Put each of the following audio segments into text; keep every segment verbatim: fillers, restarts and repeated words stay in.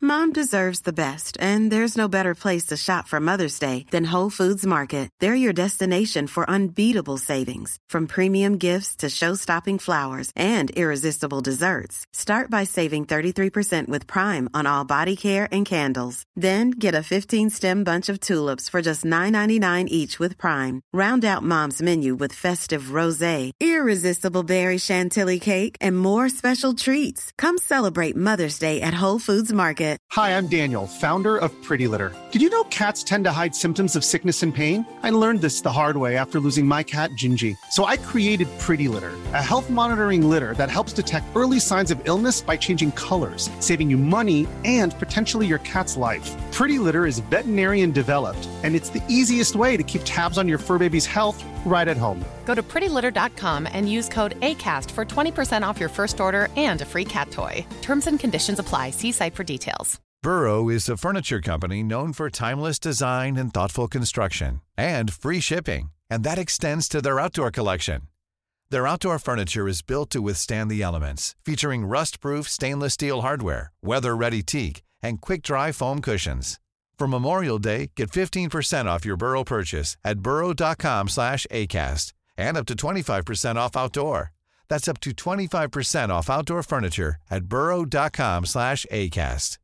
Mom deserves the best, and there's no better place to shop for Mother's Day than Whole Foods Market. They're your destination for unbeatable savings, from premium gifts to show-stopping flowers and irresistible desserts. Start by saving thirty-three percent with Prime on all body care and candles. Then get a fifteen-stem bunch of tulips for just nine ninety-nine each with Prime. Round out Mom's menu with festive rosé, irresistible berry chantilly cake, and more special treats. Come celebrate Mother's Day at Whole Foods Market. Hi, I'm Daniel, founder of Pretty Litter. Did you know cats tend to hide symptoms of sickness and pain? I learned this the hard way after losing my cat, Gingy. So I created Pretty Litter, a health monitoring litter that helps detect early signs of illness by changing colors, saving you money and potentially your cat's life. Pretty Litter is veterinarian developed, and it's the easiest way to keep tabs on your fur baby's health right at home. Go to pretty litter dot com and use code ACAST for twenty percent off your first order and a free cat toy. Terms and conditions apply. See site for details. Burrow is a furniture company known for timeless design and thoughtful construction, and free shipping, and that extends to their outdoor collection. Their outdoor furniture is built to withstand the elements, featuring rust-proof stainless steel hardware, weather-ready teak, and quick-dry foam cushions. For Memorial Day, get fifteen percent off your Burrow purchase at burrow.com slash ACAST and up to twenty-five percent off outdoor. That's up to twenty-five percent off outdoor furniture at burrow.com slash ACAST.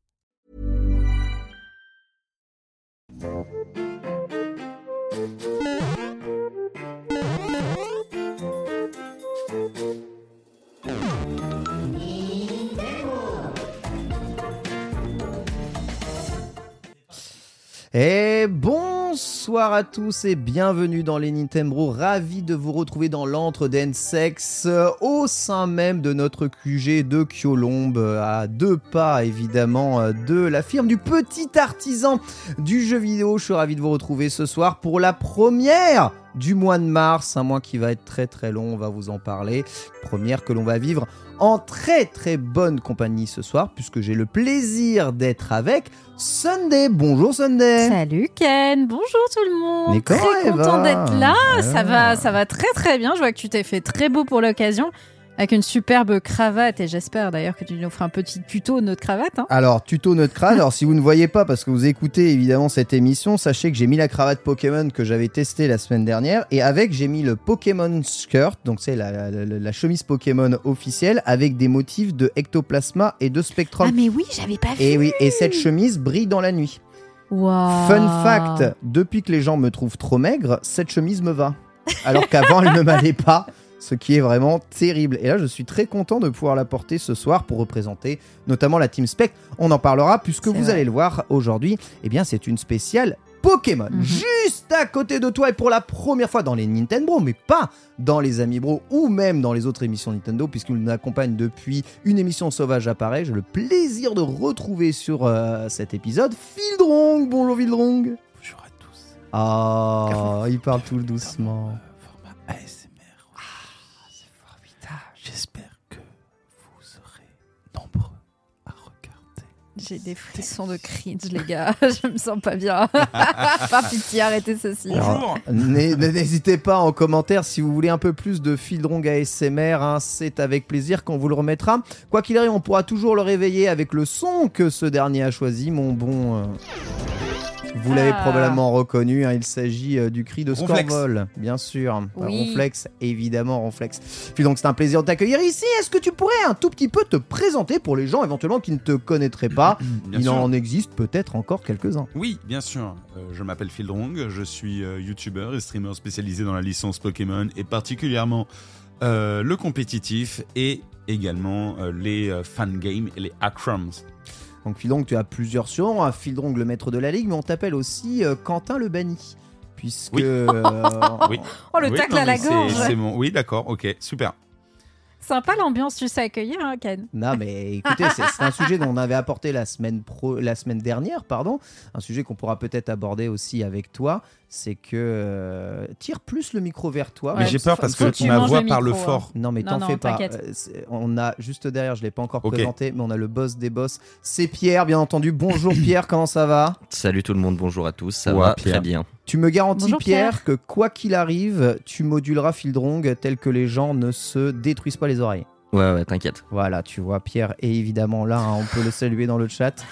Et bonsoir à tous et bienvenue dans les Nintendo. Ravi de vous retrouver dans l'antre d'Ensex, au sein même de notre Q G de Kyolombe, à deux pas évidemment de la firme du petit artisan du jeu vidéo. Je suis ravi de vous retrouver ce soir pour la première du mois de mars, un mois qui va être très très long, on va vous en parler. Première que l'on va vivre en très très bonne compagnie ce soir, puisque j'ai le plaisir d'être avec Sunday. Bonjour Sunday. Salut Ken, bonjour tout le monde. Mais très content d'être là, ah. ça va, ça va très très bien. Je vois que tu t'es fait très beau pour l'occasion, avec une superbe cravate, et j'espère d'ailleurs que tu nous feras un petit tuto de notre cravate. Hein. Alors, tuto notre cravate, alors si vous ne voyez pas, parce que vous écoutez évidemment cette émission, sachez que j'ai mis la cravate Pokémon que j'avais testée la semaine dernière, et avec j'ai mis le Pokémon Skirt, donc c'est la, la, la chemise Pokémon officielle, avec des motifs de Ectoplasma et de Spectrum. Ah mais oui, j'avais pas vu. Et oui, et cette chemise brille dans la nuit. Wow. Fun fact, depuis que les gens me trouvent trop maigre, cette chemise me va. Alors qu'avant, elle ne m'allait pas. Ce qui est vraiment terrible. Et là, je suis très content de pouvoir la porter ce soir pour représenter notamment la Team Spec. On en parlera puisque c'est vous vrai. Allez le voir aujourd'hui. Eh bien, c'est une spéciale Pokémon. Mm-hmm. Juste à côté de toi et pour la première fois dans les Nintendo, mais pas dans les Amibro ou même dans les autres émissions Nintendo, puisqu'il nous accompagne depuis une émission Sauvage Apparaît. J'ai le plaisir de retrouver sur euh, cet épisode Fildrong. Bonjour Fildrong. Bonjour à tous. Ah, oh, il parle tout doucement. Format A S. J'espère que vous serez nombreux à regarder. J'ai des frissons de cringe, les gars. Je me sens pas bien. Par pitié, arrêtez ceci. Bonjour. N'hésitez pas en commentaire si vous voulez un peu plus de Fildrong A S M R. Hein, c'est avec plaisir qu'on vous le remettra. Quoi qu'il arrive, on pourra toujours le réveiller avec le son que ce dernier a choisi, mon bon... Euh... Vous l'avez ah. probablement reconnu, hein, il s'agit euh, du cri de Scorvol, bien sûr. Oui. Ronflex, évidemment, Ronflex. Puis donc c'est un plaisir de t'accueillir ici. Est-ce que tu pourrais un tout petit peu te présenter pour les gens éventuellement qui ne te connaîtraient pas? Bien Il sûr. en existe peut-être encore quelques-uns. Oui, bien sûr. Euh, je m'appelle Fildrong, je suis euh, youtubeur et streamer spécialisé dans la licence Pokémon et particulièrement euh, le compétitif et également euh, les euh, fangames et les hackroms. Donc Fildrong, tu as plusieurs surnoms, hein. Fildrong le maître de la ligue, mais on t'appelle aussi euh, Quentin le banni. Puisque... Oui. Euh, oui. Oh, le oui, tacle non, à la c'est, gorge. c'est mon... Oui, d'accord, ok, super. Sympa l'ambiance, tu sais accueillir, hein, Ken. Non, mais écoutez, c'est, c'est un sujet dont on avait apporté la semaine, pro, la semaine dernière, pardon. Un sujet qu'on pourra peut-être aborder aussi avec toi. C'est que... Euh, tire plus le micro vers toi. Mais ouais, j'ai peur parce que tu ma voix le parle micro, fort. Non, mais non, t'en non, fais pas. t'inquiète. Euh, c'est, on a juste derrière, je ne l'ai pas encore Okay. présenté, mais on a le boss des boss. C'est Pierre, bien entendu. Bonjour Pierre, comment ça va? Salut tout le monde, bonjour à tous, ça Ouais, va Pierre. très bien. Tu me garantis, Bonjour, Pierre, Pierre. que quoi qu'il arrive, tu moduleras Fildrong tel que les gens ne se détruisent pas les oreilles. Ouais, ouais, t'inquiète. Voilà, tu vois, Pierre est évidemment là, hein, on peut le saluer dans le chat.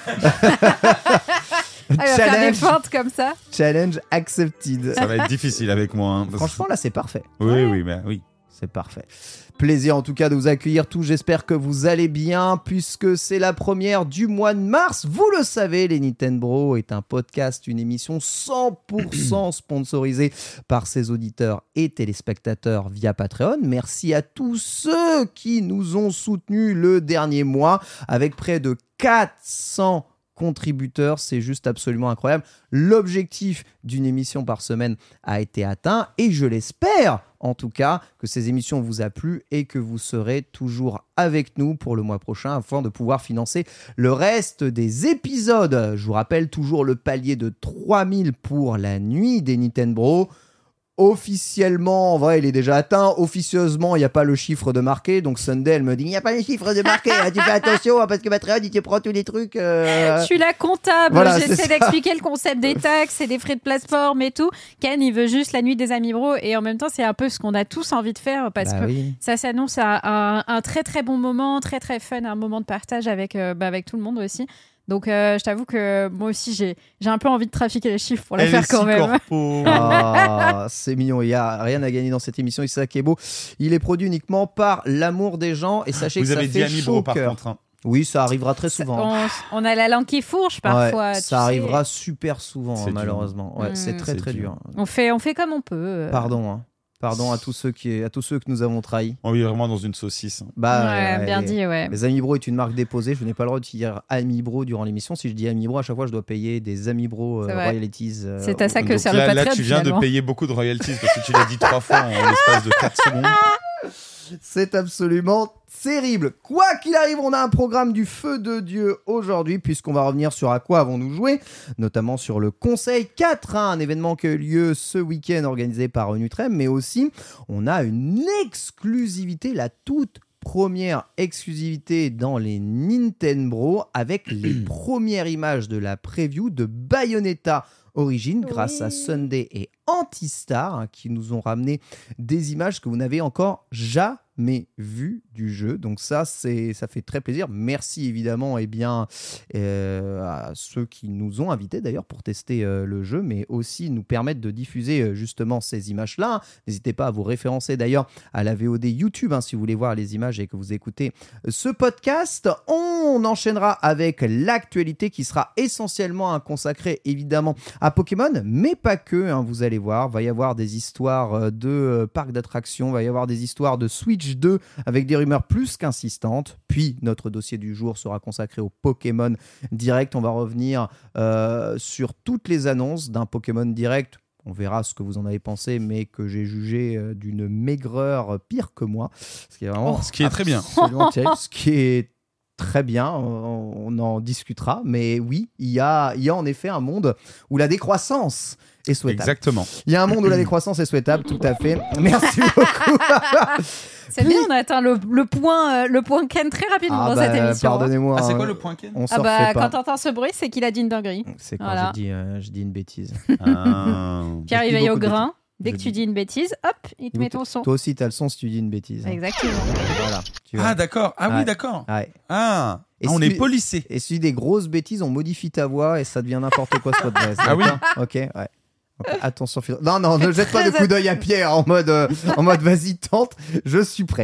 Ah, il va faire des feintes comme ça. Challenge accepted. Ça va être difficile avec moi. Hein, parce... Franchement, là, c'est parfait. Oui, ouais. oui, mais oui. C'est parfait. Plaisir en tout cas de vous accueillir tous. J'espère que vous allez bien puisque c'est la première du mois de mars. Vous le savez, les Nintendo est un podcast, une émission cent pour cent sponsorisée par ses auditeurs et téléspectateurs via Patreon. Merci à tous ceux qui nous ont soutenus le dernier mois avec près de quatre cents contributeurs, c'est juste absolument incroyable. L'objectif d'une émission par semaine a été atteint et je l'espère en tout cas que ces émissions vous a plu et que vous serez toujours avec nous pour le mois prochain afin de pouvoir financer le reste des épisodes. Je vous rappelle toujours le palier de trois mille pour la nuit des Nintendo. Officiellement, en vrai, il est déjà atteint. Officieusement, il n'y a pas le chiffre de marqué. Donc, Sunday, elle me dit, il n'y a pas le chiffre de marqué. Tu fais attention, parce que Patreon, il te prend tous les trucs. Euh... Je suis la comptable. Voilà, J'essaie d'expliquer le concept des taxes et des frais de plateforme et tout. Ken, il veut juste la nuit des Amis Bro. Et en même temps, c'est un peu ce qu'on a tous envie de faire parce bah que oui. ça s'annonce à un, un très, très bon moment, très, très fun, un moment de partage avec, euh, bah, avec tout le monde aussi. Donc, euh, je t'avoue que moi aussi, j'ai, j'ai un peu envie de trafiquer les chiffres pour le Elle faire est quand si même. corpo. Ah, c'est mignon. Il n'y a rien à gagner dans cette émission. Et c'est ça qui est beau. Il est produit uniquement par l'amour des gens. Et sachez Vous que ça avez fait dit Ami chaud Bro au par cœur. contre. Hein. Oui, ça arrivera très souvent. On, on a la langue qui fourche parfois. Ouais, tu ça sais. arrivera super souvent, C'est hein, dur. malheureusement. Ouais, Mm. c'est très C'est très dur. dur. On fait, on fait comme on peut. euh. Pardon. Hein. Pardon à tous ceux qui, à tous ceux que nous avons trahis. On est vraiment dans une saucisse. Hein. Bah, ouais, ouais, bien les, dit, ouais. les Ami Bro est une marque déposée. Je n'ai pas le droit de dire Ami Bro durant l'émission. Si je dis Ami Bro, à chaque fois, je dois payer des Ami Bro C'est euh, vrai. royalties. euh, C'est à ça que Donc sert là, le là, Patreon. tu viens finalement. de payer beaucoup de royalties parce que tu l'as dit trois fois en l'espace de quatre secondes. C'est absolument terrible. Quoi qu'il arrive, on a un programme du feu de Dieu aujourd'hui, puisqu'on va revenir sur à quoi avons-nous joué, notamment sur le Conseil quatre, hein, un événement qui a eu lieu ce week-end organisé par Nutrem, mais aussi on a une exclusivité, la toute première exclusivité dans les Nintendo avec les premières images de la preview de Bayonetta Origins grâce à Sunday et Antistar hein, qui nous ont ramené des images que vous n'avez encore jamais vues du jeu. Donc ça, c'est, ça fait très plaisir. Merci évidemment eh bien, euh, à ceux qui nous ont invités d'ailleurs pour tester euh, le jeu, mais aussi nous permettre de diffuser euh, justement ces images-là. N'hésitez pas à vous référencer d'ailleurs à la V O D YouTube hein, si vous voulez voir les images et que vous écoutez ce podcast. On enchaînera avec l'actualité qui sera essentiellement hein, consacrée évidemment à Pokémon, mais pas que. Hein, vous allez voir, va y avoir des histoires de euh, parcs d'attractions, va y avoir des histoires de Switch deux avec des rumeurs plus qu'insistantes. Puis notre dossier du jour sera consacré au Pokémon Direct. On va revenir euh, sur toutes les annonces d'un Pokémon Direct. On verra ce que vous en avez pensé, mais que j'ai jugé euh, d'une maigreur pire que moi. Ce qui est vraiment Oh, ce qui est très bien. absolument terrible, ce qui est très bien, on en discutera. Mais oui, il y a, il y a en effet un monde où la décroissance est souhaitable. Exactement. Il y a un monde où la décroissance est souhaitable, tout à fait. Merci beaucoup. C'est bien, on a atteint le, le point, euh, le point Ken très rapidement Ah dans bah, cette émission. hein. pardonnez-moi. Ah, c'est quoi hein, le point Ken On Ah s'en bah, refait pas. quand t'entends ce bruit, c'est qu'il a dit une dinguerie. C'est quand Voilà. je, dis, euh, je dis une bêtise. Ah. Pierre, il dis veille au beaucoup de grain. Dès Je que tu dis- dis une bêtise, hop, il te met ton son. Toi aussi, t'as le son si tu dis une bêtise. hein. Exactement. Voilà. Tu vois. Ah, d'accord. Ah Ouais. oui, d'accord. Ouais. Ah, Et Ah, on si est tu- policé. Et si tu dis des grosses bêtises, on modifie ta voix et ça devient n'importe quoi ce podcast. Ah oui. d'accord Ok, ouais. Donc, attention, Phil. Non, non, ne jette pas de coup d'œil à Pierre en mode, euh, en mode vas-y, tente, je suis prêt.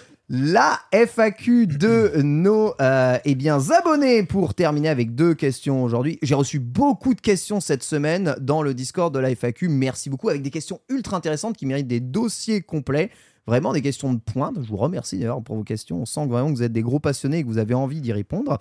La F A Q de nos euh, eh bien, abonnés pour terminer avec deux questions aujourd'hui. J'ai reçu beaucoup de questions cette semaine dans le Discord de la F A Q. Merci beaucoup avec des questions ultra intéressantes qui méritent des dossiers complets. Vraiment des questions de pointe. Je vous remercie d'ailleurs pour vos questions. On sent que vraiment que vous êtes des gros passionnés et que vous avez envie d'y répondre.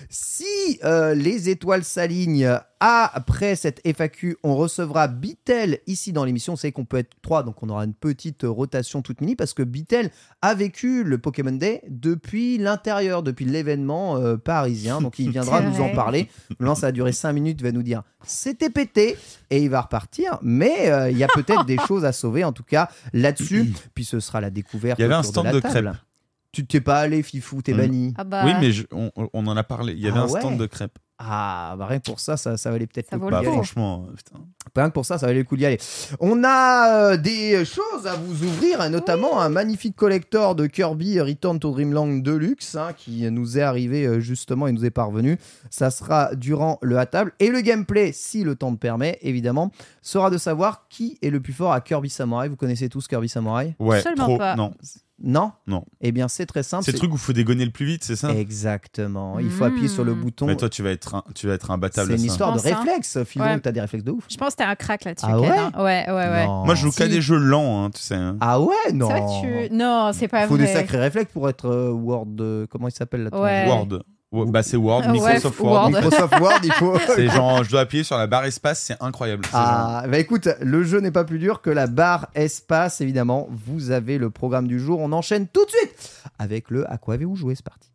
Si euh, les étoiles s'alignent après cette F A Q, on recevra Bitel ici dans l'émission. Vous savez qu'on peut être trois, donc on aura une petite rotation toute mini parce que Bitel a vécu le Pokémon Day depuis l'intérieur, depuis l'événement euh, parisien. Donc il viendra C'est nous en vrai. parler. Maintenant, ça va durer cinq minutes. Il va nous dire c'était pété et il va repartir. Mais euh, il y a peut-être des choses à sauver en tout cas là-dessus. Puis ce sera la découverte. Il y avait un autour stand la de table. Tu t'es pas allé, Fifou, t'es Mm. banni. Ah bah, Oui, mais je- on, on en a parlé. Il y avait Ah un stand ouais. de crêpes. Ah, bah rien que pour ça, ça, ça valait peut-être Ça le vaut coup le Bah d'y aller. franchement, euh, putain. Rien que pour ça, ça valait le coup d'y aller. On a euh, des choses à vous ouvrir, et notamment un magnifique collector de Kirby Return to Dreamland Deluxe hein, qui nous est arrivé euh, justement et nous est parvenu. Ça sera durant le à table. Et le gameplay, si le temps le permet, évidemment, sera de savoir qui est le plus fort à Kirby Samurai. Vous connaissez tous Kirby Samurai ? Ouais, Absolument trop. pas. Non, Non ? non. Eh bien, c'est très simple. C'est le truc où il faut dégonner le plus vite, c'est ça? Exactement. Il faut appuyer sur le Mmh. bouton. Mais toi, tu vas être, un, tu vas être imbattable. C'est à une ça. histoire de Je pense, hein. réflexe. Phil, Ouais. donc t'as des réflexes de ouf. Je pense que t'as un crack là-dessus. Ah Ken, ouais hein. Ouais, ouais, ouais. Non. Moi, je joue qu'à Si. des jeux lents, hein, tu sais. hein. Ah ouais, non. C'est vrai que tu. Non, c'est pas Il faut vrai. des sacrés réflexes pour être euh, Word. euh, comment il s'appelle là Ouais. Word. Ouais, Bah, c'est Word, Ah, ouais, Microsoft Word. Word. Microsoft Word, il faut. C'est genre, je dois appuyer sur la barre espace, c'est incroyable. C'est genre- Ah, bah écoute, le jeu n'est pas plus dur que la barre espace, évidemment. Vous avez le programme du jour. On enchaîne tout de suite avec le à quoi avez-vous joué. C'est parti.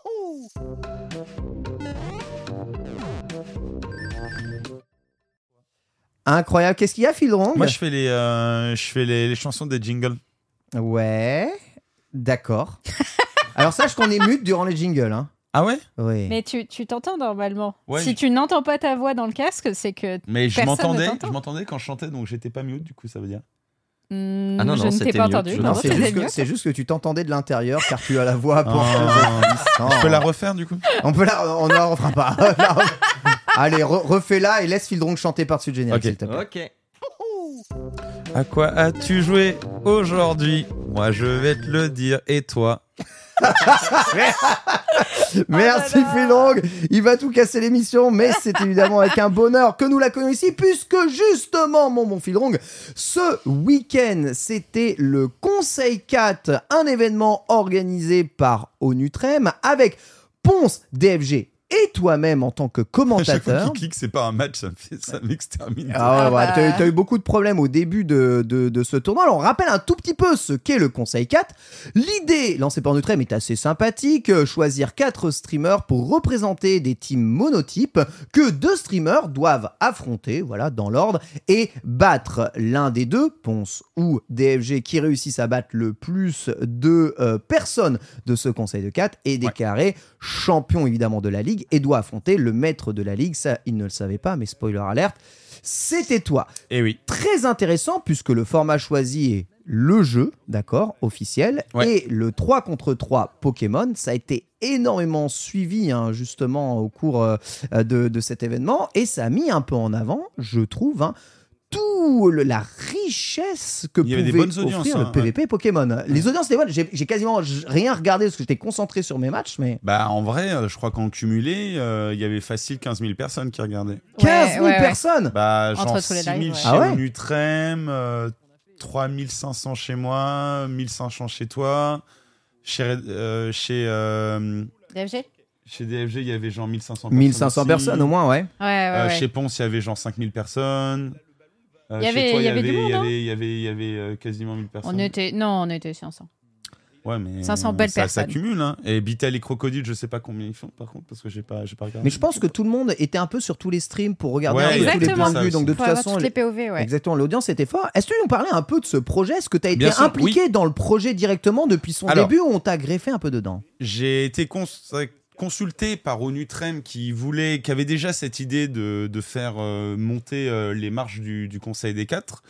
Incroyable. Qu'est-ce qu'il y a, Phil Drong ? Moi, je fais les, euh, je fais les, les chansons des jingles. Ouais, d'accord. Alors sache qu'on est mute durant les jingles. Hein. Ah ouais? Oui. Mais tu, tu t'entends normalement. Ouais, si je- tu n'entends pas ta voix dans le casque, c'est que. Mais je Personne m'entendais, ne t'entend. je m'entendais quand je chantais, donc j'étais pas mute, du coup, ça veut dire. Hmm, Ah non, je non, ne t'ai c'était pas mieux. entendu. Je- Non, Non, c'est c'était juste, que, mieux. c'est juste que tu t'entendais de l'intérieur car tu as la voix pour Ah. puissant. Je peux la refaire, du coup? On peut la, on ne la refera pas. La ref- Allez, re- refais-la et laisse Phil Drong chanter par-dessus le générique, Ok. s'il te plaît. Ok. À quoi as-tu joué aujourd'hui? Moi, je vais te le dire, et toi? Merci Oh là là. Phil Drong. Il va tout casser l'émission, mais c'est évidemment avec un bonheur que nous l'accueillons ici, puisque justement, mon bon Phil Drong, ce week-end, c'était le Conseil quatre, un événement organisé par Onutrem avec Ponce, D F G et toi-même en tant que À chaque fois commentateur. qu'il clique, c'est pas un match, ça me fait, ça m'extermine. Ah ouais, Ah ouais, bah. t'as, t'as eu beaucoup de problèmes au début de, de, de ce tournoi. Alors, on rappelle un tout petit peu ce qu'est le Conseil quatre. L'idée lancée par Nutrem est assez sympathique. Euh, Choisir quatre streamers pour représenter des teams monotypes que deux streamers doivent affronter, voilà, dans l'ordre, et battre l'un des deux, Ponce ou D F G, qui réussissent à battre le plus de euh, personnes de ce Conseil de quatre et déclarer champion, évidemment, de la Ligue et doit affronter le maître de la Ligue. Ça, il ne le savait pas, mais spoiler alert, c'était toi. Et oui. Très intéressant puisque le format choisi est le jeu, d'accord, officiel, Ouais. et le trois contre trois Pokémon. Ça a été énormément suivi, hein, justement, au cours euh, de, de cet événement, et ça a mis un peu en avant, je trouve, hein, tout le- la richesse que Il y avait pouvait des bonnes audiences, offrir hein, le P V P Pokémon. Les audiences étaient bonnes. J'ai, j'ai quasiment j- rien regardé parce que j'étais concentré sur mes matchs, mais Bah, en vrai, euh, je crois qu'en cumulé, euh, il y avait facile quinze mille personnes qui regardaient. quinze mille ouais, ouais. personnes. Bah, Entre genre tous les six mille lives, ouais. chez Ah ouais Onutrem, euh, trois mille cinq cents chez moi, mille cinq cents chez toi. Chez, euh, chez, euh, D F G. chez D F G, il y avait genre mille cinq cents personnes. mille cinq cents aussi. personnes au moins, ouais. Ouais, ouais, Euh, ouais. Chez Ponce, il y avait genre cinq mille personnes. Euh, Il y chez avait- toi, il y avait du monde, il y hein. avait, il y avait, il y avait euh, quasiment mille personnes. On était. Non, on était cinq cents. Ouais, mais cinq cents belles ça, personnes. ça cumule. Hein. Et Bitel et Crocodile, je sais pas combien ils font par contre, parce que j'ai pas, j'ai pas regardé. Mais je pense que tout le monde était un peu sur tous les streams pour regarder Ouais, un peu tous les exactement. points de vue. Donc de Pour toute avoir façon, toutes les- les P O V, ouais. exactement, l'audience était fort. Est-ce que tu nous parlais un peu de ce projet? Est-ce que tu as été Bien sûr, impliqué dans le projet directement depuis son Alors, début ou on t'a greffé un peu dedans? J'ai été cons- consulté par Onutrem qui voulait, qui avait déjà cette idée de, de faire euh, monter euh, les marches du, du Conseil des quatre.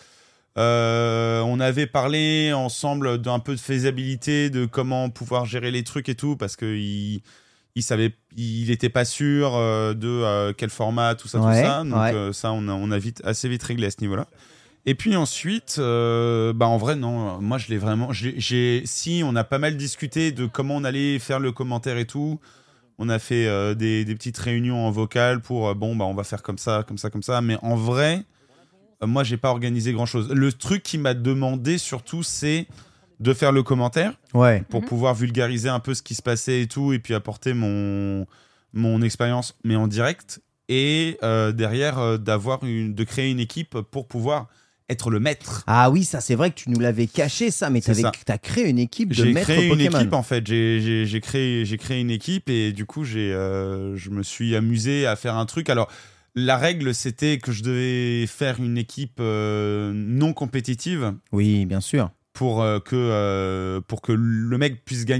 Euh, on avait parlé ensemble d'un peu de faisabilité, de comment pouvoir gérer les trucs et tout, parce que il, il savait, il était pas sûr euh, de euh, quel format, tout ça, Ouais, tout ça. Donc ouais. euh, ça, on a, on a vite, assez vite réglé à ce niveau-là. Et puis ensuite, euh, bah en vrai non, moi je l'ai vraiment, j'ai, j'ai, si on a pas mal discuté de comment on allait faire le commentaire et tout. On a fait euh, des, des petites réunions en vocal pour euh, bon bah on va faire comme ça, comme ça, comme ça. Mais en vrai, euh, moi j'ai pas organisé grand chose. Le truc qui m'a demandé surtout, c'est de faire le commentaire Ouais. pour Mhm. pouvoir vulgariser un peu ce qui se passait et tout, et puis apporter mon mon expérience, mais en direct. Et euh, derrière euh, d'avoir une, de créer une équipe pour pouvoir être le maître. Ah oui, ça c'est vrai que tu nous l'avais caché ça, mais C'est t'avais, ça. t'as créé une équipe de J'ai maîtres créé une Pokémon. équipe en fait. J'ai, j'ai, j'ai créé, j'ai créé une équipe et du coup j'ai, euh, je me suis amusé à faire un truc. Alors la règle c'était que je devais faire une équipe euh, non compétitive Oui, bien sûr. pour euh, que euh, pour que le mec puisse gagner.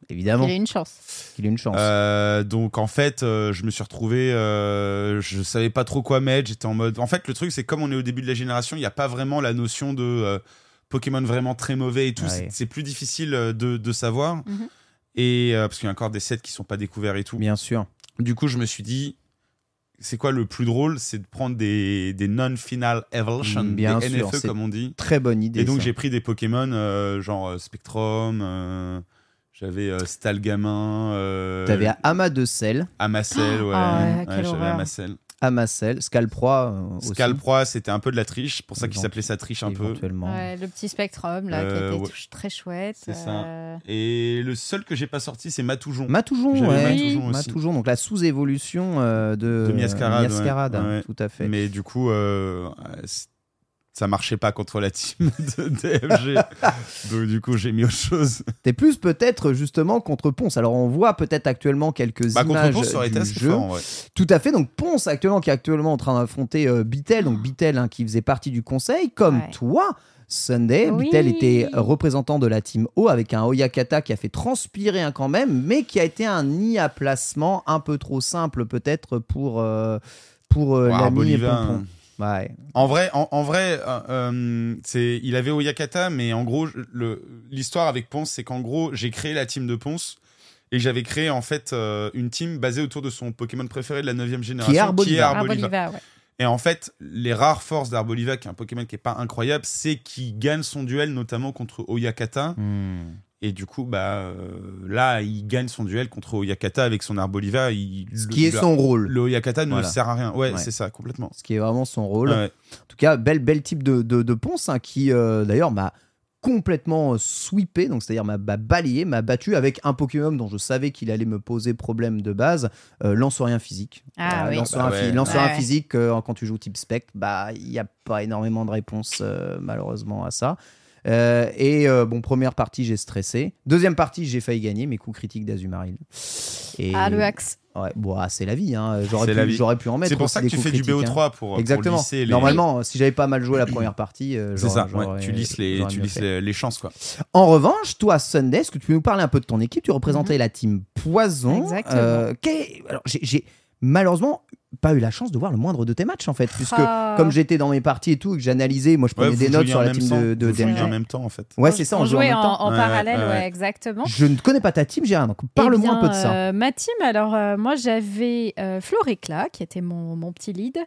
Évidemment. Il a une chance. Il a une chance. Euh, donc en fait, euh, je me suis retrouvé, euh, je savais pas trop quoi mettre. J'étais en mode. En fait, le truc, c'est comme on est au début de la génération, il n'y a pas vraiment la notion de euh, Pokémon vraiment très mauvais et tout. Ouais. C'est, c'est plus difficile de, de savoir. Mhm. Et euh, parce qu'il y a encore des sets qui sont pas découverts et tout. Bien sûr. Du coup, je me suis dit, c'est quoi le plus drôle, c'est de prendre des, des non-final evolution, Bien des sûr, N F E c'est comme on dit. Très bonne idée. Et donc ça. j'ai pris des Pokémon euh, genre euh, Spectrum, euh, j'avais euh, Stalgamin, euh, T'avais Amadecel, Amacel, ouais, Ah ouais, ouais, quelle j'avais horreur. Amacel. Amacel, Scalproie euh, aussi. Scalproie, c'était un peu de la triche, pour ça qu'il Évent- s'appelait ça triche un peu. Éventuellement. Ouais, le petit Spectrum là, Euh, qui était ouais. tout- très chouette. C'est ça. euh, Et le seul que j'ai pas sorti, c'est Matoujon. Matoujon, J'avais ouais. Matoujon aussi. Matoujon, donc la sous-évolution euh, de, De Miascarade, ouais. Miascarade, Ouais. tout à fait. Mais du coup, euh, c- ça marchait pas contre la team de D F G. Donc du coup, j'ai mis autre chose. T'es plus peut-être justement contre Ponce. Alors on voit peut-être actuellement quelques Bah, contre images Ponce, ça aurait été du assez jeu. fort, en vrai. Tout à fait. Donc Ponce actuellement qui est actuellement en train d'affronter euh, Bitel, donc Bitel hein, qui faisait partie du conseil, comme Ouais. toi. Sunday, Oui. Bitel était représentant de la team O avec un Oyakata qui a fait transpirer un quand même, mais qui a été un nid à placement un peu trop simple peut-être pour, euh, pour euh, Ouais, l'ami Arboliva, Pompon. hein. Ouais. En vrai, en, en vrai, euh, euh, c'est, il avait Oyakata, mais en gros, le, l'histoire avec Ponce, c'est qu'en gros, j'ai créé la team de Ponce et j'avais créé en fait euh, une team basée autour de son Pokémon préféré de la neuvième génération, Arboliva. Arboliva. Arboliva, ouais. Et en fait, les rares forces d'Arboliva, qui est un Pokémon qui est pas incroyable, c'est qu'il gagne son duel notamment contre Oyakata. Hmm. Et du coup, bah euh, là, il gagne son duel contre Oyakata avec son Arboliva. Il, Ce le- qui est le- son rôle. Le Oyakata ne Voilà. sert à rien. Ouais, Ouais. c'est ça, complètement. Ce qui est vraiment son rôle. Ouais. En tout cas, bel, bel type de, de, de Ponce hein, qui euh, d'ailleurs m'a complètement euh, sweepé, donc c'est-à-dire m'a, m'a balayé, m'a battu avec un Pokémon dont je savais qu'il allait me poser problème de base, euh, Lancerien physique. Ah oui. Lancerien, Ah bah ouais. phy- Lancerien Ouais. physique, euh, quand tu joues type spec, bah il n'y a pas énormément de réponses euh, malheureusement à ça. Euh, et euh, bon, première partie, j'ai stressé. Deuxième partie, j'ai failli gagner mes coups critiques d'Azumarill. Et... Ah, le axe. Ouais, bon, ah, c'est la vie. Hein. J'aurais, C'est pu, la vie. j'aurais pu en mettre. C'est pour aussi ça que des tu coups fais du critiques, B O trois hein. pour, Exactement. pour lisser les... Normalement, si j'avais pas mal joué la première partie, euh, C'est j'aurais- ça, ouais, j'aurais- tu lisses, les, j'aurais tu mieux lisses fait. les, les chances, quoi. En revanche, toi, Sunday, est-ce que tu peux nous parler un peu de ton équipe? Tu représentais la team Poison. Exactement. Euh, qu'est- Alors, j'ai, j'ai malheureusement pas eu la chance de voir le moindre de tes matchs, en fait, puisque Ah. comme j'étais dans mes parties et tout, et que j'analysais, moi je prenais Ouais, des vous notes jouiez sur en la même team temps. de, de Vous jouiez D M G. en même temps, en fait. Ouais, c'est ça, on, On jouait jouait en même temps. en, en Ouais, parallèle, ouais, ouais, ouais. exactement. Je ne connais pas ta team, Gérard, donc parle-moi Eh un peu de bien, ça. euh, ma team, alors euh, moi j'avais euh, Floréclat qui était mon, mon petit lead.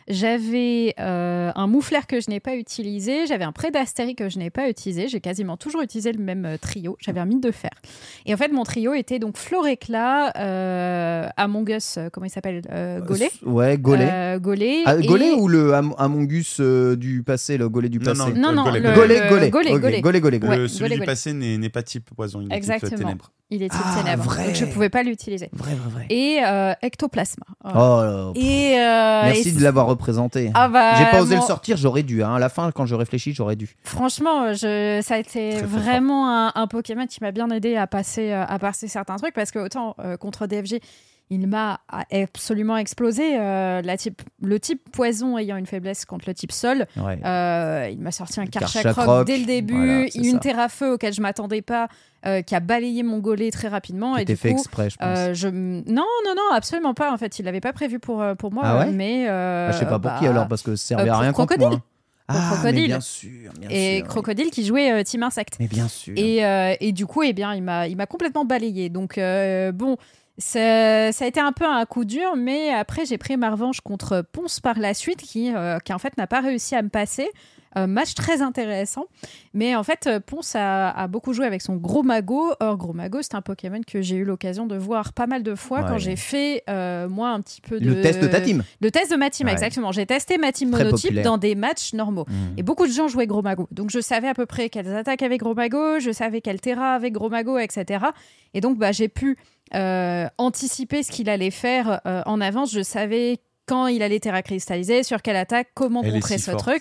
J'avais euh, un Mouflaire que je n'ai pas utilisé. J'avais un Prédastérie que je n'ai pas utilisé. J'ai quasiment toujours utilisé le même euh, trio. J'avais un Mine de Fer. Et en fait, mon trio était donc Floréclat, euh, Among Us, euh, comment il s'appelle euh, Golé. Euh, Ouais, Golé. Euh, Golé. Ah, et- Golé ou le Am- Among Us euh, du passé, le Golé du Non, passé Non, non, Golé, le- Golé, le- Golé. Golé, Ok, Golé. Golé, Golé, Golé. Ouais. Le, celui Golé, du Golé. passé n'est, n'est pas type poison, il est type Exactement. ténèbres. Il est type Ah, ténèbres. vrai. Donc je ne pouvais pas l'utiliser. Vrai, vrai, vrai. Et euh, Ectoplasma. Voilà. Oh, Et, euh, merci et de l'avoir représenté. Ah bah, J'ai pas osé mon- le sortir, j'aurais dû. hein. À la fin, quand je réfléchis, j'aurais dû. Franchement, je, ça a été Très, très vraiment un, un Pokémon qui m'a bien aidé à passer, euh, à passer certains trucs parce que autant euh, contre D F G, il m'a absolument explosé. euh, la type, le type poison ayant une faiblesse contre le type sol, Ouais. euh, il m'a sorti un Karchak Karchak Rock, dès le début, voilà, c'est une ça. Terrafeu auquel je m'attendais pas, euh, qui a balayé mon Golé très rapidement. Et C'était du fait coup, exprès, je pense. euh, je... Non, non, non, absolument pas. En fait, il l'avait pas prévu pour, euh, pour moi. Ah ouais mais euh, Ah, je sais pas pour bah, qui alors, parce que ça servait euh, à rien pour contre Crocodile. moi. Ah, Pour mais Crocodile. bien sûr, bien Et sûr. Crocodile qui jouait euh, Team Insect. Mais bien sûr. Et, euh, et du coup, eh bien, il m'a, il m'a complètement balayé. Donc, euh, bon, ça, ça a été un peu un coup dur, mais après, j'ai pris ma revanche contre Ponce par la suite, qui, euh, qui en fait n'a pas réussi à me passer. Euh, match très intéressant. Mais en fait, euh, Ponce a, a beaucoup joué avec son Gros Mago. Or, Gros Mago, c'est un Pokémon que j'ai eu l'occasion de voir pas mal de fois Ouais. quand j'ai fait, euh, moi, un petit peu de... Le test de ta team. Le test de ma team, Ouais. exactement. J'ai testé ma team Très monotype populaire. dans des matchs normaux. Mmh. Et beaucoup de gens jouaient Gros Mago. Donc je savais à peu près quelles attaques avec Gros Mago, je savais quel Terra avec Gros Mago, et cetera. Et donc bah, j'ai pu euh, anticiper ce qu'il allait faire euh, en avance. Je savais quand il allait Terra cristalliser, sur quelle attaque, comment Elle est contrer si ce forte. truc.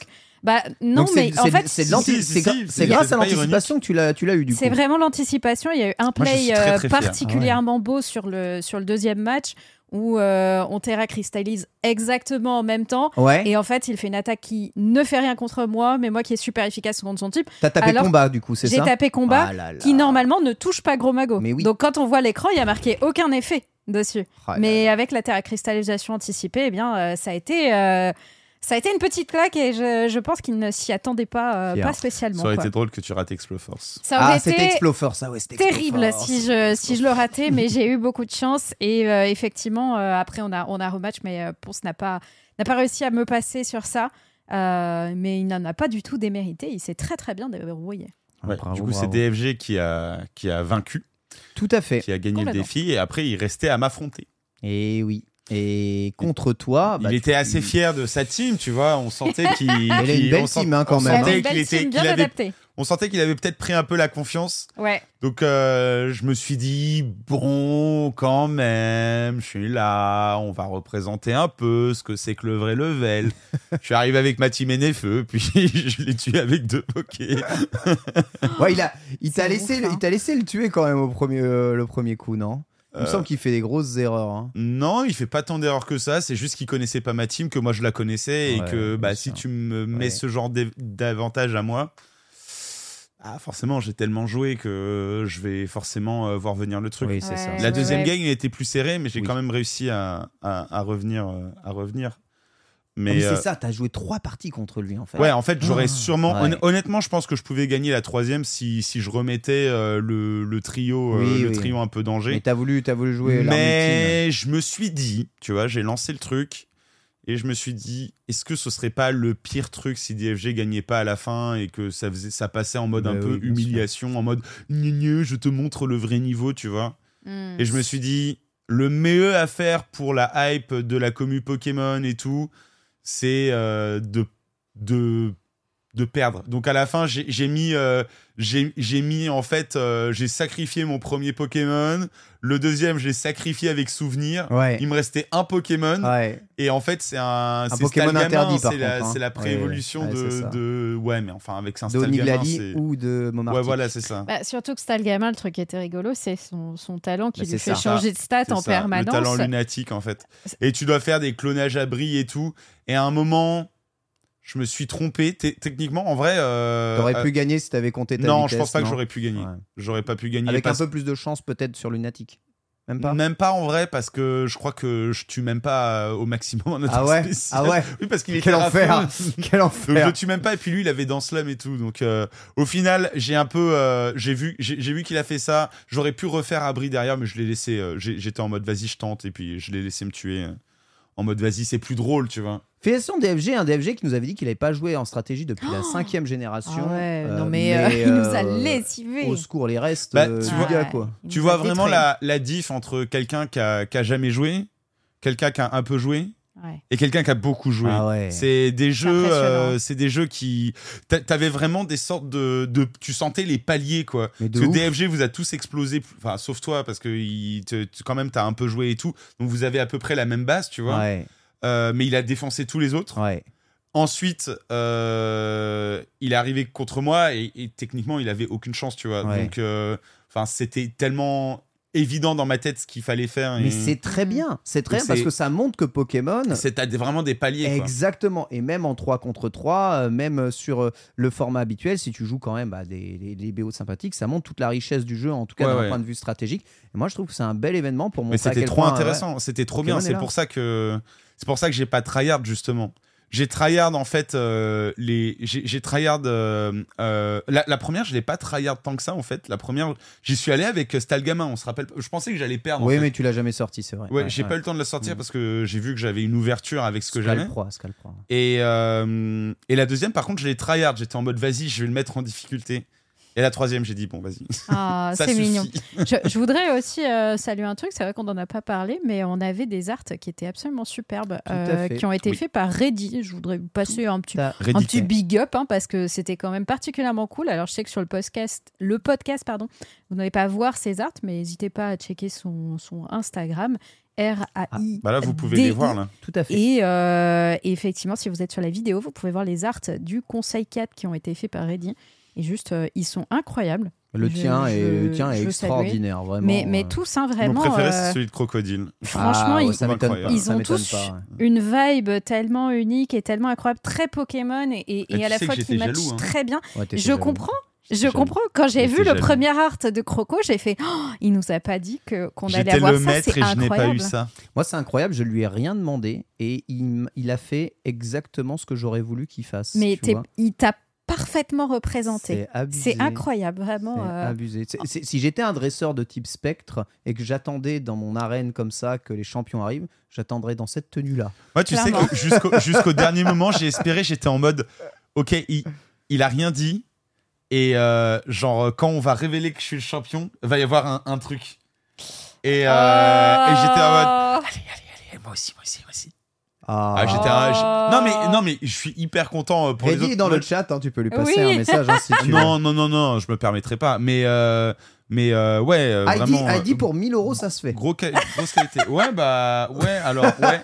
Bah non, Donc, mais c'est, en c'est, fait, c'est, de l'anti- si, si, c'est, si, c'est c'est- grâce c'est à pas l'anticipation que tu l'as, tu l'as eu du coup. c'est vraiment l'anticipation. Il y a eu un Moi, je play suis très, euh, très fier. particulièrement beau sur le, sur le deuxième match où euh, Ontera cristallise exactement en même temps. Ouais. Et en fait, il fait une attaque qui ne fait rien contre moi, mais moi qui est super efficace contre son type. T'as tapé Alors, combat du coup, c'est J'ai ça tapé combat Ah là là. qui normalement ne touche pas Gros Mago. Mais oui. Donc quand on voit l'écran, il y a marqué aucun effet dessus. Ah là Mais là. avec la terre à cristallisation anticipée, eh bien, euh, ça a été. euh, Ça a été une petite claque et je, je pense qu'il ne s'y attendait pas, euh, Fier. pas spécialement. Ça aurait quoi. été drôle que tu rates Exploforce. Ça aurait Ah, été c'était Exploforce, ça ouais, c'était terrible Exploforce. si je, si je le ratais, mais j'ai eu beaucoup de chance. Et euh, effectivement, euh, après, on a, on a rematch, mais euh, Ponce n'a pas, n'a pas réussi à me passer sur ça. Euh, mais il n'en a pas du tout démérité. Il s'est très très bien débrouillé. Ouais, bravo, du coup, bravo. c'est D F G qui a, qui a vaincu, Tout à fait. qui a gagné le Complètement. défi, et après, il restait à m'affronter. Et oui. Et contre toi, bah, il était tu- assez fier de sa team, tu vois. On sentait qu'il. Il a une qu'il- belle on sent- team, hein, quand on même, Il hein. avait sentait une qu'il belle était, team qu'il bien avait, adaptée. on sentait qu'il avait peut-être pris un peu la confiance. Ouais. Donc, euh, je me suis dit, bon, quand même, je suis là, on va représenter un peu ce que c'est que le vrai level. Je suis arrivé avec ma team N-Feu, puis je l'ai tué avec deux pokés. Ouais, il a, il t'a C'est laissé, ouf, hein. il t'a laissé le tuer quand même au premier, euh, le premier coup, non Il me Euh, semble qu'il fait des grosses erreurs. Hein. Non, il fait pas tant d'erreurs que ça. C'est juste qu'il connaissait pas ma team, que moi je la connaissais, et Ouais, que bah, bien si sûr. tu me mets Ouais. ce genre d'av- d'avantage à moi, ah, forcément j'ai tellement joué que je vais forcément euh, voir venir le truc. Oui, c'est Ouais. ça. La Ouais, deuxième ouais. game il était plus serré, mais j'ai Oui. quand même réussi à, à, à revenir, euh, à revenir. Mais, Mais, c'est euh, ça, t'as joué trois parties contre lui en fait. ouais, en fait j'aurais Ah, sûrement, ouais. honn- honnêtement, je pense que je pouvais gagner la troisième si, si je remettais euh, le, le trio, euh, Oui, le oui. trio un peu danger. Mais t'as voulu, t'as voulu jouer l'arme ultime. Mais je me suis dit, tu vois, j'ai lancé le truc et je me suis dit, est-ce que ce serait pas le pire truc si D F G gagnait pas à la fin et que ça faisait, ça passait en mode Bah un oui, peu bien humiliation, en mode gneu, gneu, je te montre le vrai niveau, tu vois. Mm. Et je me suis dit, le mieux à faire pour la hype de la commu Pokémon et tout, c'est euh, de de de perdre. Donc à la fin, j'ai j'ai mis euh, j'ai j'ai mis en fait euh, j'ai sacrifié mon premier Pokémon, le deuxième, je l'ai sacrifié avec souvenir. Ouais. Il me restait un Pokémon Ouais. et en fait, c'est un, c'est Pokémon Stalgamin, interdit, par c'est la contre, hein. c'est la préévolution Ouais, ouais, de c'est ça. de ouais, mais enfin avec un De Stalgamin, Niglali c'est ou de Momarty. ouais, voilà, c'est ça. Bah, surtout que Stalgamin, le truc qui était rigolo, c'est son, son talent qui Bah, lui c'est fait ça. changer de stat C'est en ça, permanence. le talent lunatique en fait. Et tu dois faire des clonages à bris et tout. Et à un moment, je me suis trompé. T- techniquement, en vrai. Euh, T'aurais euh, pu gagner si t'avais compté ta non, vitesse. je pense pas que non j'aurais pu gagner. Ouais. J'aurais pas pu gagner. Avec un parce- peu plus de chance peut-être sur Lunatic. Même pas. Même pas en vrai, parce que je crois que je tue même pas euh, au maximum en attaque Ah ouais. spéciale. Ah ouais. Oui, parce qu'il était Quel enfer. rafale. Quel Donc je enfer. le tue même pas, et puis lui il avait dans Slam et tout, donc euh, au final j'ai un peu euh, j'ai vu j'ai j'ai vu qu'il a fait ça. J'aurais pu refaire abri derrière, mais je l'ai laissé, euh, j'ai- j'étais en mode vas-y je tente, et puis je l'ai laissé me tuer euh, en mode vas-y c'est plus drôle, tu vois. Félicitations D F G, un D F G qui nous avait dit qu'il n'avait pas joué en stratégie depuis la cinquième génération. Ah ouais, Euh, non mais, euh, il nous a euh, lessivé. Au secours, les restes Bah, euh, tu du vois- gars, quoi. Il Tu nous vois a vraiment détruit. la, la diff entre quelqu'un qui a, qui a jamais joué, quelqu'un qui a un peu joué, Ouais. et quelqu'un qui a beaucoup joué. Ah ouais. C'est des jeux, impressionnant. euh, c'est des jeux qui, t'a- t'avais vraiment des sortes de, de, tu sentais les paliers quoi. Mais de Parce que ouf. D F G vous a tous explosé, enfin sauf toi parce que il te- tu- quand même t'as un peu joué et tout, donc vous avez à peu près la même base, tu vois. Ouais, Euh, mais il a défoncé tous les autres. ouais. Ensuite, euh, il est arrivé contre moi et, et techniquement il avait aucune chance, tu vois. Ouais. Donc, euh, enfin c'était tellement évident dans ma tête ce qu'il fallait faire. Mais et- c'est très bien. C'est très Donc bien parce c'est- que ça montre que Pokémon. c'est t'as des- vraiment des paliers. Quoi. Exactement. Et même en trois contre trois, euh, même euh, sur euh, le format habituel, si tu joues quand même bah, des, des, des B O sympathiques, ça montre toute la richesse du jeu, en tout cas Ouais, d'un ouais. point de vue stratégique. Et moi, je trouve que c'est un bel événement pour Mais montrer à c'était quel trop point, intéressant, c'était trop Pokémon bien. est C'est là. pour ça que c'est pour ça que j'ai pas tryhard justement. J'ai tryhard en fait euh, les j'ai j'ai tryhard euh, euh, la, la première je l'ai pas tryhard tant que ça en fait. La première j'y suis allé avec Stalgamin, on se rappelle. Je pensais que j'allais perdre. en Oui, fait. mais tu l'as jamais sorti, c'est vrai. Ouais, j'ai pas eu le temps de la sortir Mm. parce que j'ai vu que j'avais une ouverture avec ce que j'avais. Scalpro, Scalpro. Et euh, et la deuxième par contre je l'ai tryhard. J'étais en mode vas-y je vais le mettre en difficulté. Et la troisième, j'ai dit, bon, vas-y. Ah, Ça c'est suffit. mignon. Je, je voudrais aussi euh, saluer un truc, c'est vrai qu'on n'en a pas parlé, mais on avait des arts qui étaient absolument superbes, euh, qui ont été Oui. faits par Reddy. Je voudrais vous passer un petit, T'as- un Reddy. petit big up, hein, parce que c'était quand même particulièrement cool. Alors, je sais que sur le podcast, le podcast pardon, vous n'allez pas voir ces arts, mais n'hésitez pas à checker son, son Instagram, R A I. Bah là, vous pouvez les voir, là. Tout à fait. Et, euh, et effectivement, si vous êtes sur la vidéo, vous pouvez voir les arts du Conseil quatre qui ont été faits par Reddy. Et juste, euh, ils sont incroyables. Le Je- tien est, je- le tien est je veux extraordinaire, vraiment. Mais, mais euh. tous, hein, Mon vraiment. préféré, euh, c'est celui de Crocodile. Franchement, Ah, ouais, ils, ça m'étonne incroyable. pas, ils ça ont m'étonne tous pas, ouais. une vibe tellement unique et tellement incroyable, très Pokémon et, et, Et et à tu la sais fois que qui j'étais match jaloux, hein. très bien. Ouais, t'étais Je jaloux. comprends. Je jaloux. comprends. Quand j'ai J'étais vu le jaloux. premier art de Croco, j'ai fait oh, il nous a pas dit que, qu'on allait J'étais avoir le ça. maître C'est et je n'ai pas incroyable. eu ça. Moi, c'est incroyable, je lui ai rien demandé et il, m- il a fait exactement ce que j'aurais voulu qu'il fasse. Mais tu t'es- vois. il t'a parfaitement représenté. C'est abusé. C'est incroyable, vraiment. C'est euh, abusé. C'est- c'est- si j'étais un dresseur de type spectre et que j'attendais dans mon arène comme ça que les champions arrivent, j'attendrais dans cette tenue-là. Moi, tu sais Clairement. que jusqu'au, jusqu'au dernier moment, j'ai espéré, j'étais en mode, ok, il, il a rien dit. Et euh, genre, quand on va révéler que je suis le champion, va y avoir un, un truc. Et, euh, oh. et j'étais en mode, allez, allez, allez, moi aussi, moi aussi, moi aussi. Ah, Ah, j'étais un- je- Non, mais, non, mais je suis hyper content euh, pour les Reddy autres. est dans le chat, hein, tu peux lui passer Oui. un message hein, si tu veux. Non, non, non, non, je me permettrai pas. Mais, euh, mais euh, ouais, euh, Heidi, vraiment. euh, Heidi, pour mille euros, ça se fait. Gros, quali- grosse qualité. Ouais, bah, ouais, alors, ouais.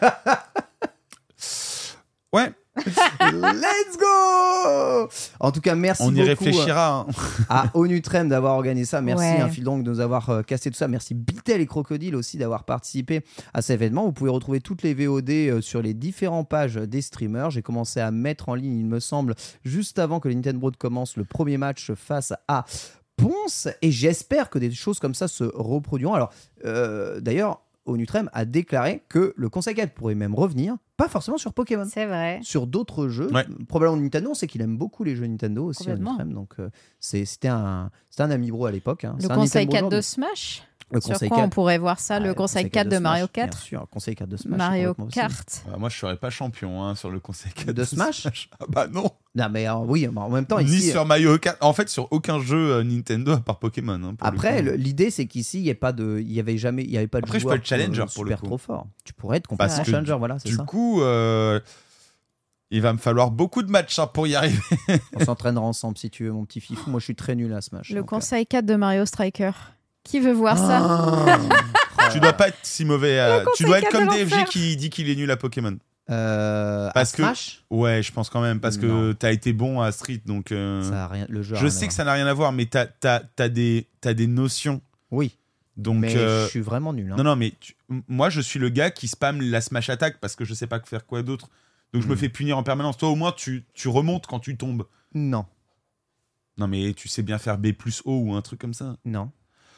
Ouais, Let's go. En tout cas, merci on y beaucoup réfléchira. hein. à Onutrem d'avoir organisé ça. Merci Ouais. hein, Phildong de nous avoir euh, cassé tout ça. Merci Bitel et Crocodile aussi d'avoir participé à cet événement. Vous pouvez retrouver toutes les V O D euh, sur les différentes pages des streamers. J'ai commencé à mettre en ligne, il me semble, juste avant que le Nintendo commence le premier match face à Ponce. Et j'espère que des choses comme ça se reproduiront. Alors, euh, d'ailleurs, Onutrem a déclaré que le Conseil quatre pourrait même revenir, pas forcément sur Pokémon. C'est vrai. Sur d'autres jeux, Ouais. probablement Nintendo, on sait qu'il aime beaucoup les jeux Nintendo aussi, Complètement. Onutrem, donc euh, c'est- c'était un, c'était un ami bro à l'époque. hein. Le C'est un Conseil Nintendo quatre de aujourd'hui. Smash. Le Sur Conseil quoi on quatre. pourrait voir ça Ah, Le Conseil quatre de Mario Smash, quatre. Bien sûr, Conseil quatre de Smash. c'est Mario complètement possible. Kart. Euh, moi, je serais pas champion hein, sur le conseil quatre De Smash Ah bah non. Non, mais euh, oui, mais en même temps, Ni ici. sur Mario Kart. En fait, sur aucun jeu euh, Nintendo à part Pokémon. hein, pour le Après, coup. le- l'idée c'est qu'ici il n'y a pas de, il y avait jamais, il y avait pas de Après, je peux joueur être challenger euh, pour le super coup. trop fort. Tu pourrais être Parce complètement que challenger, voilà, c'est du ça. coup, euh, il va me falloir beaucoup de matchs hein, pour y arriver. On s'entraînera ensemble si tu veux, mon petit fifou. Moi, je suis très nul à Smash. Le donc, euh. Conseil quatre de Mario Striker. Qui veut voir ça Ah. Tu dois pas être si mauvais. à- Le Tu dois être conseil comme quatre de D F G l'enfer. qui dit qu'il est nul à Pokémon. Euh, Parce à que- Smash, Ouais, je pense quand même. Parce que Non. t'as été bon à Street. Donc, euh, ça a rien, le jeu. a je rien à sais que voir. ça n'a rien à voir, mais t'as as, des, t'as des notions. Oui, Donc, mais euh, je suis vraiment nul. hein. non, non, mais tu- m- moi, je suis le gars qui spam la Smash Attack parce que je sais pas faire quoi d'autre. Donc, je me Hmm. fais punir en permanence. Toi, au moins, tu, tu remontes quand tu tombes. Non, Non, mais tu sais bien faire B plus O ou un truc comme ça. non.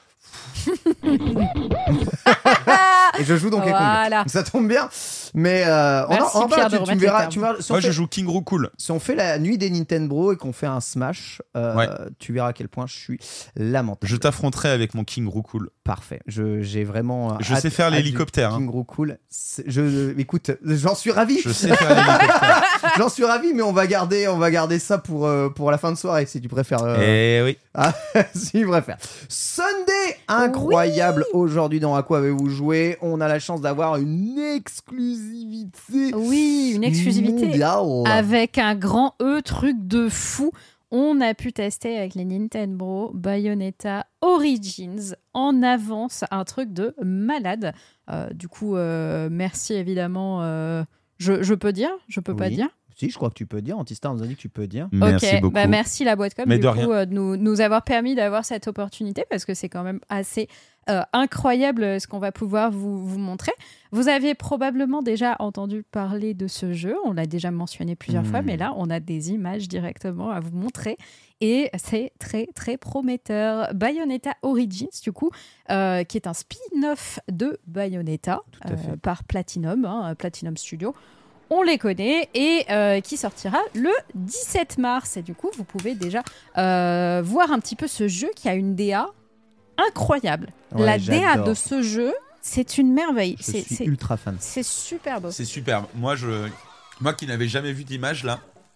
Et je joue donc Voilà. Ekong. Ça tombe bien. Mais euh, on Merci, en, on en Pierre, parle, de tu, tu me remettre verras. les Tu me verras si, on Moi, fait, je joue King Rookul. si on fait la nuit des Nintendo et qu'on fait un Smash, euh, Ouais. tu verras à quel point je suis lamentable. Je t'affronterai avec mon King Rookul. Parfait. Je, j'ai vraiment. euh, Je hâte- sais faire hâte du l'hélicoptère, hein. King Rookul. C'est- Je, écoute, j'en suis ravi. Je sais faire l'hélicoptère. J'en suis ravi, mais on va garder, on va garder ça pour euh, pour la fin de soirée si tu préfères. euh, Eh oui. Ah, si tu préfères. Sunday incroyable aujourd'hui dans À quoi avez-vous joué? On a la chance d'avoir une exclusivité. Oui, une exclusivité mondiale. avec un grand E, truc de fou. On a pu tester avec les Nintendo Bayonetta Origins en avance, un truc de malade. Euh, du coup, euh, merci évidemment. euh, je, je peux dire Je peux pas Oui. dire Si, je crois que tu peux dire. Antistar nous a dit que tu peux dire. Merci Ok, beaucoup. bah merci la boîte com Mais du de coup, rien. euh, de nous, nous avoir permis d'avoir cette opportunité parce que c'est quand même assez euh, incroyable euh, ce qu'on va pouvoir vous, vous montrer. Vous avez probablement déjà entendu parler de ce jeu, on l'a déjà mentionné plusieurs Mmh. fois, mais là on a des images directement à vous montrer et c'est très très prometteur. Bayonetta Origins du coup, euh, qui est un spin-off de Bayonetta Tout à euh, fait. par Platinum, hein, Platinum Studio. On les connaît et euh, qui sortira le dix-sept mars. Et du coup, vous pouvez déjà euh, voir un petit peu ce jeu qui a une D A incroyable. Ouais, La D A j'adore. de ce jeu, c'est une merveille. Je C'est, suis c'est, ultra fan. c'est super beau. C'est superbe. Moi, je... Moi qui n'avais jamais vu d'image là,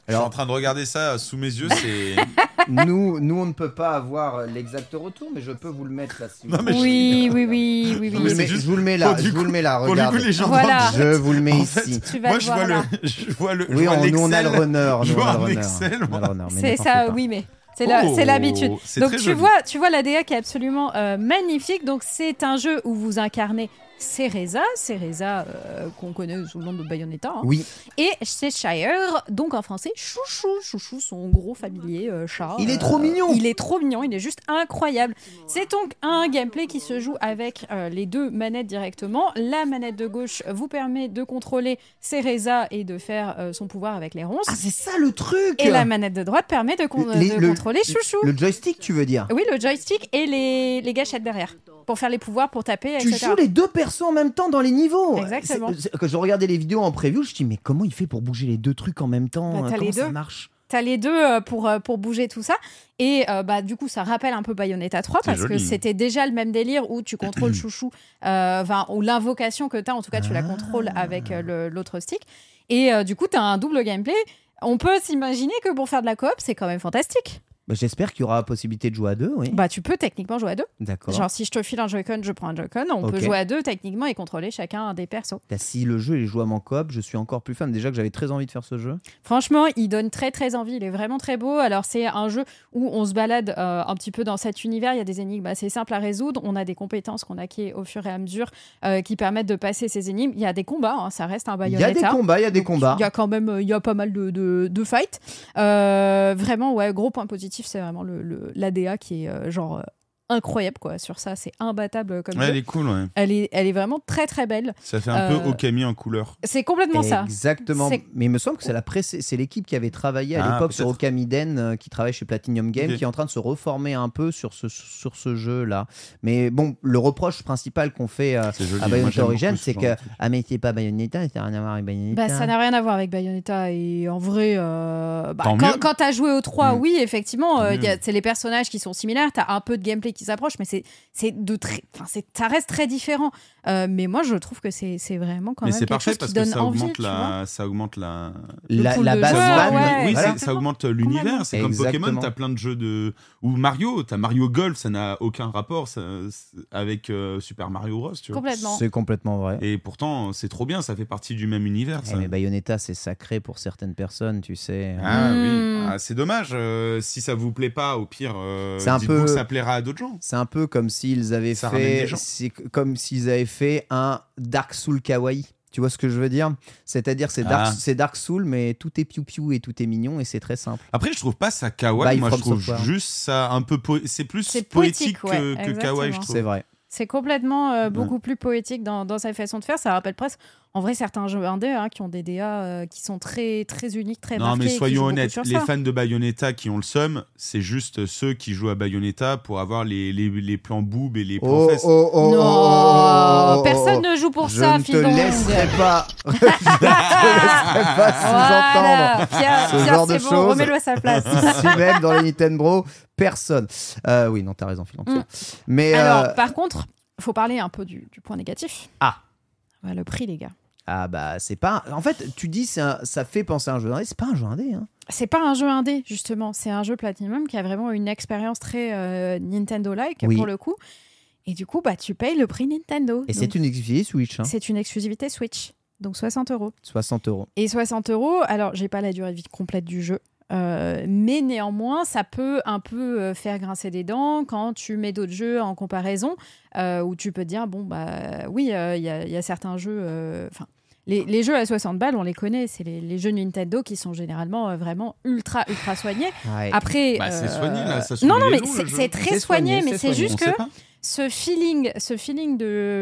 Je suis en train de regarder ça sous mes yeux, c'est... nous, nous, on ne peut pas avoir l'exact retour, mais je peux vous le mettre là. Si vous Non, mais Oui, oui, oui, oui, je, oui. vous le mets, juste je vous le mets là, pour du je vous coup- le mets là, Pour du regarde. coup, les gens Voilà. Je vous le mets En ici. fait, Tu vas moi, le je voir vois, là. le, je vois le. je Oui, vois on, nous on a le l'Excel. runner, Je nous on vois a le un runner. Excel, On a moi. le runner, mais C'est ne t'en ça, fais pas. oui, mais c'est la- Oh, c'est l'habitude. c'est Donc très tu joli. vois, tu vois l'A D A qui est absolument euh, magnifique. Donc c'est un jeu où vous incarnez Cereza, Cereza euh, qu'on connaît sous le nom de Bayonetta, hein. Oui, Et Cheshire, donc en français Chouchou, Chouchou, son gros familier euh, chat. Il est Euh, trop mignon. Il est trop mignon, il est juste incroyable. C'est donc un gameplay qui se joue avec euh, les deux manettes directement. La manette de gauche vous permet de contrôler Cereza et de faire euh, son pouvoir avec les ronces. ah, c'est ça le truc. Et la manette de droite permet de, con- Les- de le- contrôler Chouchou. Le joystick, tu veux dire? Oui, le joystick et les, les gâchettes derrière. Pour faire les pouvoirs, pour taper, Tu et cetera. joues les deux persos en même temps dans les niveaux. Exactement. C'est- c'est- Quand je regardais les vidéos en preview, je me dis mais comment il fait pour bouger les deux trucs en même temps? Bah, t'as Comment les ça deux. marche? T'as les deux euh, pour, euh, pour bouger tout ça. Et euh, bah, du coup, ça rappelle un peu Bayonetta trois C'est parce que joli. c'était déjà le même délire où tu contrôles Chouchou, euh, enfin, ou l'invocation que t'as, en tout cas, tu la contrôles avec euh, le- l'autre stick. Et euh, du coup, t'as un double gameplay. On peut s'imaginer que pour faire de la coop, c'est quand même fantastique. Bah, j'espère qu'il y aura la possibilité de jouer à deux, oui. Bah, tu peux techniquement jouer à deux. D'accord. Genre, si je te file un Joy-Con, je prends un Joy-Con. On Ok. peut jouer à deux techniquement et contrôler chacun un des persos. Bah, si le jeu est jouable en coop, je suis encore plus fan. Déjà que j'avais très envie de faire ce jeu. Franchement, il donne très très envie. Il est vraiment très beau. Alors, c'est un jeu où on se balade euh, un petit peu dans cet univers. Il y a des énigmes assez simples à résoudre. On a des compétences qu'on acquiert au fur et à mesure euh, qui permettent de passer ces énigmes. Il y a des combats. Hein, ça reste un Il y Bayonetta. a des combats, il y a des combats. Il y a quand même, euh, il y a pas mal de, de, de fights. Euh, vraiment, ouais, gros point positif, c'est vraiment le, le- l'A D A qui est euh, genre euh, incroyable quoi. Sur ça, c'est imbattable comme Ouais, jeu. elle est cool, ouais. Elle est, elle est vraiment très très belle. Ça fait un Euh, peu Okami en couleur. C'est complètement ça. Exactement. C'est- Mais il me semble que c'est la précé- c'est l'équipe qui avait travaillé à Ah, l'époque sur peut-être. Okamiden, euh, qui travaille chez Platinum Games, Ok. qui est en train de se reformer un peu sur ce, sur ce jeu-là. Mais bon, le reproche principal qu'on fait euh, C'est joli. à Moi, Bayonetta j'aime Origins, beaucoup ce c'est genre que de truc. ah mais c'est pas Bayonetta, ça n'a rien à voir avec Bayonetta. Bah, ça n'a rien à voir avec Bayonetta et en vrai, euh, bah, Tant quand, mieux. quand t'as joué au trois, Mm. oui, effectivement, Tant euh, mieux. y a- c'est les personnages qui sont similaires, t'as un peu de gameplay qui s'approche, mais c'est c'est de très, enfin c'est ça reste très différent. Euh, mais moi, je trouve que c'est c'est vraiment quand Mais même c'est quelque parfait chose parce qui que donne ça envie, augmente tu vois. la, ça augmente la. La, pool la de base jeux, van, ouais, oui, voilà. c'est- ça augmente l'univers. C'est comme Exactement. Pokémon, t'as plein de jeux de. Ou Mario, t'as Mario Golf, ça n'a aucun rapport ça- avec euh, Super Mario Bros. Tu vois. Complètement. C'est complètement vrai. Et pourtant, c'est trop bien, ça fait partie du même univers. Eh, ça. mais Bayonetta, c'est sacré pour certaines personnes, tu sais. Ah Mm. oui, ah, c'est dommage. euh, si ça vous plaît pas, au pire, euh, C'est un dites-vous peu- que ça plaira à d'autres gens. C'est un peu comme s'ils avaient Ça ramène fait, des gens. c'est comme s'ils avaient fait un Dark Soul kawaii. Tu vois ce que je veux dire? C'est-à-dire c'est Dark, Ah. c'est Dark Soul, mais tout est piou piou et tout est mignon et c'est très simple. Après, je trouve pas ça kawaii. By Moi, je From trouve Software. juste ça un peu. po- C'est plus C'est poétique, poétique, que, ouais, que kawaii, je exactement. trouve. C'est vrai. C'est complètement euh, beaucoup plus poétique dans, dans sa façon de faire. Ça rappelle presque, en vrai, certains jeux indés hein, qui ont des D A euh, qui sont très, très uniques, très Non, marqués. mais et qui jouent soyons beaucoup honnêtes, sur les ça. fans de Bayonetta qui ont le seum, c'est juste ceux qui jouent à Bayonetta pour avoir les, les, les plans boob et les plans Oh, fesses. oh, oh, Non, oh, oh, oh, personne oh. ne joue pour Je ça, ne te Fidong. laisserai pas. Je ne te laisserai pas Voilà, sous-entendre Pierre, ce Pierre, genre de c'est bon, choses. remets-le à sa place. Ici même dans les Nintendo, personne. Euh, oui, non, t'as raison, Phil. Mm. Mais Alors, euh, par contre, il faut parler un peu du, du point négatif. Ah. Ouais, le prix, les gars. ah bah c'est pas. En fait, tu dis c'est un- ça fait penser à un jeu indé, c'est pas un jeu indé. Hein. C'est pas un jeu indé, justement. C'est un jeu Platinum qui a vraiment une expérience très euh, Nintendo-like, Oui. pour le coup. Et du coup, bah, tu payes le prix Nintendo. Et Donc, c'est une exclusivité Switch. Hein. c'est une exclusivité Switch. Donc soixante euros. soixante euros. Et soixante euros, alors j'ai pas la durée de vie complète du jeu, euh, mais néanmoins, ça peut un peu euh, faire grincer des dents quand tu mets d'autres jeux en comparaison, euh, où tu peux te dire, bon, bah oui, il euh, y, a, y a certains jeux. Enfin, les, les jeux à soixante balles, on les connaît, c'est les, les jeux Nintendo qui sont généralement euh, vraiment ultra, ultra soignés. Ouais. Après. Bah, c'est euh, soigné, là, ça se Non, met non, les mais noms, c'est le jeu. c'est très C'est soigné, soigné, mais c'est c'est soigné. juste On sait que pas. ce feeling, ce feeling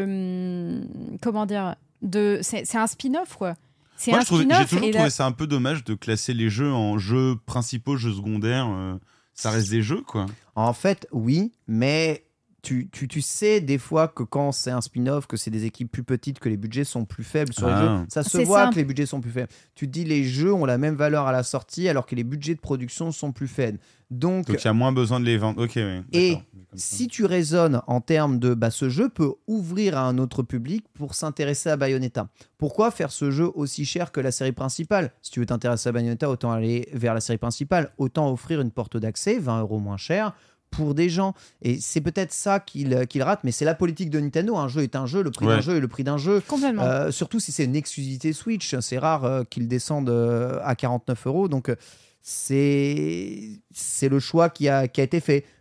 de. hum, Comment dire de, c'est, c'est un spin-off, quoi. C'est Moi, un je trouve- j'ai spin-off. toujours et trouvé là- ça un peu dommage de classer les jeux en jeux principaux, jeux secondaires. euh, ça reste des jeux, quoi. En fait, oui, mais tu, tu, tu sais des fois que quand c'est un spin-off, que c'est des équipes plus petites, que les budgets sont plus faibles sur Ah. les jeux, ça se C'est voit ça. que les budgets sont plus faibles. Tu te dis les jeux ont la même valeur à la sortie alors que les budgets de production sont plus faibles. Donc, Donc il y a moins besoin de les vendre. Ok, oui. Et Comme ça. si tu raisonnes en termes de bah, ce jeu peut ouvrir à un autre public pour s'intéresser à Bayonetta. Pourquoi faire ce jeu aussi cher que la série principale ? Si tu veux t'intéresser à Bayonetta, autant aller vers la série principale. Autant offrir une porte d'accès, vingt euros moins cher, pour des gens. Et c'est peut-être ça qu'il, qu'il rate, mais c'est la politique de Nintendo. Un jeu est un jeu, le prix Ouais. d'un jeu est le prix d'un jeu. Complètement. Euh, surtout si c'est une exclusivité Switch. C'est rare euh, qu'ils descendent euh, à quarante-neuf euros. Donc, euh, c'est, c'est le choix qui a, qui a été fait.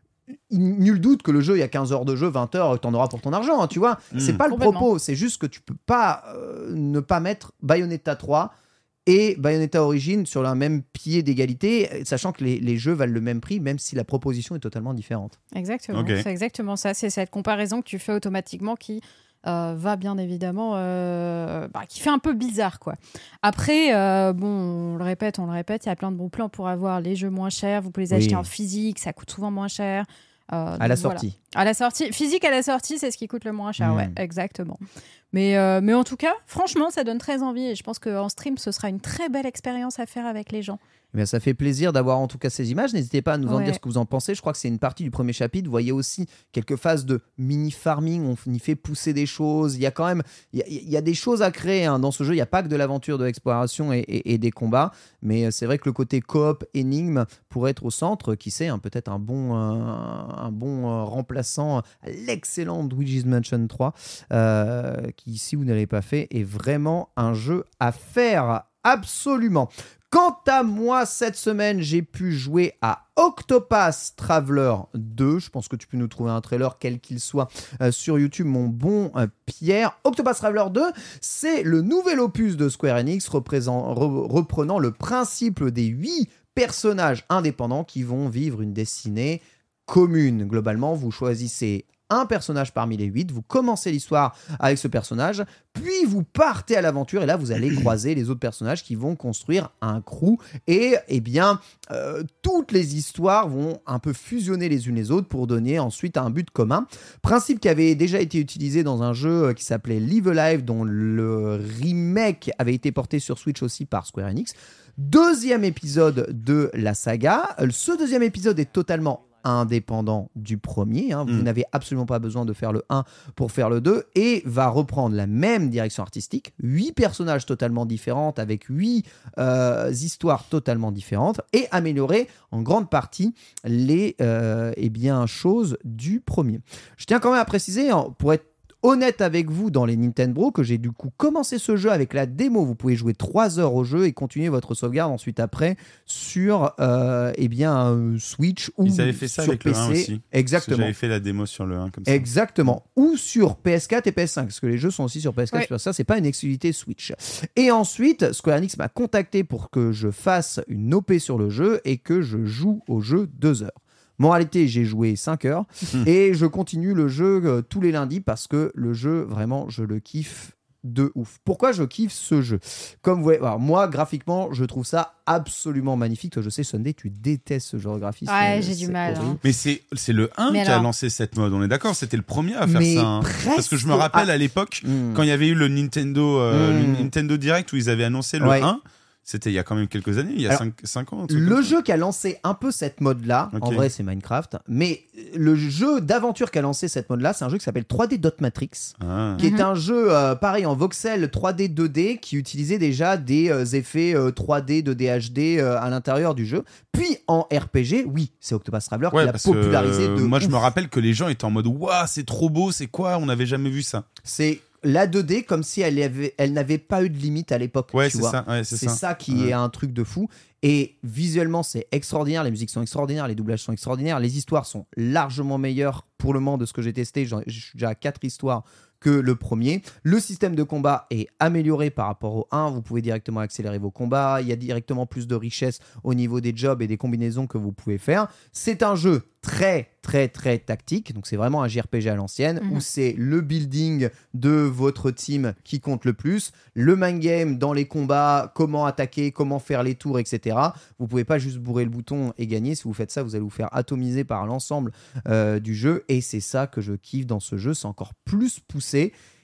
Nul doute que le jeu, il y a quinze heures de jeu, vingt heures, t'en auras pour ton argent, hein, tu vois. Mmh. C'est pas le Complètement. propos, c'est juste que tu peux pas euh, ne pas mettre Bayonetta trois et Bayonetta Origins sur le même pied d'égalité, sachant que les, les jeux valent le même prix, même si la proposition est totalement différente. Exactement, Ok. c'est exactement ça. C'est cette comparaison que tu fais automatiquement qui euh, va bien évidemment, euh, bah, qui fait un peu bizarre, quoi. Après, euh, bon, on le répète, on le répète, il y a plein de bons plans pour avoir les jeux moins chers. Vous pouvez les Oui. acheter en physique, ça coûte souvent moins cher. Euh, À donc la voilà. sortie. À la sortie, physique à la sortie, c'est ce qui coûte le moins cher, Mm. ouais, exactement. Mais, euh, mais en tout cas, franchement, ça donne très envie et je pense qu'en stream, ce sera une très belle expérience à faire avec les gens. Eh bien, ça fait plaisir d'avoir en tout cas ces images. N'hésitez pas à nous en Ouais. dire ce que vous en pensez. Je crois que c'est une partie du premier chapitre. Vous voyez aussi quelques phases de mini-farming. On y fait pousser des choses. Il y a quand même il y a, il y a des choses à créer hein. Dans ce jeu. Il n'y a pas que de l'aventure, de l'exploration et, et- et des combats. Mais c'est vrai que le côté coop, énigme pourrait être au centre. Qui sait, hein, peut-être un bon, un, un bon euh, remplaçant à l'excellent Luigi's Mansion trois. Euh, qui, si vous ne l'avez pas fait, est vraiment un jeu à faire. Absolument. Quant à moi, cette semaine, j'ai pu jouer à Octopath Traveler deux. Je pense que tu peux nous trouver un trailer, quel qu'il soit, euh, sur YouTube, mon bon euh, Pierre. Octopath Traveler deux, c'est le nouvel opus de Square Enix représent- re- reprenant le principe des huit personnages indépendants qui vont vivre une destinée commune. Globalement, vous choisissez un personnage parmi les huit, vous commencez l'histoire avec ce personnage, puis vous partez à l'aventure et là vous allez croiser les autres personnages qui vont construire un crew et eh bien euh, toutes les histoires vont un peu fusionner les unes les autres pour donner ensuite un but commun. Principe qui avait déjà été utilisé dans un jeu qui s'appelait Live Alive dont le remake avait été porté sur Switch aussi par Square Enix. Deuxième épisode de la saga. Ce deuxième épisode est totalement indépendant du premier, hein. Vous Mm. n'avez absolument pas besoin de faire le un pour faire le deux et va reprendre la même direction artistique, huit personnages totalement différents avec huit euh, histoires totalement différentes et améliorer en grande partie les euh, eh bien, choses du premier. Je tiens quand même à préciser, hein, pour être honnête avec vous dans les Nintendo, que j'ai du coup commencé ce jeu avec la démo. Vous pouvez jouer trois heures au jeu et continuer votre sauvegarde ensuite après sur euh, eh bien, euh, Switch ou Ils avaient fait ça sur avec P le C. un aussi. Parce que Exactement. J'avais fait la démo sur le un comme ça. Exactement. Ou sur P S quatre et P S cinq, parce que les jeux sont aussi sur P S quatre. Ouais. Ça, c'est pas une exclusivité Switch. Et ensuite, Square Enix m'a contacté pour que je fasse une O P sur le jeu et que je joue au jeu deux heures. Moralité, j'ai joué cinq heures et je continue le jeu euh, tous les lundis parce que le jeu, vraiment, je le kiffe de ouf. Pourquoi je kiffe ce jeu ? Comme vous voyez, alors moi, graphiquement, je trouve ça absolument magnifique. Toi, je sais, Sunday, tu détestes ce genre de graphisme. Ouais, Euh, j'ai du c'est mal, horrible. hein. Mais c'est, c'est le un Mais qui a alors- lancé cette mode, on est d'accord, c'était le premier à faire Mais ça. hein. presque. Parce que je me rappelle Ah. à l'époque, Mm. quand il y avait eu le Nintendo, euh, Mm. le Nintendo Direct où ils avaient annoncé le Ouais. un, c'était il y a quand même quelques années, il y a Alors, cinq ans. un truc Le comme ça. jeu qui a lancé un peu cette mode-là, en Ok. vrai c'est Minecraft, mais le jeu d'aventure qui a lancé cette mode-là, c'est un jeu qui s'appelle trois D Dot Matrix, Ah. qui Mhm. est un jeu euh, pareil en voxel trois D deux D, qui utilisait déjà des euh, effets euh, trois D de D H D euh, à l'intérieur du jeu. Puis en R P G, oui, c'est Octopath Traveler Ouais, qui l'a parce popularisé que de moi je ouf. me rappelle que les gens étaient en mode waouh, c'est trop beau, c'est quoi, on n'avait jamais vu ça. C'est la deux D comme si elle, avait, elle n'avait pas eu de limite à l'époque. Ouais, tu c'est vois. ça. Ouais, c'est, C'est ça. ça qui Ouais. est un truc de fou. Et visuellement, c'est extraordinaire. Les musiques sont extraordinaires. Les doublages sont extraordinaires. Les histoires sont largement meilleures pour le moment de ce que j'ai testé. J'en- Je suis déjà à quatre histoires que le premier. Le système de combat est amélioré par rapport au un. Vous pouvez directement accélérer vos combats. Il y a directement plus de richesse au niveau des jobs et des combinaisons que vous pouvez faire. C'est un jeu très, très, très tactique. Donc, c'est vraiment un J R P G à l'ancienne Mhm. où c'est le building de votre team qui compte le plus. Le mind game dans les combats, comment attaquer, comment faire les tours, et cetera. Vous pouvez pas juste bourrer le bouton et gagner. Si vous faites ça, vous allez vous faire atomiser par l'ensemble euh, du jeu. Et c'est ça que je kiffe dans ce jeu. C'est encore plus poussé.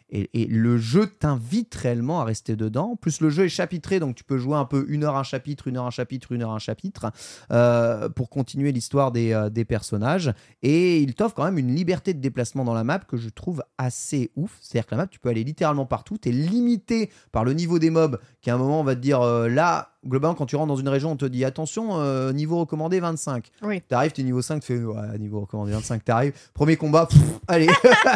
Et, et le jeu t'invite réellement à rester dedans. Plus le jeu est chapitré, donc tu peux jouer un peu une heure un chapitre, une heure un chapitre, une heure un chapitre, euh, pour continuer l'histoire des, euh, des personnages. Et il t'offre quand même une liberté de déplacement dans la map que je trouve assez ouf. C'est-à-dire que la map, tu peux aller littéralement partout. Tu es limité par le niveau des mobs, qui à un moment, on va te dire, euh, là, globalement, quand tu rentres dans une région, on te dit, attention, euh, niveau recommandé vingt-cinq. Oui. T'arrives, t'es niveau cinq, tu fais, ouais, niveau recommandé vingt-cinq, t'arrives. Premier combat, pff, allez.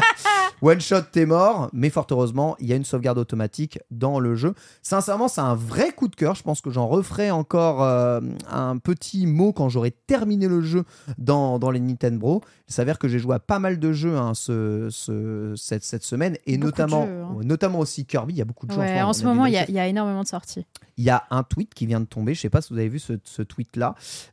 One shot, t'es mort. Mais fort heureusement, il y a une sauvegarde automatique dans le jeu. Sincèrement, c'est un vrai coup de cœur. Je pense que j'en referai encore euh, un petit mot quand j'aurai terminé le jeu dans, dans les Nintendo Bros. Il s'avère que j'ai joué à pas mal de jeux hein, ce, ce, cette, cette semaine. Et notamment, jeux, hein. notamment aussi Kirby. Il y a beaucoup de jeux. Ouais, en, en ce moment, il y, y a énormément de sorties. Il y a un tweet qui vient de tomber. Je ne sais pas si vous avez vu ce, ce tweet-là.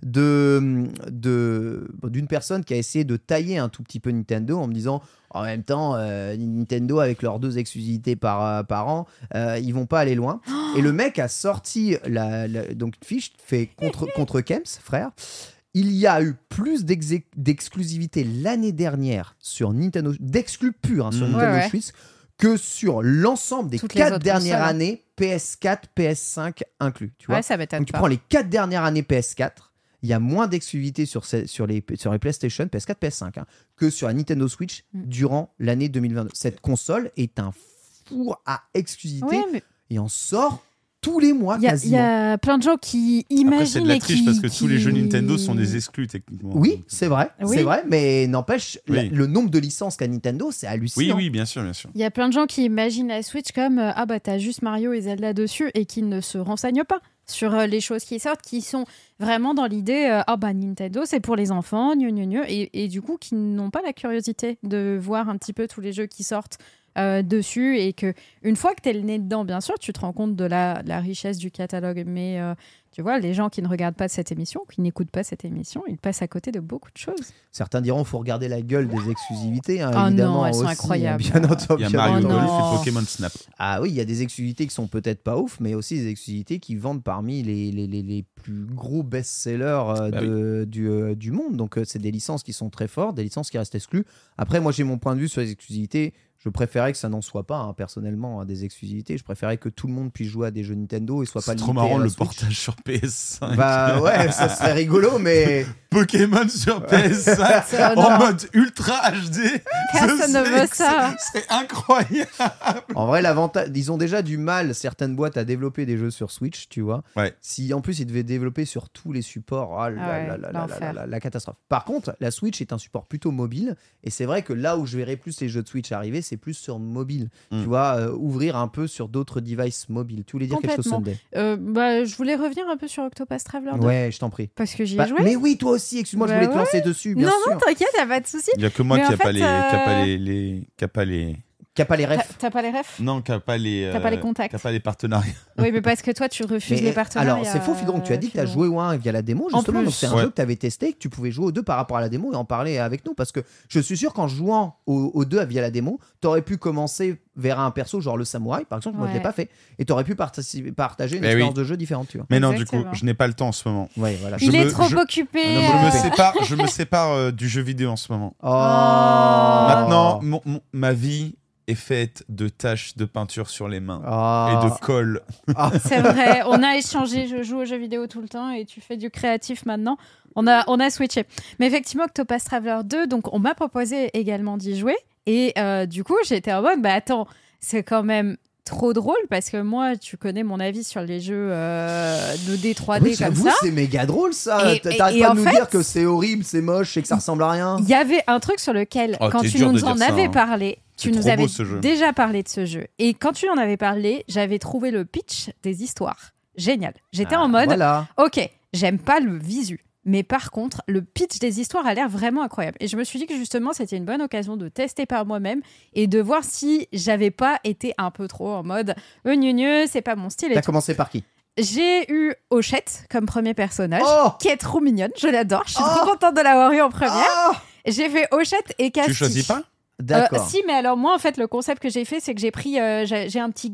De, de, d'une personne qui a essayé de tailler un tout petit peu Nintendo en me disant... En même temps, euh, Nintendo, avec leurs deux exclusivités par, euh, par an, euh, ils vont pas aller loin. Oh et le mec a sorti la, la, donc une fiche fait contre, contre Kems, frère. Il y a eu plus d'exclusivité l'année dernière sur Nintendo, d'exclus purs hein, sur mmh. Nintendo ouais, Switch, ouais. que sur l'ensemble des Toutes quatre dernières consoles. années, P S quatre, P S cinq inclus. Tu vois ouais, ça m'étonne Donc tu pas. prends les quatre dernières années P S quatre. Il y a moins d'exclusivité sur, ces, sur, les, sur les PlayStation, P S quatre, P S cinq, hein, que sur la Nintendo Switch mm. durant l'année deux mille vingt-deux. Cette console est un four à exclusivité oui, mais... et en sort tous les mois y a, quasiment. Il y a plein de gens qui imaginent... Après, c'est de la triche qui, parce que qui... tous les jeux Nintendo sont des exclus techniquement. Oui, c'est vrai, oui. c'est vrai, mais n'empêche, oui. la, le nombre de licences qu'a Nintendo, c'est hallucinant. Oui, oui, bien sûr, bien sûr. Il y a plein de gens qui imaginent la Switch comme euh, ah bah t'as juste Mario et Zelda dessus et qui ne se renseignent pas sur euh, les choses qui sortent, qui sont vraiment dans l'idée euh, ah bah Nintendo c'est pour les enfants, gneu, gneu, gneu, et, et du coup qui n'ont pas la curiosité de voir un petit peu tous les jeux qui sortent euh, dessus, et que une fois que t'es le nez dedans, bien sûr tu te rends compte de la, la richesse du catalogue, mais euh, tu vois, les gens qui ne regardent pas cette émission, qui n'écoutent pas cette émission, ils passent à côté de beaucoup de choses. Certains diront qu'il faut regarder la gueule des exclusivités, hein, oh évidemment. non, elles sont aussi, incroyables. Bien entendu. Il y a Mario oh Golf non. et Pokémon Snap. Ah oui, il y a des exclusivités qui sont peut-être pas ouf, mais aussi des exclusivités qui vendent parmi les, les, les, les plus gros best-sellers euh, bah de, oui. du, euh, du monde. Donc euh, c'est des licences qui sont très fortes, des licences qui restent exclues. Après, moi j'ai mon point de vue sur les exclusivités. Je préférais que ça n'en soit pas, hein, personnellement, hein, des exclusivités. Je préférais que tout le monde puisse jouer à des jeux Nintendo et soit pas limité. C'est trop marrant le Switch. Portage sur P S cinq. Bah ouais, ça serait rigolo, mais... Pokémon sur P S cinq en mode ultra H D. Personne ne veut ça. C'est incroyable. En vrai, l'avantage, ils ont déjà du mal, certaines boîtes, à développer des jeux sur Switch, tu vois. Ouais. Si en plus ils devaient développer sur tous les supports, oh, la, ah ouais, la, la, la, la, la, la catastrophe. Par contre, la Switch est un support plutôt mobile, et c'est vrai que là où je verrai plus les jeux de Switch arriver, c'est plus sur mobile. Mm. Tu vois, euh, ouvrir un peu sur d'autres devices mobiles. Tu voulais dire quelque chose, Sunday euh, bah, je voulais revenir un peu sur Octopath Traveler deux. Ouais, je t'en prie. Parce que j'y ai bah, joué. Mais oui, toi aussi, excuse-moi, bah je voulais ouais. te lancer dessus, bien non, sûr. Non, non, t'inquiète, y'a pas de souci. Il y a que moi qui n'a euh... pas, euh... pas les... les... Qui a pas les... Qui a pas les refs. T'as pas les refs? Non, qui a pas les. T'as euh, pas les contacts. Qui a pas les partenariats. Oui, mais parce que toi, tu refuses mais, les partenariats. Alors, c'est faux, Fidron. Tu as dit que tu as joué au un via la démo, justement. Donc, c'est un ouais. jeu que tu avais testé, que tu pouvais jouer aux deux par rapport à la démo et en parler avec nous. Parce que je suis sûr qu'en jouant aux, aux deux via la démo, tu aurais pu commencer vers un perso, genre le samouraï, par exemple. Ouais. Moi, je l'ai pas fait. Et tu aurais pu partager une mais expérience oui. de jeu différente, tu vois. Mais non, Exactement. du coup, je n'ai pas le temps en ce moment. Ouais, voilà. Il je est me, trop je, occupé. Je, euh... je me sépare, je me sépare euh, du jeu vidéo en ce moment. Oh. Maintenant, mon, mon, ma vie est faite de taches de peinture sur les mains oh. et de colle. Oh. C'est vrai, on a échangé, je joue aux jeux vidéo tout le temps et tu fais du créatif maintenant. On a, on a switché. Mais effectivement, Octopath Traveler deux, donc on m'a proposé également d'y jouer. Et euh, du coup, j'étais en mode, bah attends, c'est quand même trop drôle parce que moi, tu connais mon avis sur les jeux euh, deux D, trois D oui, comme ça. C'est méga drôle ça. Et, T'arrêtes et, pas et de nous fait, dire que c'est horrible, c'est moche et que ça ressemble à rien. Il y avait un truc sur lequel, oh, quand tu nous en avais ça, hein. parlé, tu nous avais déjà parlé de ce jeu. Et quand tu en avais parlé, j'avais trouvé le pitch des histoires génial. J'étais ah, en mode, voilà. ok, j'aime pas le visu. Mais par contre, le pitch des histoires a l'air vraiment incroyable. Et je me suis dit que justement, c'était une bonne occasion de tester par moi-même et de voir si j'avais pas été un peu trop en mode « Euh, gneu, gneu, c'est pas mon style. » T'as commencé par qui ? J'ai eu Hochette comme premier personnage, oh qui est trop mignonne. Je l'adore. Je suis oh trop contente de l'avoir eu en première. Oh j'ai fait Hochette et Casti. Tu choisis pas ? D'accord. Euh, si, mais alors moi, en fait, le concept que j'ai fait, c'est que j'ai pris, euh, j'ai, j'ai un petit gif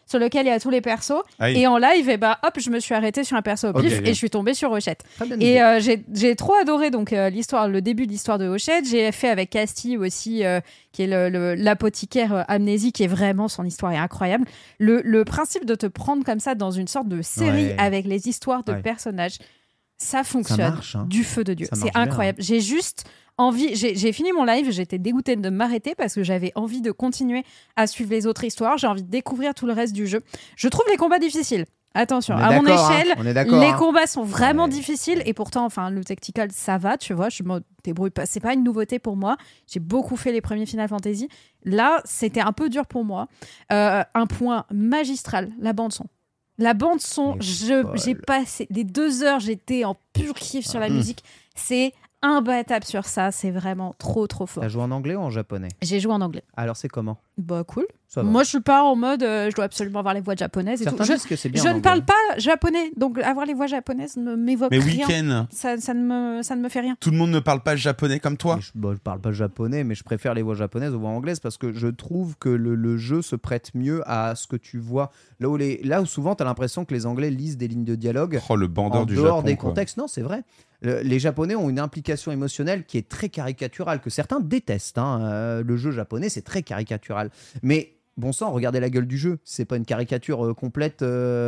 sur lequel il y a tous les persos. Aïe. Et en live, et bah, hop, je me suis arrêtée sur un perso au pif Ok, ok. et je suis tombée sur Hochette. Très bien Et idée. euh, j'ai, j'ai trop adoré donc euh, l'histoire, le début de l'histoire de Hochette. J'ai fait avec Casti aussi, euh, qui est le, le- l'apothicaire euh, amnésie, qui est vraiment, son histoire est incroyable. Le, le principe de te prendre comme ça dans une sorte de série Ouais. avec les histoires de Ouais. personnages, ça fonctionne marche, hein. du feu de Dieu. Ça C'est marche bien, incroyable. J'ai juste envie, j'ai, j'ai fini mon live, j'étais dégoûtée de m'arrêter parce que j'avais envie de continuer à suivre les autres histoires. J'ai envie de découvrir tout le reste du jeu. Je trouve les combats difficiles. Attention, On est à mon d'accord, hein. échelle, On est d'accord, les hein. combats sont vraiment Ouais. difficiles et pourtant, enfin, le tactical, ça va, tu vois, je me débrouille pas. C'est pas une nouveauté pour moi. J'ai beaucoup fait les premiers Final Fantasy. Là, c'était un peu dur pour moi. Euh, un point magistral, la bande son. La bande son, Elle est je, folle. j'ai passé les deux heures, j'étais en pur kiff sur la Mmh. musique. C'est imbattable sur ça, c'est vraiment trop trop fort. T'as joué en anglais ou en japonais? J'ai joué en anglais. Alors c'est comment? Bah cool. Ça va. Moi, je suis pas en mode, euh, je dois absolument avoir les voix japonaises et Certains tout. Je, disent que c'est bien. je en ne anglais. parle pas japonais, donc avoir les voix japonaises ne m'évoque Mais rien. Week-end, Ça, ça, ne me, ça ne me fait rien. tout le monde ne parle pas japonais comme toi. Mais Je, bon, je parle pas japonais, mais je préfère les voix japonaises aux voix anglaises parce que je trouve que le, le jeu se prête mieux à ce que tu vois. Là où, les, là où souvent tu as l'impression que les Anglais lisent des lignes de dialogue Oh, le bandeur en du dehors Japon. des quoi. contextes. Non, c'est vrai. Le- les Japonais ont une implication émotionnelle qui est très caricaturale, que certains détestent. hein. Euh, le jeu japonais, c'est très caricatural. Mais bon sang, regardez la gueule du jeu. C'est pas une caricature euh, complète.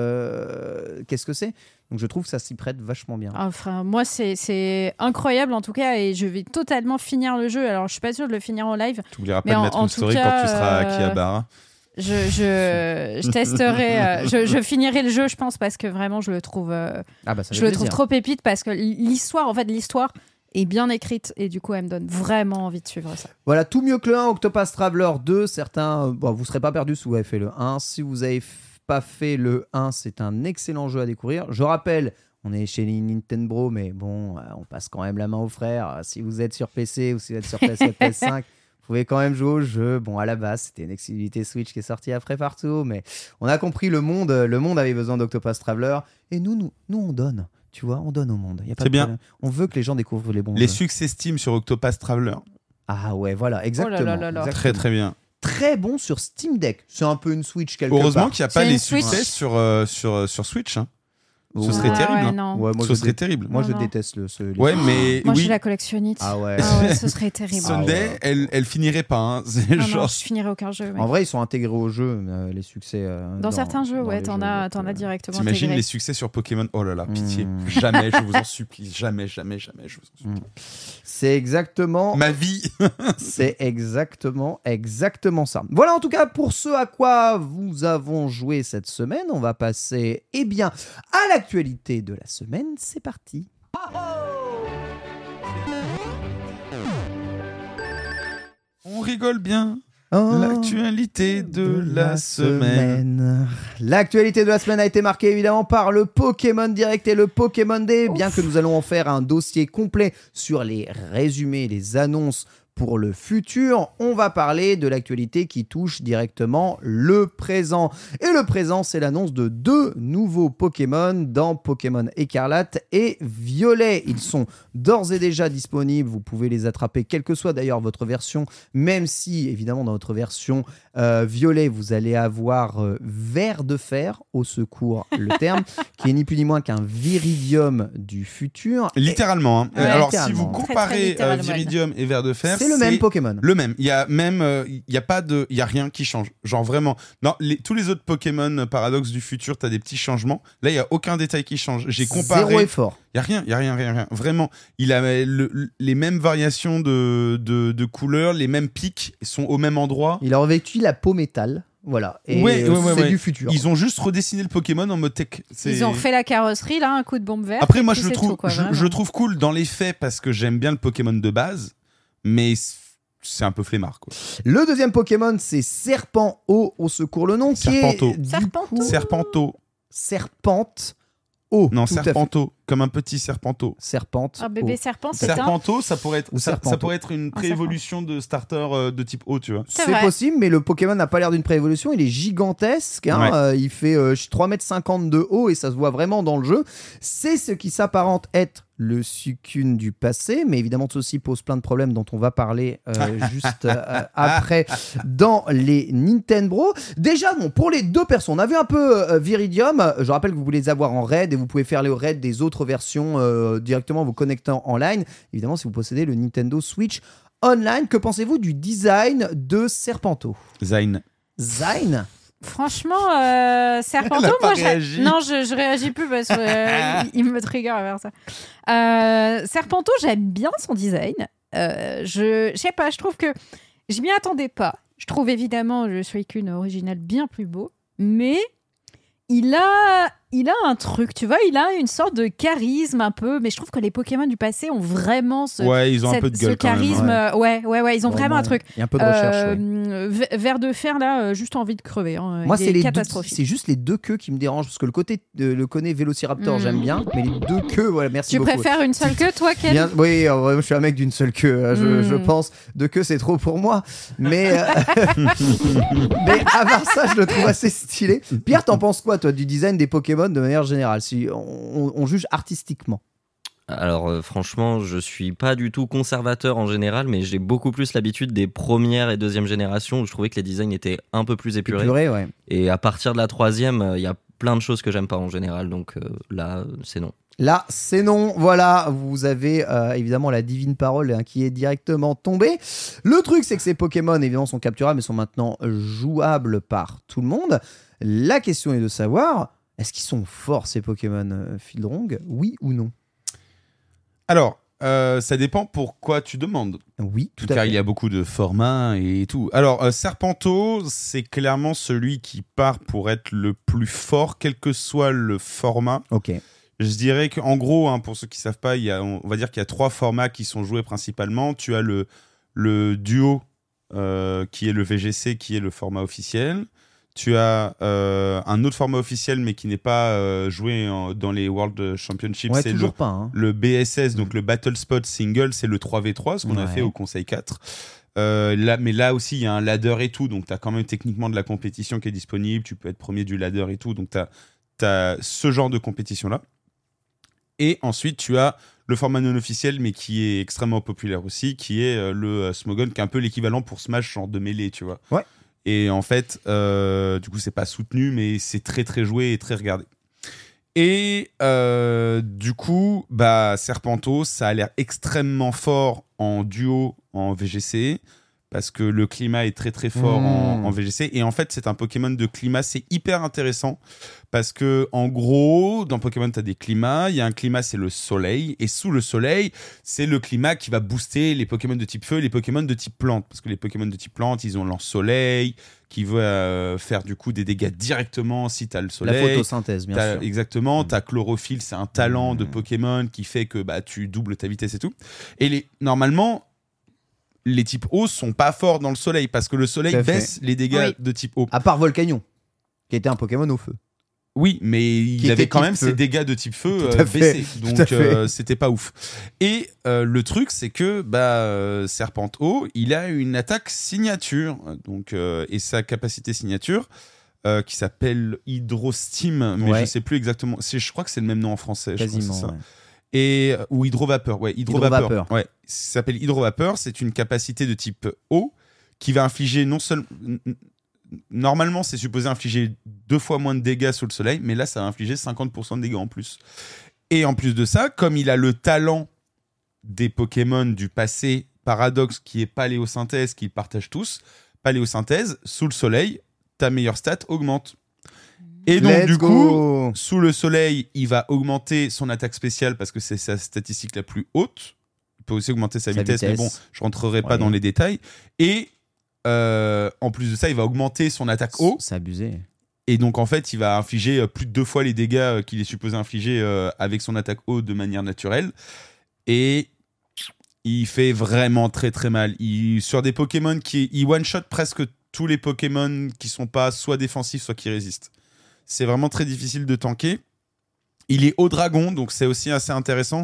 euh, Qu'est-ce que c'est? Donc je trouve que ça s'y prête vachement bien. Enfin, moi, c'est, c'est incroyable en tout cas, et je vais totalement finir le jeu. Alors, je suis pas sûre de le finir en live. Tu oublieras Mais pas de en- mettre en une tout story cas, quand tu seras à euh, Akihabara. Je, je, je testerai, euh, je, je finirai le jeu, je pense, parce que vraiment, je le trouve, euh, Ah bah ça je fait le trouve plaisir. trop pépite, parce que l'histoire, en fait, l'histoire est bien écrite, et du coup, elle me donne vraiment envie de suivre ça. Voilà, tout mieux que le un, Octopath Traveler deux. Certains, euh, bon, vous ne serez pas perdus si vous avez fait le un. Si vous n'avez f- pas fait le un, c'est un excellent jeu à découvrir. Je rappelle, on est chez les Nintendo, mais bon, euh, on passe quand même la main aux frères. Euh, Si vous êtes sur P C ou si vous êtes sur P S quatre, P S cinq, vous pouvez quand même jouer au jeu. Bon, à la base, c'était une exclusivité Switch qui est sortie après partout, mais on a compris, le monde, le monde avait besoin d'Octopath Traveler. Et nous, nous, nous, on donne. Tu vois, on donne au monde. Y a pas C'est de bien. problème. On veut que les gens découvrent les bons Les jeux. succès Steam sur Octopath Traveler. Ah ouais, voilà, exactement. Oh là là là. exactement. Très très bien. Très bon sur Steam Deck. C'est un peu une Switch quelque Heureusement part. qu'il n'y a pas C'est les une Switch. succès sur, euh, sur, euh, sur Switch. hein. Ce Ouais. serait Ah terrible. ouais, hein. non. Ouais, moi, Ce je serait dé- terrible. Moi, je Non, non. déteste le, ce, les- Ouais, mais Moi, je oui. suis la collectionnite. Ah ouais. Ah ouais, ce serait terrible. Ah Sunday, ouais. elle, elle finirait pas. hein. C'est Ah non, genre. je finirai aucun jeu. mec. En vrai, ils sont intégrés au jeu, euh, les succès. euh, Dans, certains jeux, dans ouais, les t'en jeux, as, donc, t'en as euh, directement T'imagines intégré. les succès sur Pokémon? Oh là là, pitié. Hmm. Jamais, je vous en supplie. Jamais, jamais, jamais. Je vous en supplie. C'est exactement. Ma vie. C'est exactement, exactement ça. Voilà en tout cas pour ce à quoi vous avons joué cette semaine. On va passer, eh bien, à l'actualité de la semaine. C'est parti. On rigole bien. Oh, L'actualité de la semaine. L'actualité de la semaine a été marquée évidemment par le Pokémon Direct et le Pokémon Day, bien Ouf. que nous allons en faire un dossier complet sur les résumés, les annonces pour le futur. On va parler de l'actualité qui touche directement le présent. Et le présent, c'est l'annonce de deux nouveaux Pokémon dans Pokémon Écarlate et Violet. Ils sont d'ores et déjà disponibles. Vous pouvez les attraper, quelle que soit d'ailleurs votre version, même si, évidemment, dans votre version euh, Violet, vous allez avoir euh, Ver de Fer, au secours le terme, qui est ni plus ni moins qu'un Viridium du futur. Littéralement. hein. Ouais, Alors, littéralement. si vous Très, très comparez euh, littéralement. Viridium et Ver de Fer, C'est le même Pokémon. Le même. Il y a même, euh, il y a pas de, il y a rien qui change. Genre vraiment. Non, les, tous les autres Pokémon euh, Paradoxe du futur, t'as des petits changements. Là, il y a aucun détail qui change. J'ai comparé. Zéro effort. Il y a rien, il y a rien, rien, rien. Vraiment, il a le- le- les mêmes variations de, de, de couleurs, les mêmes pics, ils sont au même endroit. Il a revêtu la peau métal. Voilà. Et Ouais, euh, ouais, ouais, c'est ouais. du futur. Ils ont juste redessiné le Pokémon en mode tech. C'est- Ils ont refait la carrosserie, là, un coup de bombe verte. Après, et moi, puis je le c'est trouve, tout, quoi, je, vraiment. je le trouve cool dans les faits parce que j'aime bien le Pokémon de base, mais c'est un peu flemmard, quoi. Le deuxième Pokémon, c'est Serpent-O, au secours le nom, qui Serpenteau. est du Serpenteau. coup, Serpenteau. Serpente-O. Non, tout à fait. Serpenteau. comme un petit serpenteau. Serpente. Un bébé oh. serpent, c'est ça. Serpenteau, ça pourrait être, Ou ça, serpenteau. ça pourrait être une Un préévolution de starter euh, de type O, tu vois. C'est C'est vrai. possible, mais le Pokémon n'a pas l'air d'une préévolution. Il est gigantesque. Hein. Ouais. Euh, il fait euh, trois mètres cinquante de haut et ça se voit vraiment dans le jeu. C'est ce qui s'apparente être le Succune du passé, mais évidemment ceci pose plein de problèmes dont on va parler euh, juste euh, après dans les Nintendo. Déjà, bon, pour les deux personnes, on a vu un peu euh, Viridium. Je rappelle que vous pouvez les avoir en raid et vous pouvez faire les raids des autres versions euh, directement en vous connectant en ligne. Évidemment, si vous possédez le Nintendo Switch Online. Que pensez-vous du design de Serpenteau? Zayn. Zayn? Franchement, euh, Serpenteau, Elle a pas moi, je... réagi. non, je, je réagis plus parce que euh, il, il me trigger à faire ça. Euh, Serpenteau, j'aime bien son design. Euh, je, je sais pas, je trouve que je m'y attendais pas. Je trouve évidemment le Suicune original bien plus beau, mais il a, il a un truc, tu vois, il a une sorte de charisme un peu, mais je trouve que les Pokémon du passé ont vraiment ce, Ouais, ils ont un cette- peu de gueule ce quand même, charisme. hein. Ouais, ouais, ouais, ils ont Bon, vraiment bon, un truc. Il y a un peu de recherche. Euh, ouais. v- Vert de fer, là, euh, juste envie de crever. hein. Moi, Il c'est est les deux, catastrophique. c'est juste les deux queues qui me dérangent parce que le côté, de, le côté Vélociraptor, Mm. j'aime bien, mais les deux queues, voilà, merci Tu beaucoup. préfères une seule queue, toi, Ken? Bien, oui, en vrai, je suis un mec d'une seule queue, hein, je, Mm. je pense. Deux queues, c'est trop pour moi. Mais, euh, mais à part ça, je le trouve assez stylé. Pierre, t'en penses quoi, toi, du design des Pokémon de manière générale, si on, on juge artistiquement? Alors euh, franchement, je suis pas du tout conservateur en général, mais j'ai beaucoup plus l'habitude des premières et deuxième générations où je trouvais que les designs étaient un peu plus épurés. Épuré, ouais. Et à partir de la troisième, il y a plein de choses que j'aime pas en général, donc euh, là, c'est non. Là, c'est non. Voilà, vous avez euh, évidemment la divine parole hein, qui est directement tombée. Le truc, c'est que ces Pokémon, évidemment, sont capturables, mais sont maintenant jouables par tout le monde. La question est de savoir, est-ce qu'ils sont forts, ces Pokémon euh, Fildrong? Oui ou non? Alors, euh, ça dépend pourquoi tu demandes. Oui, tout à Car fait. il y a beaucoup de formats et tout. Alors, euh, Serpenteau, c'est clairement celui qui part pour être le plus fort, quel que soit le format. Ok. Je dirais qu'en gros, hein, pour ceux qui ne savent pas, il y a, on va dire qu'il y a trois formats qui sont joués principalement. Tu as le, le duo, euh, qui est le V G C, qui est le format officiel. Tu as euh, un autre format officiel, mais qui n'est pas euh, joué en- dans les World Championships. Ouais, c'est toujours le, pas. Hein. le B S S, donc le Battle Spot Single, c'est le trois v trois, ce qu'on a Ouais. fait au Conseil quatre. Euh, là, mais là aussi, il y a un ladder et tout, donc tu as quand même techniquement de la compétition qui est disponible. Tu peux être premier du ladder et tout, donc tu as ce genre de compétition-là. Et ensuite, tu as le format non officiel, mais qui est extrêmement populaire aussi, qui est euh, le euh, Smogon, qui est un peu l'équivalent pour Smash, genre de mêlée, tu vois. Ouais. Et en fait, euh, du coup, c'est pas soutenu, mais c'est très très joué et très regardé. Et euh, du coup, bah, Serpenteau, ça a l'air extrêmement fort en duo en V G C, parce que le climat est très très fort Mmh. en, en V G C. Et en fait, c'est un Pokémon de climat, c'est hyper intéressant, parce que en gros, dans Pokémon, tu as des climats. Il y a un climat, c'est le soleil. Et sous le soleil, c'est le climat qui va booster les Pokémon de type feu et les Pokémon de type plante. Parce que les Pokémon de type plante, ils ont lance-soleil, qui va euh, faire du coup des dégâts directement si tu as le La soleil. photosynthèse, bien T'as- sûr. Exactement, ta chlorophylle, c'est un talent de Pokémon qui fait que bah, tu doubles ta vitesse et tout. Et les, normalement, les types eau sont pas forts dans le soleil parce que le soleil Tout à fait. baisse les dégâts Oui. de type eau. À part Volcanion, qui était un Pokémon au feu. Oui, mais il Qui avait était quand type même feu. ses dégâts de type feu Tout euh, à fait, baissés. tout à Donc fait. euh, c'était pas ouf. Et euh, le truc, c'est que bah, euh, Serpenteau, il a une attaque signature. Donc, euh, et sa capacité signature, euh, qui s'appelle Hydrosteam, mais Ouais. je sais plus exactement. C'est- Je crois que c'est le même nom en français. je crois que c'est Quasiment. ça. ouais. Et, ou hydrovapeur, ouais, hydrovapeur. Hydrovapeur. Ouais, ça s'appelle hydrovapeur, c'est une capacité de type eau qui va infliger non seulement... Normalement, c'est supposé infliger deux fois moins de dégâts sous le soleil, mais là, ça va infliger cinquante pour cent de dégâts en plus. Et en plus de ça, comme il a le talent des Pokémon du passé, Paradoxe, qui est paléosynthèse, qu'ils partagent tous, paléosynthèse, sous le soleil, ta meilleure stat augmente. Et donc, Let's du go. coup, sous le soleil, il va augmenter son attaque spéciale parce que c'est sa statistique la plus haute. Il peut aussi augmenter sa, Sa vitesse, vitesse. mais bon, je rentrerai pas Ouais. dans les détails. Et euh, en plus de ça, il va augmenter son attaque haut. C'est abusé. Et donc, en fait, il va infliger euh, plus de deux fois les dégâts euh, qu'il est supposé infliger euh, avec son attaque haut de manière naturelle. Et il fait vraiment très très mal. Il, sur des Pokémon qui. Il one-shot presque tous les Pokémon qui sont pas soit défensifs, soit qui résistent. C'est vraiment très difficile de tanker. Il est haut dragon, donc c'est aussi assez intéressant.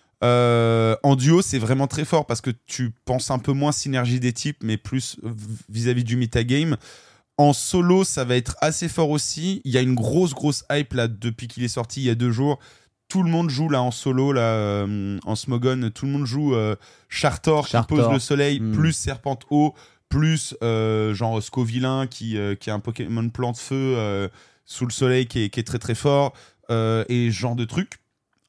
Euh, en duo, c'est vraiment très fort parce que tu penses un peu moins synergie des types, mais plus vis-à-vis du metagame. En solo, ça va être assez fort aussi. Il y a une grosse, grosse hype là depuis qu'il est sorti il y a deux jours. Tout le monde joue là en solo, là, euh, en Smogon. Tout le monde joue euh, Chartor, Chartor qui pose le soleil, mmh. plus Serpent-Haut, plus euh, genre Scovillain qui, euh, qui est un Pokémon plante-feu euh, sous le soleil qui est, qui est très très fort. Euh, et ce genre de trucs.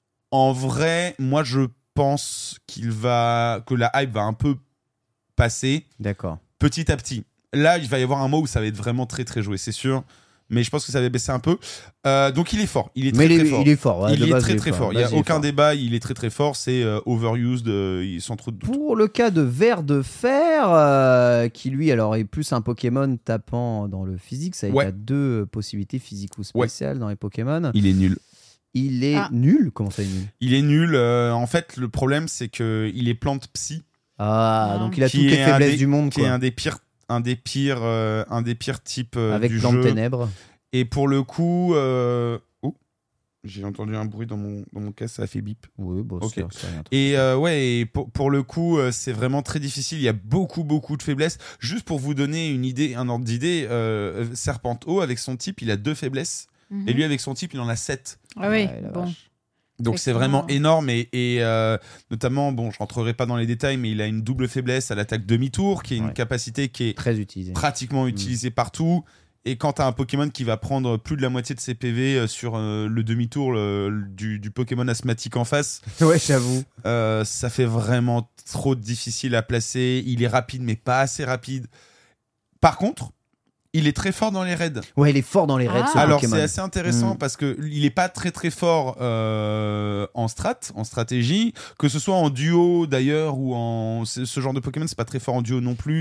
En vrai, moi je pense qu'il va que la hype va un peu passer. D'accord. Petit à petit. Là, il va y avoir un mois où ça va être vraiment très très joué, c'est sûr. Mais je pense que ça va baisser un peu. Euh, donc il est fort. Il est très, Mais il très est, fort. il est fort. Ouais, il est base, très il est très fort. fort. Il n'y a Base, il est aucun fort. débat. Il est très très fort. C'est euh, overused euh, sans trop de doute. Pour le cas de Ver de Fer, euh, qui lui alors est plus un Pokémon tapant dans le physique, ça Ouais. il y a deux possibilités physiques ou spéciales dans les Pokémon. Il est nul. Il est Ah. nul. Comment ça, il est nul? Il est nul. euh, en fait, le problème, c'est que il est plante psy, Ah, Ah. donc il a Qui toutes les est un faiblesses des- du monde, qui est quoi. un des pires, un des pires, euh, un des pires types euh, Avec du Plante jeu. Ténèbres. Et pour le coup, euh... oh, j'ai entendu un bruit dans mon dans mon casque, ça a fait bip. Oui, bon, Ok. c'est c'est rien. Et euh, ouais, et pour, pour le coup, euh, c'est vraiment très difficile. Il y a beaucoup, beaucoup de faiblesses. Juste pour vous donner une idée, un ordre d'idée, euh, Serpent-Haut, avec son type, il a deux faiblesses. Mhm. Et lui, avec son type, il en a sept. Ah oui, Ouais, la bon. vache. Donc c'est Effectivement. vraiment énorme. Et, et euh, notamment, bon, je rentrerai pas dans les détails, mais il a une double faiblesse à l'attaque demi-tour, qui est une Ouais. capacité qui est Très utilisé. pratiquement utilisée partout. Et quand tu as un Pokémon qui va prendre plus de la moitié de ses P V euh, sur euh, le demi-tour le- du, du Pokémon asthmatique en face, Ouais, j'avoue. Euh, ça fait vraiment trop difficile à placer. Il est rapide, mais pas assez rapide. Par contre, il est très fort dans les raids. Ouais, il est fort dans les raids, Ah. ce Alors, Pokémon. c'est assez intéressant Mm. parce qu'il n'est pas très très fort euh, en strat, en stratégie. Que ce soit en duo d'ailleurs ou en. c'est- Ce genre de Pokémon, c'est pas très fort en duo non plus.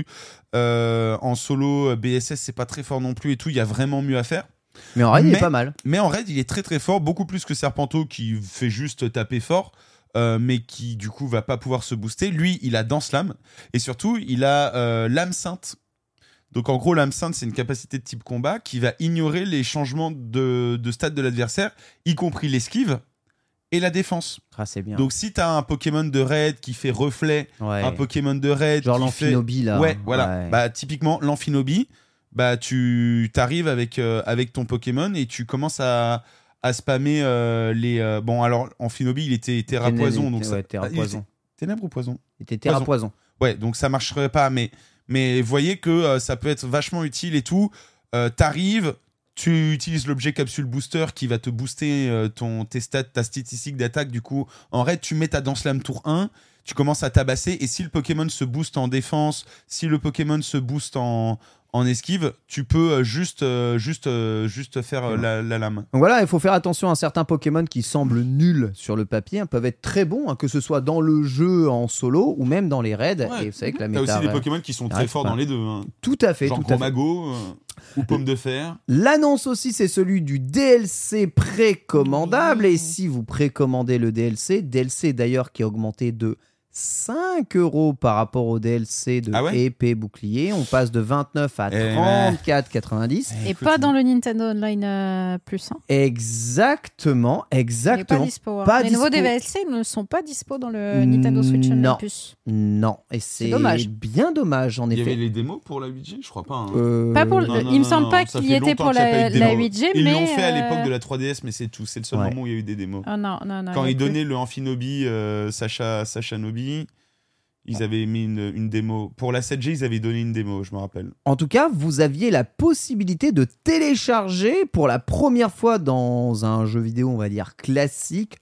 Euh, en solo, B S S, c'est pas très fort non plus et tout. Il y a vraiment mieux à faire. Mais en raid, il Mais- est pas mal. Mais en raid, il est très très fort, beaucoup plus que Serpento qui fait juste taper fort, euh, mais qui du coup va pas pouvoir se booster. Lui, il a Danse Lame et surtout, il a euh, Lame Sainte. Donc en gros, Lame Sainte, c'est une capacité de type combat qui va ignorer les changements de, de stade de l'adversaire, y compris l'esquive et la défense. Ah, c'est bien. Donc si t'as un Pokémon de raid qui fait reflet, ouais. un Pokémon de raid Genre qui fait... l'Amphinobie, là. Ouais, voilà. Ouais. Bah typiquement l'Amphinobie, bah tu t'arrives avec euh, avec ton Pokémon et tu commences à à spammer euh, les euh, bon alors Amphinobie, il était Terra Ténèbres, Poison donc ouais, ça Terra Ah, il Poison. était Ténèbres ou Poison? Il était Terra Poison. Poison. Ouais, donc ça marcherait pas mais mais voyez que euh, ça peut être vachement utile et tout. Euh, t'arrives, tu utilises l'objet capsule booster qui va te booster euh, ton tes stats, ta statistique d'attaque du coup en raid, tu mets ta Danse Lame tour un. Tu commences à tabasser et si le Pokémon se booste en défense, si le Pokémon se booste en, en esquive, tu peux euh, juste, euh, juste, euh, juste faire euh, la, la lame. Donc voilà, il faut faire attention à certains Pokémon qui semblent nuls sur le papier, hein, peuvent être très bons, hein, que ce soit dans le jeu en solo ou même dans les raids. Ouais. Et vous savez que la T'as méta. aussi des ouais. Pokémon qui sont très Arrête forts pas. dans les deux. Hein. Tout à fait, Genre tout à fait. Chromago euh, ou Pomme de Fer. L'annonce aussi, c'est celui du D L C précommandable. Et si vous précommandez le D L C, D L C d'ailleurs qui a augmenté de cinq euros par rapport au D L C de Ah ouais épée bouclier, on passe de vingt-neuf à Eh ouais. trente-quatre quatre-vingt-dix. Et Écoute, pas dans le Nintendo Online euh, Plus. Hein. Exactement, Il est pas exactement. dispo. hein. Pas Les nouveaux dispo. D L C ne sont pas dispo dans le Nintendo Switch Online Non. Plus. Non, et c'est dommage. bien dommage en Il y avait effet. les démos pour la huit G, je crois pas. hein. Euh, Pas pour le- Non, non, il me non, semble non, pas ça qu'il fait y était longtemps pour qu'il y a pas la, eu de la démo. huit G, Ils mais. l'ont fait à euh, l'époque de la trois D S, mais c'est tout. C'est le seul Ouais. moment où il y a eu des démos. Ah non, non, non. Quand il y a ils plus. donnaient le Amphinobie, euh, Sacha, Sacha Nobi, ils avaient mis une, une démo. Pour la sept G, ils avaient donné une démo, je me rappelle. En tout cas, vous aviez la possibilité de télécharger pour la première fois dans un jeu vidéo, on va dire classique,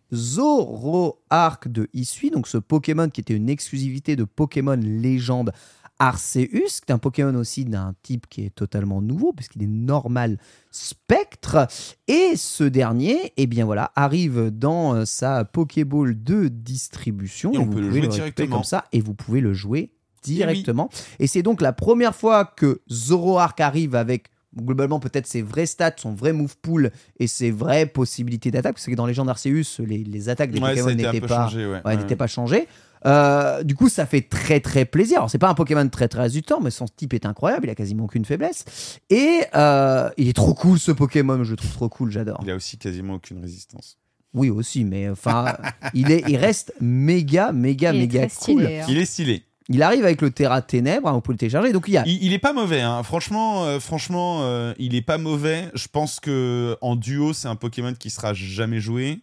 Zoroark de Isui, donc ce Pokémon qui était une exclusivité de Pokémon Légende Arceus, qui est un Pokémon aussi d'un type qui est totalement nouveau, puisqu'il est normal spectre. Et ce dernier, eh bien voilà, arrive dans euh, sa Pokéball de distribution. Et on vous peut le pouvez jouer récupérer directement. comme ça, et vous pouvez le jouer directement. Et c'est donc la première fois que Zoroark arrive avec globalement peut-être ses vrais stats, son vrai move pool et ses vraies possibilités d'attaque, parce que dans Legend Arceus, les, les attaques des Ouais, ça Pokémon a été un n'étaient peu pas, changé, ouais. ouais, Ouais. n'étaient pas changées. Euh, du coup, ça fait très très plaisir. Alors, c'est pas un Pokémon très très résultant, mais son type est incroyable. Il a quasiment aucune faiblesse. Et euh, il est trop cool ce Pokémon. Je le trouve trop cool, j'adore. Il a aussi quasiment aucune résistance. Oui, aussi, mais enfin, il, est, il reste méga, méga, Il est méga très stylé, cool. hein. Il est stylé. Il arrive avec le Terra Ténèbres, hein, vous pouvez le télécharger. Donc il y a. Il, il est pas mauvais, hein. franchement, euh, franchement, euh, il est pas mauvais. Je pense que en duo, c'est un Pokémon qui sera jamais joué.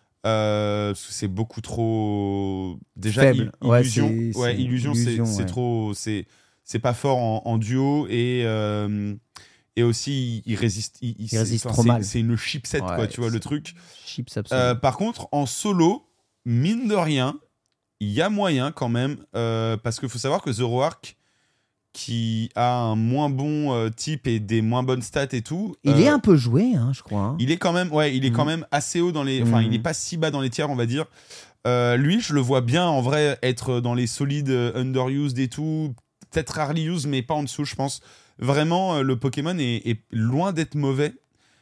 Euh, parce que c'est beaucoup trop déjà Faible. il- Ouais, illusion. c'est- Ouais, c'est illusion, c'est, illusion, c'est ouais. trop, c'est c'est pas fort en, en duo et euh, et aussi il, il résiste. Il, Il c'est- résiste enfin, trop c'est, mal. C'est une chipset quoi, Ouais, tu vois le c'est- truc. Chips absolument. Euh, par contre, en solo, mine de rien, il y a moyen quand même, euh, parce qu'il faut savoir que Zoroark, qui a un moins bon euh, type et des moins bonnes stats et tout, il euh, est un peu joué, hein, je crois. hein. il est quand même, ouais, il est Mm. quand même assez haut dans les, enfin, Mm. il est pas si bas dans les tiers, on va dire. Euh, lui, je le vois bien en vrai être dans les solides euh, underused et tout, peut-être rarely used, mais pas en dessous, je pense. Vraiment, euh, le Pokémon est, est loin d'être mauvais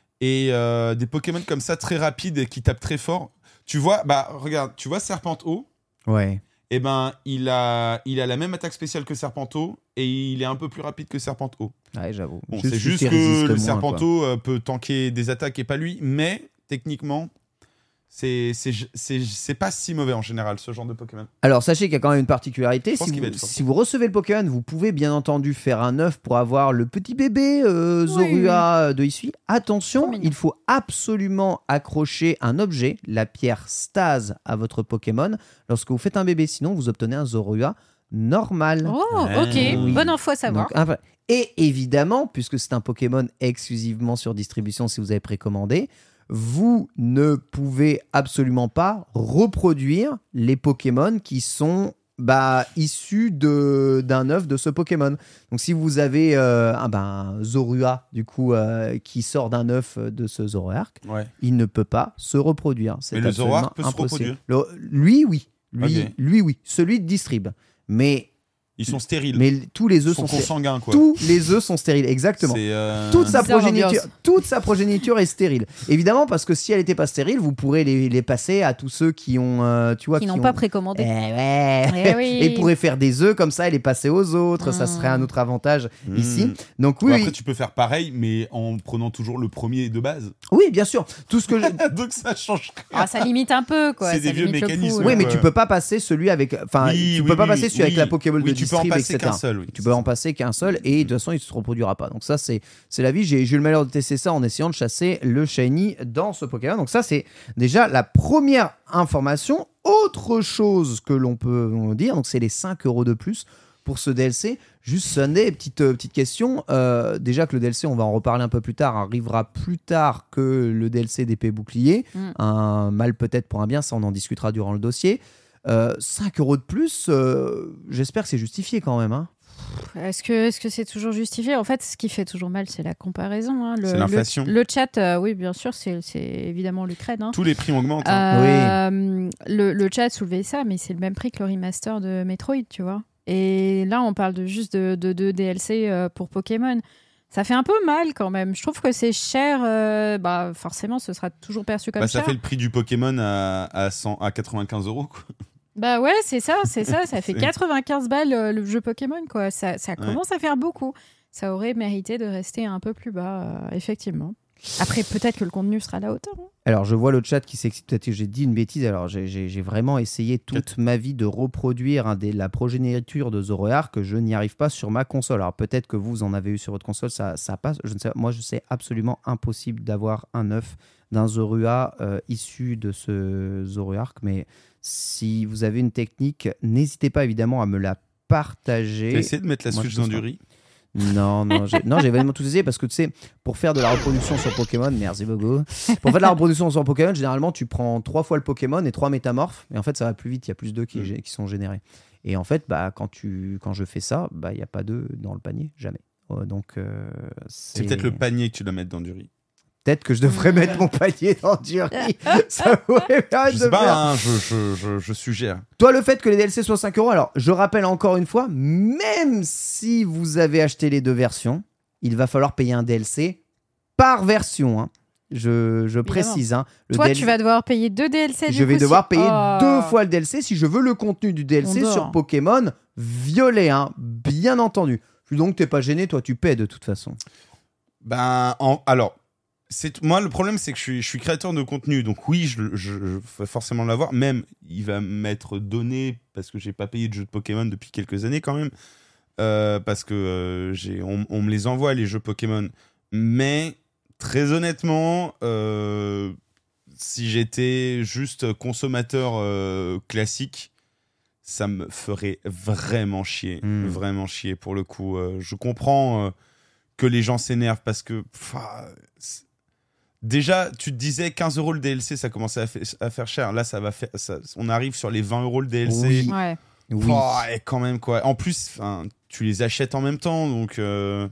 et euh, des Pokémon comme ça très rapides qui tapent très fort. Tu vois, bah regarde, tu vois Serpentard, Ouais. eh ben il a, il a la même attaque spéciale que Serpentard et il est un peu plus rapide que Serpentard. Ouais, j'avoue. Bon, c'est juste il que résiste le moins, Serpentard quoi. euh, peut tanker des attaques et pas lui, mais techniquement, c'est, c'est, c'est, c'est pas si mauvais en général ce genre de Pokémon. Alors sachez qu'il y a quand même une particularité. Je pense Si qu'il va vous, être fort. si vous recevez le Pokémon, vous pouvez bien entendu faire un œuf pour avoir le petit bébé euh, Oui, Zorua de Hisui. Trop Attention, mignon. il faut absolument accrocher un objet, la pierre stase, à votre Pokémon lorsque vous faites un bébé. Sinon, vous obtenez un Zorua normal. Oh, Ouais. ok. Oui. Bonne info à savoir. Donc, un vrai- Et évidemment, puisque c'est un Pokémon exclusivement sur distribution si vous avez précommandé, vous ne pouvez absolument pas reproduire les Pokémon qui sont bah, issus de, d'un œuf de ce Pokémon. Donc si vous avez euh, un ben, Zorua du coup, euh, qui sort d'un œuf de ce Zoroark, Ouais. il ne peut pas se reproduire. C'est Mais le absolument Zoroark peut se impossible. reproduire. Le- lui, oui. Lui, Ok. lui, oui. Celui de Distrib. Mais, Ils sont stériles. mais tous les Ils œufs sont sont, stériles. consanguins quoi. Tous les œufs sont stériles, exactement. C'est, euh, Toute sa, Bizarre progéniture, ambiance. toute sa progéniture est stérile. Évidemment, parce que si elle n'était pas stérile, vous pourrez les, les passer à tous ceux qui ont, euh, tu vois, Qui qui n'ont ont- pas précommandé. Eh ouais. Eh oui. Et ils pourraient faire des œufs comme ça et les passer aux autres. Ça Mm. serait un autre avantage hmm. ici. Donc oui, Bon, oui. après, tu peux faire pareil, mais en prenant toujours le premier de base. oui, bien sûr. Tout ce que je- Donc ça change rien. Ah, ça limite un peu, quoi. C'est Ça des vieux limite le mécanismes. pool. Oui, mais Ouais. tu peux pas passer celui avec. Enfin, Oui, tu oui, peux pas oui, passer celui avec oui. la Pokéball Oui, de tu peux en Distrib, passer et cetera. qu'un seul, oui, Tu c'est peux ça. en passer qu'un seul et de toute façon, il se reproduira pas. Donc ça, c'est c'est la vie. J'ai j'ai eu le malheur de tester ça en essayant de chasser le shiny dans ce Pokémon. Donc ça, c'est déjà la première information. Autre chose que l'on peut dire, donc c'est les cinq euros de plus pour ce D L C. Juste Sunday, petite, euh, petite question. Euh, déjà que le D L C, on va en reparler un peu plus tard, arrivera plus tard que le D L C d'épée bouclier. Mm. Un mal peut-être pour un bien, ça on en discutera durant le dossier. Euh, cinq euros de plus, euh, j'espère que c'est justifié quand même. Hein. Est-ce que est-ce que c'est toujours justifié? En fait, ce qui fait toujours mal, c'est la comparaison. hein. Le, C'est l'inflation. Le, le chat, euh, oui, bien sûr, c'est c'est évidemment l'Ukraine. hein. Tous les prix augmentent. hein. Euh, le, le chat soulevait ça, mais c'est le même prix que le remaster de Metroid, tu vois. Et là, on parle de juste de, de, de D L C euh, pour Pokémon. Ça fait un peu mal quand même. Je trouve que c'est cher. euh, bah, forcément, ce sera toujours perçu comme Bah, ça cher. fait le prix du Pokémon à, à, cent, à quatre-vingt-quinze euros. Quoi. Bah ouais, c'est ça, c'est ça. Ça fait C'est- quatre-vingt-quinze balles euh, le jeu Pokémon, quoi. Ça, ça Ouais. commence à faire beaucoup. Ça aurait mérité de rester un peu plus bas, euh, effectivement. Après, peut-être que le contenu sera à la hauteur. hein. Alors, je vois le chat qui s'excite. Peut-être que j'ai dit une bêtise. Alors, j'ai- j'ai j'ai vraiment essayé toute ma vie de reproduire un des, la progéniture de Zoroark, que je n'y arrive pas sur ma console. Alors, peut-être que vous en avez eu sur votre console, ça, ça passe. Je ne sais, moi, je sais absolument impossible d'avoir un œuf d'un Zorua euh, issu de ce Zoroark. Mais si vous avez une technique, n'hésitez pas évidemment à me la partager. T'as essayé de mettre la Moi, Switch je dans pense du pas. riz? Non, non, j'ai, non, j'ai vraiment tout essayé parce que tu sais, pour faire de la reproduction sur Pokémon, merci beaucoup. Pour faire de la reproduction sur Pokémon, généralement, tu prends trois fois le Pokémon et trois métamorphes, et en fait, ça va plus vite. Il y a plus d'œufs qui, Mm. qui sont générés. Et en fait, bah, quand tu, quand je fais ça, bah, il n'y a pas d'œufs dans le panier, jamais. Euh, donc, euh, C'est peut-être le panier que tu dois mettre dans du riz. Peut-être que je devrais mettre mon panier dans du riz. Ça pourrait permettre Je de sais faire. pas, hein, je, je, je, je suggère. Toi, le fait que les D L C soient cinq euros, alors je rappelle encore une fois, même si vous avez acheté les deux versions, il va falloir payer un D L C par version. hein. Je, je précise. hein. Le Toi, D L C tu vas devoir payer deux D L C. je du vais coup, devoir si- payer Oh. deux fois le D L C si je veux le contenu du D L C On dort. sur Pokémon violet, hein, bien entendu. Donc, t'es pas gêné, toi, tu paies de toute façon. Ben, en, alors, c'est moi le problème c'est que je suis, je suis créateur de contenu, donc oui je, je, je vais forcément l'avoir, même il va m'être donné parce que j'ai pas payé de jeux de Pokémon depuis quelques années quand même, euh, parce que euh, j'ai, on, on me les envoie les jeux Pokémon, mais très honnêtement euh, si j'étais juste consommateur euh, classique, ça me ferait vraiment chier, mmh. vraiment chier pour le coup. Euh, je comprends euh, que les gens s'énervent parce que déjà, tu te disais quinze euros le D L C, ça commençait à, fa- à faire cher. Là, ça va faire, ça, on arrive sur les vingt euros le D L C. Oui. Ouais. Oui. Oh, et quand même quoi. En plus, tu les achètes en même temps, donc. Euh...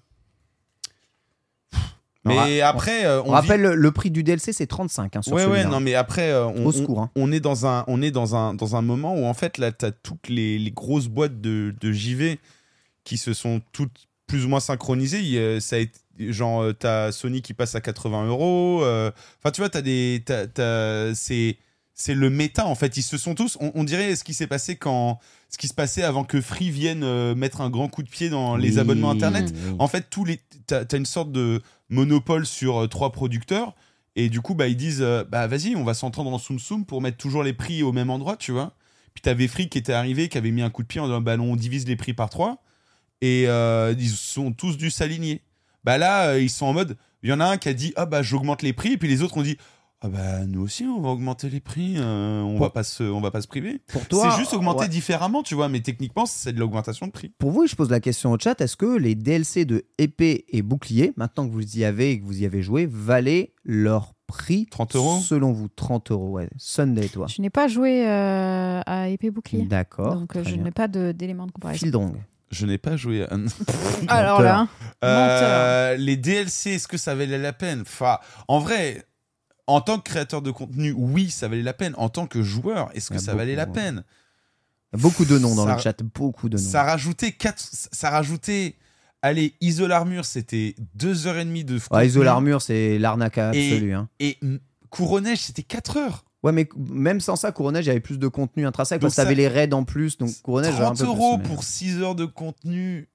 Mais on après, euh, on, on rappelle vit... le, le prix du D L C, c'est trente-cinq hein, sur ouais, celui-là. ouais, non, mais après, euh, on, Au secours, hein. on, on est dans un, on est dans un, dans un moment où en fait là, t'as toutes les, les grosses boîtes de, de J V qui se sont toutes plus ou moins synchronisées. Il, euh, ça a été, genre, euh, t'as Sony qui passe à quatre-vingts euros. Enfin, euh, tu vois, t'as des, t'as, t'as, c'est, c'est le méta en fait. Ils se sont tous, on, on dirait ce qui s'est passé quand, ce qui se passait avant que Free vienne euh, mettre un grand coup de pied dans les oui, abonnements internet. oui. En fait, tous les, t'as, t'as une sorte de monopole sur euh, trois producteurs et du coup bah ils disent euh, bah vas-y on va s'entendre en soum soum pour mettre toujours les prix au même endroit, tu vois. Puis t'avais Free qui était arrivé, qui avait mis un coup de pied en disant bah on divise les prix par trois et euh, ils sont tous dû s'aligner. Bah là euh, ils sont en mode, il y en a un qui a dit ah bah j'augmente les prix et puis les autres ont dit ah bah nous aussi on va augmenter les prix, euh, on pour, va pas se on va pas se priver. Pour toi, c'est juste augmenter ouais. différemment, tu vois, mais techniquement c'est de l'augmentation de prix. Pour vous, je pose la question au chat, est-ce que les D L C de épée et bouclier, maintenant que vous y avez et que vous y avez joué, valaient leur prix trente euros selon vous? Trente euros, ouais. Sunday, toi. Je n'ai pas joué euh, à épée bouclier. D'accord. Donc euh, je bien. n'ai pas de, d'éléments de comparaison. Fildrong. Je n'ai pas joué à... Alors là, euh, les D L C, est-ce que ça valait la peine? Enfin, en vrai, en tant que créateur de contenu, oui, ça valait la peine. En tant que joueur, est-ce que ça beaucoup, valait la ouais. peine? Beaucoup de noms dans ça, le chat, beaucoup de noms. Ça rajoutait quatre, ça rajoutait. Allez, Isole Armure, c'était deux heures et demie de. Ah, Isole Armure, c'est l'arnaque absolue. Et, hein. et Couronneige, c'était quatre heures. Ouais, mais même sans ça, Couronneige, il y avait plus de contenu intrinsèque Donc parce que t'avais les raids en plus. Donc Couronneige, un peu trente euros plus, mais... pour six heures de contenu.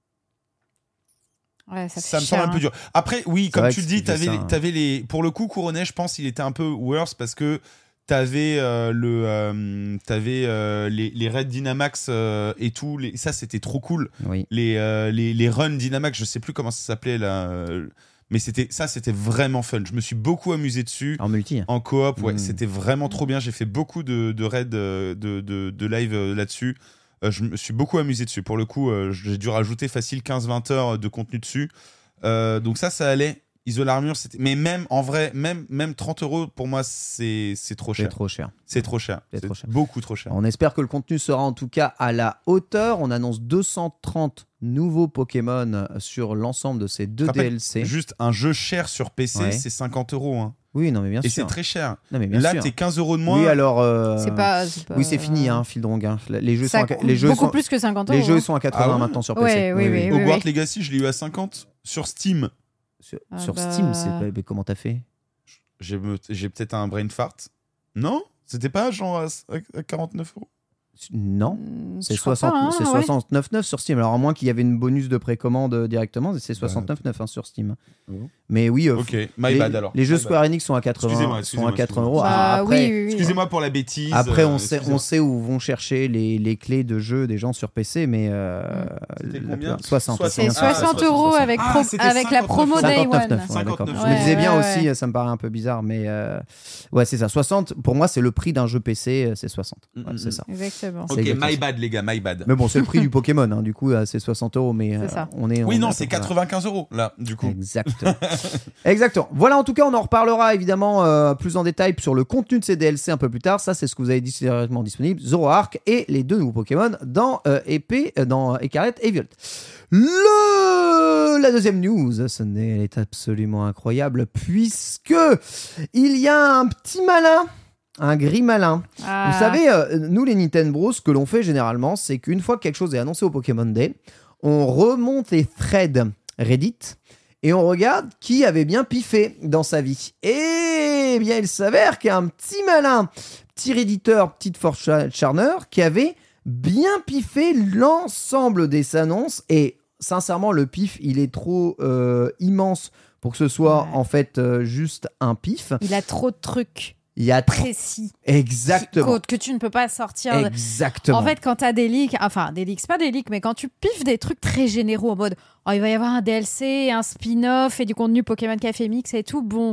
Ouais, ça, ça me cher, semble un peu hein. dur. Après, oui, c'est comme vrai tu que le dis, t'avais ça, les, hein. t'avais les. Pour le coup, Couronneige, je pense, il était un peu worse parce que t'avais euh, le, euh, t'avais euh, les, les raids Dynamax euh, et tout. Les, ça, c'était trop cool. Oui. Les, euh, les, les runs Dynamax, je sais plus comment ça s'appelait là. Euh, mais c'était ça, c'était vraiment fun. Je me suis beaucoup amusé dessus. En multi. En coop, ouais, mmh. c'était vraiment trop bien. J'ai fait beaucoup de, de raids, de, de, de, de live euh, là-dessus. Euh, je me suis beaucoup amusé dessus. Pour le coup, euh, j'ai dû rajouter facile quinze vingt heures de contenu dessus. Euh, donc ça, ça allait. Isole Armure, c'était. Mais même en vrai, même, même trente euros pour moi, c'est, c'est trop cher. C'est trop cher. C'est trop cher. C'est C'est trop cher. beaucoup trop cher. On espère que le contenu sera en tout cas à la hauteur. On annonce deux cent trente nouveaux Pokémon sur l'ensemble de ces deux Rappelle, D L C. Juste un jeu cher sur P C, Ouais. c'est cinquante euros. Hein. Oui, non, mais bien Et sûr. c'est très cher. Non, mais bien Là, sûr. t'es quinze euros de moins. Oui, alors. euh, C'est pas, c'est pas- Oui, c'est fini, hein, Fildrong. Hein. Les jeux Ça sont à... coûte les jeux beaucoup sont... plus que cinquante euros. Les jeux hein. sont à quatre-vingts Ah ouais maintenant sur P C. Ouais, oui, oui, oui. Hogwarts Legacy, je l'ai eu à cinquante sur Steam. Sur, Ah sur bah. Steam, c'est pas... mais comment t'as fait? J'ai, me- j'ai peut-être un brain fart. Non? C'était pas genre à, à quarante-neuf euros? Non. Hmm, C'est je crois soixante... pas, hein, c'est ouais. soixante-neuf virgule neuf sur Steam. Alors, à moins qu'il y avait une bonus de précommande directement, c'est soixante-neuf virgule neuf hein, sur Steam. Oh. Mais oui, euh, Ok, my les, bad alors. les jeux My bad. Square Enix sont à quatre-vingts, Excusez-moi, sont à excusez-moi, quatre-vingts euros. Bah, Ah, après, oui, oui, oui. Excusez-moi pour la bêtise. après on, euh, sait, excusez-moi. on sait où vont chercher les, les clés de jeu des gens sur P C, mais euh, C'était la combien plupart- soixante. soixante. C'est Ah, soixante euros soixante. avec, Ah, pro- c'était avec la promo Day cinquante-neuf One. neuf, ouais, d'accord. cinquante-neuf. Je me disais bien Ouais, aussi, ouais. ça me paraît un peu bizarre, mais euh, ouais, c'est ça. soixante, pour moi, c'est le prix d'un jeu P C, euh, c'est soixante. Ouais, Mm, c'est mm. ça. Exactement. C'est Ok, exactement my ça. bad, les gars, my bad. Mais bon, c'est le prix du Pokémon, hein, du coup, euh, c'est soixante euros, mais euh, C'est ça. on est. Oui, on non, est à c'est peu près là. quatre-vingt-quinze euros là, du coup. Exactement. Exactement. Voilà, en tout cas, on en reparlera évidemment euh, plus en détail sur le contenu de ces D L C un peu plus tard. Ça, c'est ce que vous avez dit directement disponible. Zoroark et les deux nouveaux Pokémon dans euh, épée, euh, dans Écarlate et Violet. Le... La deuxième news, ce n'est, elle est absolument incroyable puisque il y a un petit malin. Un gris malin. Ah. Vous savez, euh, nous les Nintendo Bros, ce que l'on fait généralement, c'est qu'une fois que quelque chose est annoncé au Pokémon Day, on remonte les threads Reddit et on regarde qui avait bien piffé dans sa vie. Et bien, il s'avère qu'il y a un petit malin, petit redditeur, petite Fortune-Charner, qui avait bien piffé l'ensemble des annonces. Et sincèrement, le pif, il est trop euh, immense pour que ce soit Ouais. en fait euh, juste un pif. Il a trop de trucs Il y a précis. Exactement. Que, que tu ne peux pas sortir. Exactement. En fait, quand tu as des leaks, enfin des leaks, c'est pas des leaks, mais quand tu piffes des trucs très généraux en mode oh, il va y avoir un D L C, un spin-off et du contenu Pokémon Café Mix et tout, bon,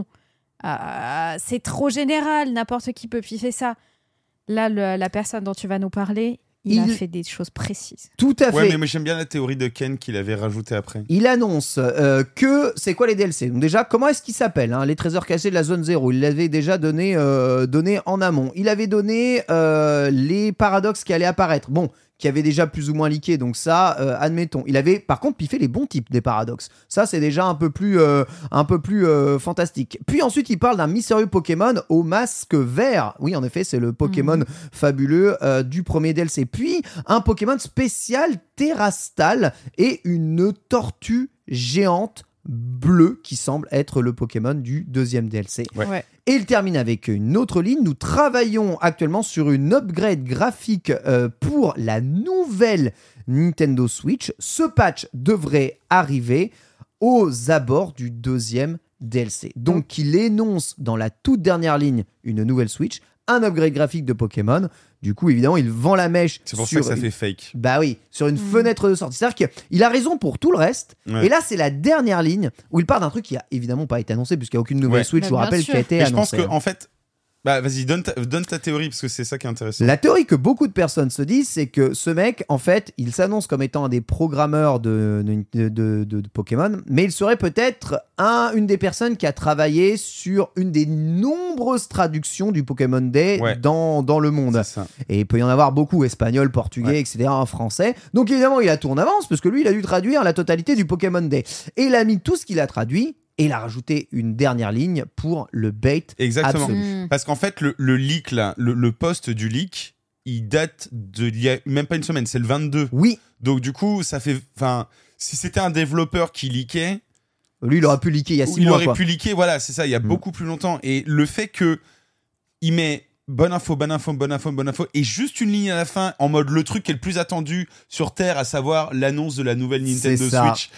euh, c'est trop général, n'importe qui peut piffer ça. Là, le- la personne dont tu vas nous parler, il, Il- a fait des choses précises. Tout à Ouais, fait. mais moi j'aime bien la théorie de Ken qu'il avait rajouté après. Il annonce euh, que c'est quoi les D L C. Donc déjà, comment est-ce qu'ils s'appellent hein, les trésors cachés de la zone zéro. Il l'avait déjà donné, euh, donné en amont. Il avait donné euh, les paradoxes qui allaient apparaître. Bon, qui avaient déjà plus ou moins leaké. Donc ça, euh, admettons. Il avait par contre piffé les bons types des paradoxes. Ça, c'est déjà un peu plus, euh, un peu plus euh, fantastique. Puis ensuite, il parle d'un mystérieux Pokémon au masque vert. Oui, en effet, c'est le Pokémon Mhm. fabuleux euh, du premier D L C. Puis un Pokémon spécial Terrastal et une tortue géante bleue qui semble être le Pokémon du deuxième D L C. Ouais. Ouais. Et il termine avec une autre ligne. Nous travaillons actuellement sur une upgrade graphique euh, pour la nouvelle Nintendo Switch. Ce patch devrait arriver aux abords du deuxième D L C. Donc il énonce dans la toute dernière ligne une nouvelle Switch, un upgrade graphique de Pokémon. Du coup, évidemment, il vend la mèche C'est pour sur ça que ça fait fake. bah oui, sur une Mm. fenêtre de sortie. C'est-à-dire qu'il a raison pour tout le reste. Ouais. Et là, c'est la dernière ligne où il parle d'un truc qui a évidemment pas été annoncé, puisqu'il n'y a aucune nouvelle Ouais. Switch, Bah, je vous bien rappelle, sûr. qui a été Mais je pense annoncée. que en fait, bah vas-y, donne ta, donne ta théorie parce que c'est ça qui est intéressant. La théorie que beaucoup de personnes se disent, c'est que ce mec, en fait, il s'annonce comme étant un des programmeurs de, de, de- de- de Pokémon, mais il serait peut-être un, une des personnes qui a travaillé sur une des nombreuses traductions du Pokémon Day Ouais. dans, dans le monde. C'est ça. Et il peut y en avoir beaucoup, espagnol, portugais, Ouais. et cetera, en français. Donc évidemment, il a tout en avance, parce que lui, il a dû traduire la totalité du Pokémon Day. Et il a mis tout ce qu'il a traduit, et il a rajouté une dernière ligne pour le bait. Exactement. Absolu. Mm. Parce qu'en fait, le, le leak là, le, le post du leak, il date de il y a même pas une semaine, c'est le vingt-deux. Oui, Donc du coup, ça fait, enfin, si c'était un développeur qui leakait, lui, il aurait pu leaker il y a six il mois. aurait quoi. pu leaker, voilà, c'est ça, il y a Mm. beaucoup plus longtemps. Et le fait que il met bonne info, bonne info, bonne info, bonne info, et juste une ligne à la fin en mode le truc qui est le plus attendu sur Terre, à savoir l'annonce de la nouvelle C'est Nintendo ça. Switch.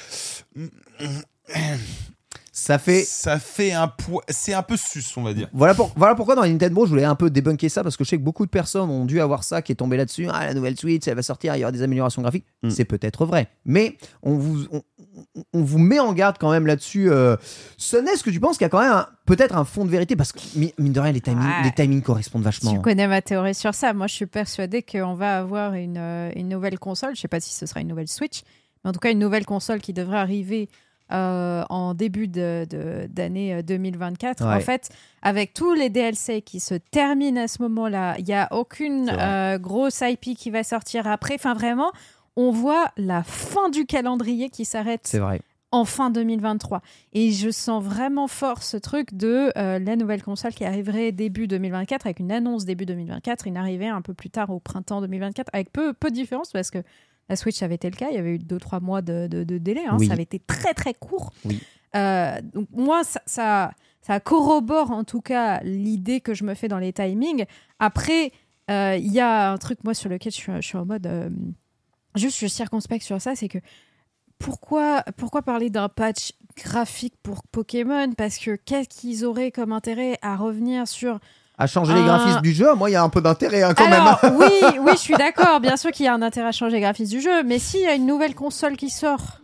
Ça fait... Ça fait un poids, c'est un peu sus, on va dire. Voilà, pour- voilà pourquoi dans les Nintendo, je voulais un peu débunker ça, parce que je sais que beaucoup de personnes ont dû avoir ça qui est tombé là-dessus. Ah, la nouvelle Switch, elle va sortir, il y aura des améliorations graphiques. Mm. C'est peut-être vrai. Mais on vous, on, on- on vous met en garde quand même là-dessus. Euh, Sonne, est-ce que tu penses qu'il y a quand même un- peut-être un fond de vérité? Parce que, mi- mine de rien, les timings, Ouais. les timings correspondent vachement. Tu connais ma théorie sur ça. Moi, je suis persuadée qu'on va avoir une, euh, une nouvelle console. Je sais pas si ce sera une nouvelle Switch, mais en tout cas, une nouvelle console qui devrait arriver euh, en début de, de- d'année euh, deux mille vingt-quatre. Ouais. En fait, avec tous les D L C qui se terminent à ce moment-là, il n'y a aucune C'est vrai. euh, grosse I P qui va sortir après. Enfin, vraiment, on voit la fin du calendrier qui s'arrête C'est vrai. en fin deux mille vingt-trois. Et je sens vraiment fort ce truc de euh, la nouvelle console qui arriverait début deux mille vingt-quatre, avec une annonce début deux mille vingt-quatre, une arrivée un peu plus tard au printemps deux mille vingt-quatre, avec peu, peu de différence, parce que la Switch avait été le cas, il y avait eu deux trois mois de, de, de délai, hein, Oui. ça avait été très très court. Oui. Euh, donc moi, ça, ça, ça corrobore en tout cas l'idée que je me fais dans les timings. Après, euh, il y a un truc, moi, sur lequel je suis, je suis en mode... euh, juste, je suis circonspect sur ça, c'est que pourquoi, pourquoi parler d'un patch graphique pour Pokémon? Parce que qu'est-ce qu'ils auraient comme intérêt à revenir sur... À changer les Ah. graphismes du jeu, moi, il y a un peu d'intérêt hein, quand Alors, même. oui, oui, je suis d'accord. Bien sûr qu'il y a un intérêt à changer les graphismes du jeu, mais s'il y a une nouvelle console qui sort,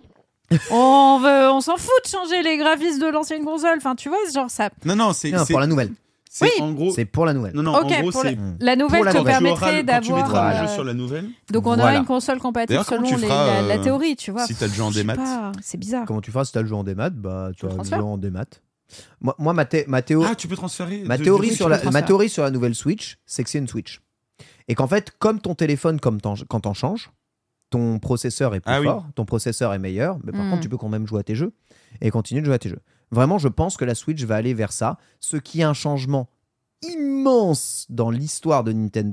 on, veut, on s'en fout de changer les graphismes de l'ancienne console. Enfin, tu vois, genre ça... Non, non, c'est Non, c'est- pour la nouvelle. c'est Oui. en gros. C'est pour la nouvelle. Non, non, Ok, en gros, pour c'est. La nouvelle Pour la te nouvelle. Quand tu auras permettrait le- quand tu mettras d'avoir... le jeu euh, sur la nouvelle, Donc on aura Voilà. une console compatible D'ailleurs, comment selon tu les- feras, la, la euh, théorie, tu vois. si t'as le jeu en Je sais démat. pas, c'est bizarre. Comment tu feras si tu as le jeu en démat? Bah, tu Tu le as le transfères jeu en démat. Moi, moi ma, thé- ma théorie. Ah, tu peux transférer. Ma de- théorie, de- sur tu la, peux ma transférer. théorie sur la nouvelle Switch, c'est que c'est une Switch. Et qu'en fait, comme ton téléphone, comme t'en- quand t'en changes, ton processeur est plus Ah oui. fort, ton processeur est meilleur, mais par Mm. contre, tu peux quand même jouer à tes jeux et continuer de jouer à tes jeux. Vraiment, je pense que la Switch va aller vers ça, ce qui est un changement immense dans l'histoire de Nintendo,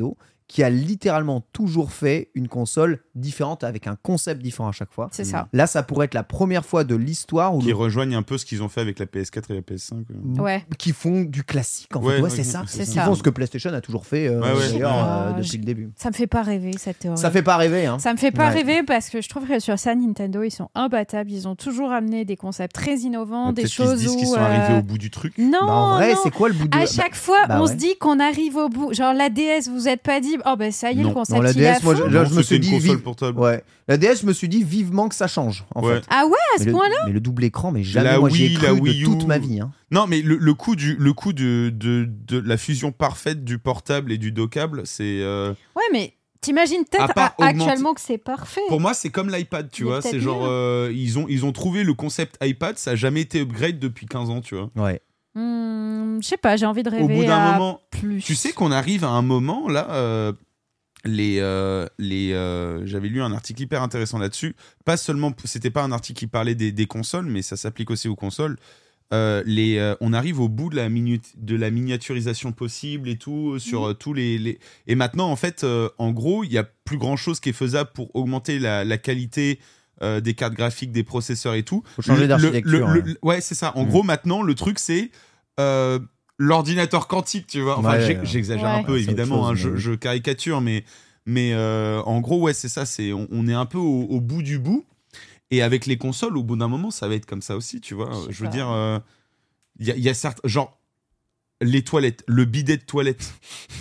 qui a littéralement toujours fait une console différente avec un concept différent à chaque fois. C'est ça. Là, ça pourrait être la première fois de l'histoire où Qui le- rejoignent un peu ce qu'ils ont fait avec la P S quatre et la P S cinq. euh. Ouais. qui font du classique en Ouais, fait. Ouais, ouais, c'est ouais, ça. c'est ça. Qui font ce que PlayStation a toujours fait euh, Ouais, ouais. d'ailleurs Ah, euh, depuis j'ai- le début. Ça me fait pas rêver cette théorie. Ça fait pas rêver, hein. Ça me fait pas Ouais. rêver parce que je trouve que sur ça, Nintendo, ils sont imbattables. Ils ont toujours amené des concepts très innovants, Ouais, des peut-être qu'ils se choses disent où. qu'ils sont euh, arrivés au bout du truc. Non, Bah, en vrai, non. c'est quoi le bout de À bah, chaque fois, bah on ouais. se dit qu'on arrive au bout. Genre la D S, vous êtes pas dit, oh ben ça y est, Non. le concept Non, la il D est à S, moi, fond. je- là, Non, je me c'était suis une dit console vive- portable. Ouais. La D S, je me suis dit vivement que ça change en Ouais. fait. Ah ouais, à ce mais, le, point-là. mais le double écran, mais jamais La moi j'y ai Wii, cru la de Wii U. toute ma vie. Hein. Non, mais le, le coup, du, le coup de, de, de la fusion parfaite du portable et du dockable, c'est. euh, Ouais, mais t'imagines peut-être À part a- augmenter- actuellement que c'est parfait. Pour moi, c'est comme l'iPad, tu Il est vois. peut-être C'est genre. mieux. euh, ils, ont, ils ont trouvé le concept iPad, ça n'a jamais été upgrade depuis quinze ans, tu vois. Ouais. Hmm, je sais pas, j'ai envie de rêver Au bout d'un à moment. plus. Tu sais qu'on arrive à un moment, là. euh, les, euh, les, euh, j'avais lu un article hyper intéressant là-dessus. Pas seulement. C'était pas un article qui parlait des, des consoles, mais ça s'applique aussi aux consoles. Euh, les, euh, on arrive au bout de la, minu- de la miniaturisation possible et tout, sur euh, tous les, les- Et maintenant, en fait, euh, en gros, il n'y a plus grand-chose qui est faisable pour augmenter la, la qualité euh, des cartes graphiques, des processeurs et tout. Faut changer Le- le- d'architecture, le- ouais. le- Ouais, c'est ça. En Mm. gros, maintenant, le truc, c'est euh, l'ordinateur quantique, tu vois. Enfin, Ouais, j'ai- ouais. j'exagère Ouais. un peu, Ouais, c'est autre évidemment. chose, hein, je, mais oui. je caricature, mais, mais euh, en gros, ouais, c'est ça. C'est, on, on est un peu au, au bout du bout. Et avec les consoles, au bout d'un moment, ça va être comme ça aussi, tu vois. Je sais Je veux pas. dire, euh, il y, a- il y a certes, genre, les toilettes, le bidet de toilette,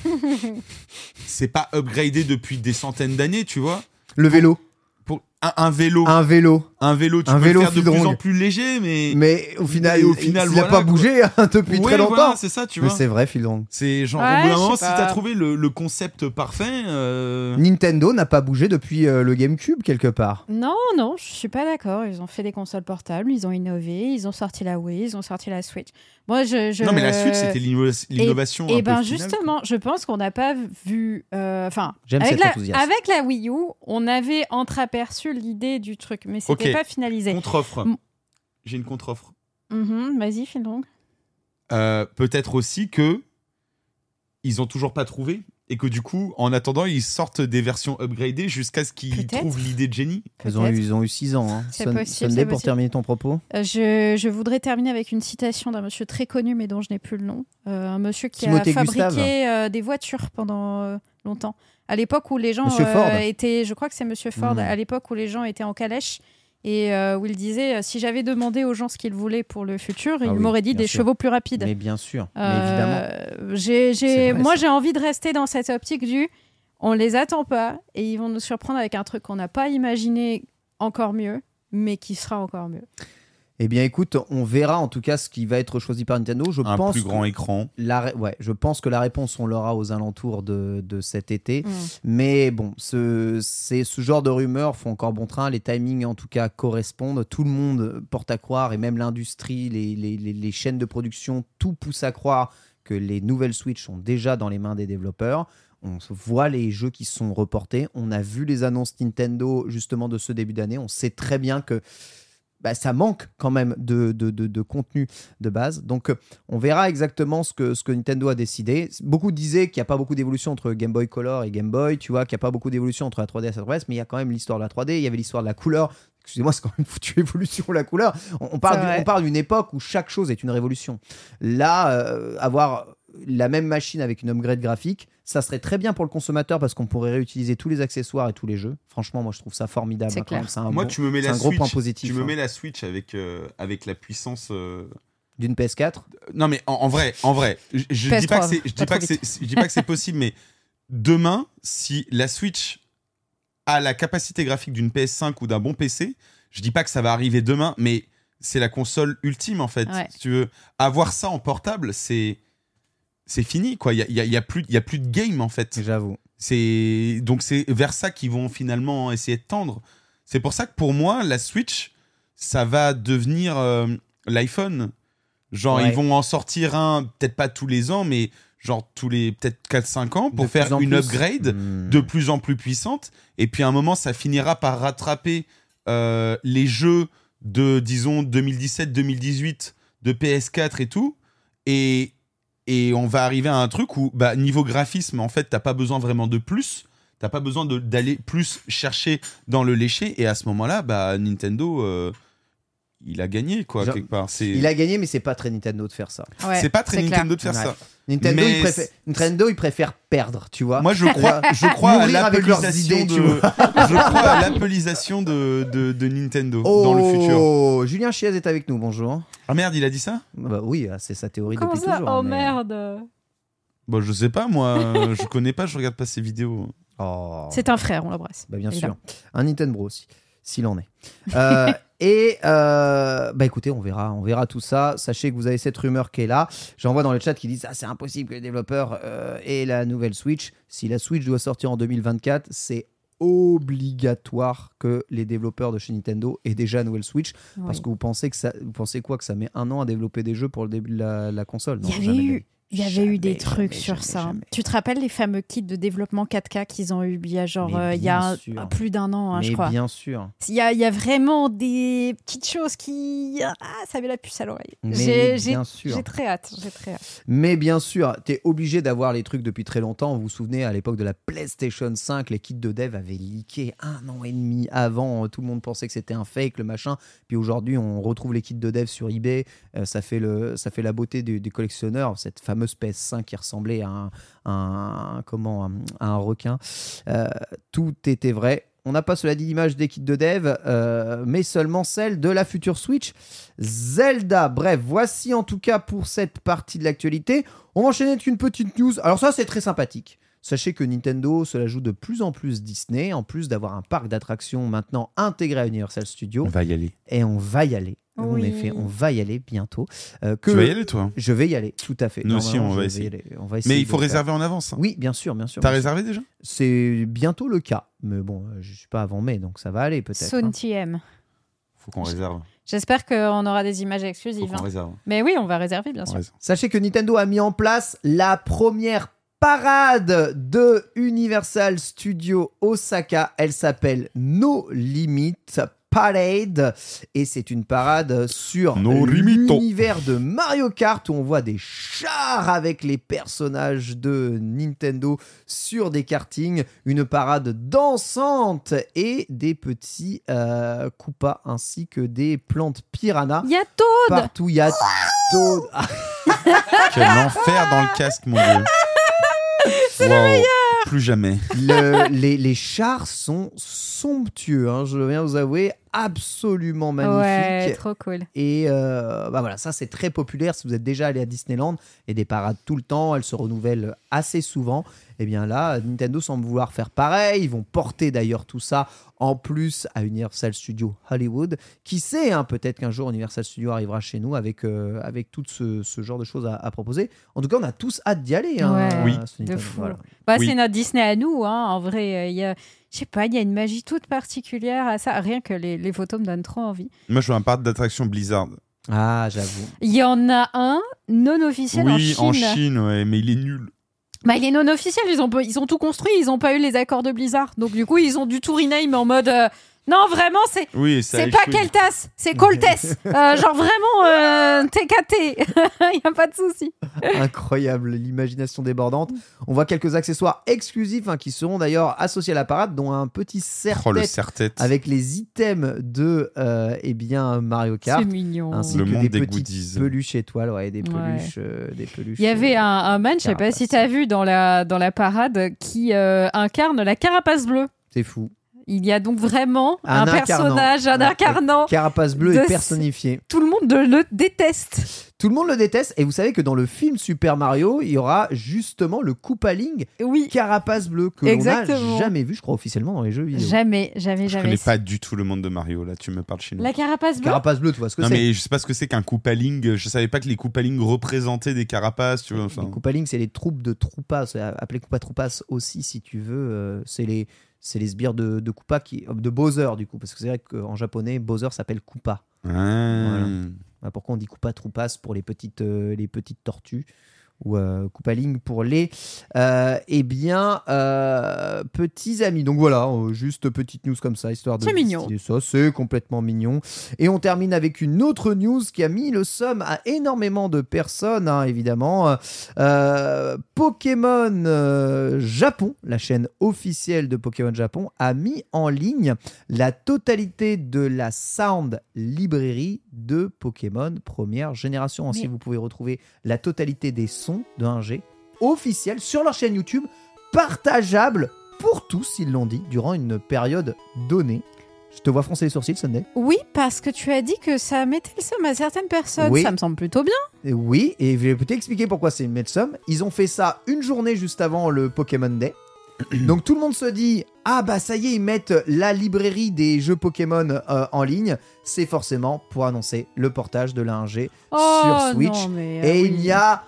c'est pas upgradé depuis des centaines d'années, tu vois. Le vélo. Pour un, un vélo, Un vélo. un vélo, tu un peux vélo le faire de Fildrong. plus en plus léger, mais, Mais au final, Et au il- final, il n'a voilà, pas quoi. bougé hein, depuis Ouais, très longtemps. voilà, c'est ça, tu Mais vois. c'est vrai, Fildrong. C'est genre, Ouais, au bout d'un je moment, sais si pas. t'as trouvé le, le concept parfait, euh, Nintendo n'a pas bougé depuis euh, le GameCube quelque part. Non, non, je suis pas d'accord. Ils ont fait des consoles portables, ils ont innové, ils ont sorti la Wii, ils ont sorti la Switch. Moi, je. je... non, mais la Switch, c'était l'inno- l'innovation. un Et peu ben finale, justement, je pense qu'on n'a pas vu. euh, Enfin, J'aime avec cet la, enthousiasme. avec la Wii U, on avait entreaperçu l'idée du truc, mais c'était Ok. pas finalisé. Contre-offre. Mm. J'ai une contre-offre. Mhm, vas-y, file donc. Euh, peut-être aussi que ils ont toujours pas trouvé et que du coup, en attendant, ils sortent des versions upgradées jusqu'à ce qu'ils Peut-être. trouvent l'idée de génie. Ils ont, eu, Peut-être. ils ont eu six ans. Hein. C'est Sun- possible, Sunday, c'est pour possible. terminer ton propos. Euh, je, je voudrais terminer avec une citation d'un monsieur très connu, mais dont je n'ai plus le nom. Euh, un monsieur qui Timothée a Gustave. fabriqué euh, des voitures pendant euh, longtemps. À l'époque où les gens Monsieur euh, Ford. étaient, je crois que c'est Monsieur Ford, Mm. à l'époque où les gens étaient en calèche et euh, où il disait euh, si j'avais demandé aux gens ce qu'ils voulaient pour le futur, Ah ils oui, m'auraient dit bien des sûr. chevaux plus rapides. Mais bien sûr, mais Euh, évidemment. j'ai, j'ai- C'est vrai, moi, ça. j'ai envie de rester dans cette optique du on les attend pas et ils vont nous surprendre avec un truc qu'on n'a pas imaginé encore mieux, mais qui sera encore mieux. Eh bien, écoute, on verra en tout cas ce qui va être choisi par Nintendo. Je Un pense plus grand que écran. la, ré- ouais, je pense que la réponse, on l'aura aux alentours de, de cet été. Mm. Mais bon, ce, c'est, ce genre de rumeurs font encore bon train. Les timings, en tout cas, correspondent. Tout le monde porte à croire, et même l'industrie, les, les, les, les chaînes de production, tout pousse à croire que les nouvelles Switch sont déjà dans les mains des développeurs. On voit les jeux qui sont reportés. On a vu les annonces Nintendo, justement, de ce début d'année. On sait très bien que bah, ça manque quand même de, de, de, de contenu de base. Donc, euh, on verra exactement ce que, ce que Nintendo a décidé. Beaucoup disaient qu'il n'y a pas beaucoup d'évolution entre Game Boy Color et Game Boy, tu vois, qu'il n'y a pas beaucoup d'évolution entre la trois D et la trois D S, mais il y a quand même l'histoire de la trois D, il y avait l'histoire de la couleur. Excusez-moi, c'est quand même une foutue évolution, la couleur. On, on, parle C'est du- vrai. on parle d'une époque où chaque chose est une révolution. Là, euh, avoir la même machine avec une upgrade graphique, ça serait très bien pour le consommateur parce qu'on pourrait réutiliser tous les accessoires et tous les jeux. Franchement, moi, je trouve ça formidable. C'est hein, quand même. clair. C'est un, Moi, bon- tu me mets c'est la un gros Switch. point positif. Tu me hein. mets la Switch avec, euh, avec la puissance. euh, D'une P S quatre. Non, mais en, en vrai, en vrai, je, je P S dis pas que trois, c'est, je pas dis pas trop que c'est, je dis pas que c'est possible, mais demain, si la Switch a la capacité graphique d'une P S cinq ou d'un bon P C, je dis pas que ça va arriver demain, mais c'est la console ultime en fait. Ouais. Si tu veux avoir ça en portable, c'est c'est fini quoi. Il y a, il y a- il y a plus, il y a plus de game en fait. J'avoue. C'est donc c'est vers ça qu'ils vont finalement essayer de tendre. C'est pour ça que pour moi la Switch ça va devenir euh, l'iPhone. Genre Ouais. ils vont en sortir un peut-être pas tous les ans mais genre tous les peut-être quatre cinq ans pour De faire plus en une plus. upgrade Hmm. de plus en plus puissante et puis à un moment ça finira par rattraper euh, les jeux de disons deux mille dix-sept deux mille dix-huit de P S quatre et tout et et on va arriver à un truc où, bah, niveau graphisme, en fait, t'as pas besoin vraiment de plus. T'as pas besoin de, d'aller plus chercher dans le léché. Et à ce moment-là, bah, Nintendo, euh, il a gagné, quoi, Genre, quelque part. C'est... Il a gagné, mais c'est pas très Nintendo de faire ça. Ouais, c'est pas très c'est Nintendo clair. de faire Ouais. ça. Nintendo, Mais il préfère... Nintendo, il préfère perdre, tu vois. Moi, je crois, je crois à Mourir avec leurs l'appelisation idées, de, tu vois. je crois à l'appelisation de, de, de Nintendo Oh, dans le futur. Julien Chiez est avec nous, bonjour. Ah merde, il a dit ça? Bah oui, c'est sa théorie Comment depuis ça toujours. Oh mais- merde. Bon, je sais pas, moi, je connais pas, je regarde pas ses vidéos. Oh. C'est un frère, on l'embrasse. Bah, bien Évidemment. sûr. Un Nintendo aussi, s'il en est. Euh, et euh, bah écoutez, on verra, on verra tout ça. Sachez que vous avez cette rumeur qui est là. J'en vois dans le chat qui disent ah, c'est impossible que les développeurs euh, aient la nouvelle Switch. Si la Switch doit sortir en deux mille vingt-quatre, c'est obligatoire que les développeurs de chez Nintendo aient déjà la nouvelle Switch. Oui. Parce que vous pensez que ça, vous pensez quoi que ça met un an à développer des jeux pour le début de la, la console? Il y Non, avait jamais. eu, il y avait Jamais, eu des trucs jamais, sur jamais, ça. jamais. Tu te rappelles les fameux kits de développement quatre K qu'ils ont eu il y a genre Mais euh, il y a bien un- sûr. plus d'un an, hein, Mais je crois. bien sûr. Il y, a, il y a vraiment des petites choses qui ah, ça met la puce à l'oreille. Mais J'ai, j'ai, bien sûr. j'ai très hâte, j'ai très hâte. Mais bien sûr, tu es obligé d'avoir les trucs depuis très longtemps. Vous vous souvenez, à l'époque de la PlayStation cinq, les kits de dev avaient leaké un an et demi avant. Tout le monde pensait que c'était un fake, le machin. Puis aujourd'hui, on retrouve les kits de dev sur eBay. Euh, ça, fait le, ça fait la beauté des, des collectionneurs. Cette fameuse P S cinq qui ressemblait à un, un- comment, un, à un requin. Euh, tout était vrai. On n'a pas, cela dit, l'image des kits de dev, euh, mais seulement celle de la future Switch Zelda. Bref, voici en tout cas pour cette partie de l'actualité. On va enchaîner avec une petite news. Alors ça, c'est très sympathique. Sachez que Nintendo se la joue de plus en plus Disney, en plus d'avoir un parc d'attractions maintenant intégré à Universal Studios. On va y aller. Et on va y aller. En Oui. effet, on va y aller bientôt. Euh, que... Tu vas y aller, toi? Je vais y aller, tout à fait. Nous aussi, Normalement, on va je vais essayer. y aller. On va essayer Mais il de faut le faire. réserver en avance. hein. Oui, bien sûr, bien sûr. T'as bien sûr. réservé déjà? C'est bientôt le cas. Mais bon, euh, je suis pas avant mai, donc ça va aller peut-être. Soon hein. T M. Faut qu'on réserve. J'espère qu'on aura des images Faut exclusives. qu'on hein. réserve. Mais oui, on va réserver, bien On sûr. réserve. Sachez que Nintendo a mis en place la première parade de Universal Studios Osaka. Elle s'appelle No Limit Parade et c'est une parade sur No Limito. l'univers de Mario Kart où on voit des chars avec les personnages de Nintendo sur des kartings, une parade dansante et des petits euh, Koopas ainsi que des plantes piranha. Il y a Toad. Partout, il y a Toad. Ah, Quel enfer dans le casque, mon dieu. C'est le meilleur. Plus jamais. Le- les, les chars sont somptueux, hein, je viens vous avouer, absolument Ouais, magnifiques. trop cool. Et euh, bah voilà, ça c'est très populaire. Si vous êtes déjà allé à Disneyland, et des parades tout le temps, elles se renouvellent assez souvent. Et bien là, Nintendo semble vouloir faire pareil. Ils vont porter d'ailleurs tout ça en plus à Universal Studios Hollywood. Qui sait, hein, peut-être qu'un jour Universal Studios arrivera chez nous avec, euh, avec tout ce, ce genre de choses à, à proposer. En tout cas, on a tous hâte d'y aller. Hein, Ouais, Oui. sur de Nintendo, fou. voilà. Bah, Oui. C'est notre Disney à nous, hein. En vrai, euh, il y a, je sais pas, il y a une magie toute particulière à ça. Rien que les, les photos me donnent trop envie. Moi, je veux un parc d'attraction Blizzard. Ah, j'avoue. Il y en a un non officiel Oui, en en Chine. Chine, ouais, mais il est nul. Bah, il est non officiel. Ils ont, pas- ils ont tout construit. Ils ont pas eu les accords de Blizzard. Donc du coup, ils ont du tout rename en mode. euh, non, vraiment, c'est. Oui, ça a C'est pas échoué. Keltas, c'est Coltes. Euh, genre vraiment euh, T K T. Il y a pas de souci. Incroyable, l'imagination débordante. On voit quelques accessoires exclusifs hein, qui seront d'ailleurs associés à la parade, dont un petit Oh, le serre-tête serre-tête. avec les items de euh, eh bien, Mario Kart. C'est mignon. Ainsi Le que monde des, des petites goodies. peluches étoiles, ouais, des Ouais. peluches, euh, des peluches. Il y avait euh, un, un man, je sais pas Carapace. si t'as vu dans la, dans la parade, qui euh, incarne la carapace bleue. C'est fou. Il y a donc vraiment Un un, incarnant. personnage, un Ouais. incarnant. Carapace bleue De est ce- personnifiée. Tout le monde le déteste. Tout le monde le déteste et vous savez que dans le film Super Mario, il y aura justement le Koopaling Oui, Carapace bleue que l'on n'a Exactement. jamais vu, je crois, officiellement dans les jeux vidéo. jamais, jamais, Je jamais. connais pas du tout le monde de Mario, là, tu me parles chinois. La carapace bleue. Carapace bleue, tu vois ce que Non, c'est? mais je sais pas ce que c'est qu'un Koopaling. Je savais pas que les Koopaling représentaient des carapaces, tu vois. Enfin, Les Koopaling, c'est les troupes de Troupas, c'est appelé Koopa Troupas aussi si tu veux. euh, c'est les c'est les sbires de, de Koopa qui de Bowser du coup parce que c'est vrai qu'en japonais Bowser s'appelle Koopa. Ah. Voilà. Pourquoi on dit Koopa Troupas pour les petites euh, les petites tortues? ou euh, Koopaling pour les euh, eh bien euh, petits amis. Donc voilà, euh, juste petite news comme ça, histoire de c'est mignon. Ça, c'est complètement mignon. Et on termine avec une autre news qui a mis le somme à énormément de personnes, hein, évidemment. Euh, Pokémon euh, Japon, la chaîne officielle de Pokémon Japon, a mis en ligne la totalité de la Sound Librairie de Pokémon première génération. Ainsi, Mais... vous pouvez retrouver la totalité des sons de un G officiels sur leur chaîne YouTube, partageable pour tous, ils l'ont dit, durant une période donnée. Je te vois froncer les sourcils, Sunday. Oui, parce que tu as dit que ça mettait le somme à certaines personnes. Oui. Ça me semble plutôt bien. Et oui, et je vais t'expliquer pourquoi c'est met le somme. Ils ont fait ça une journée juste avant le Pokémon Day. Donc tout le monde se dit « Ah bah ça y est, ils mettent la librairie des jeux Pokémon euh, en ligne. » C'est forcément pour annoncer le portage de l'A un G oh, sur Switch. Non, mais, euh, et oui. il n'y a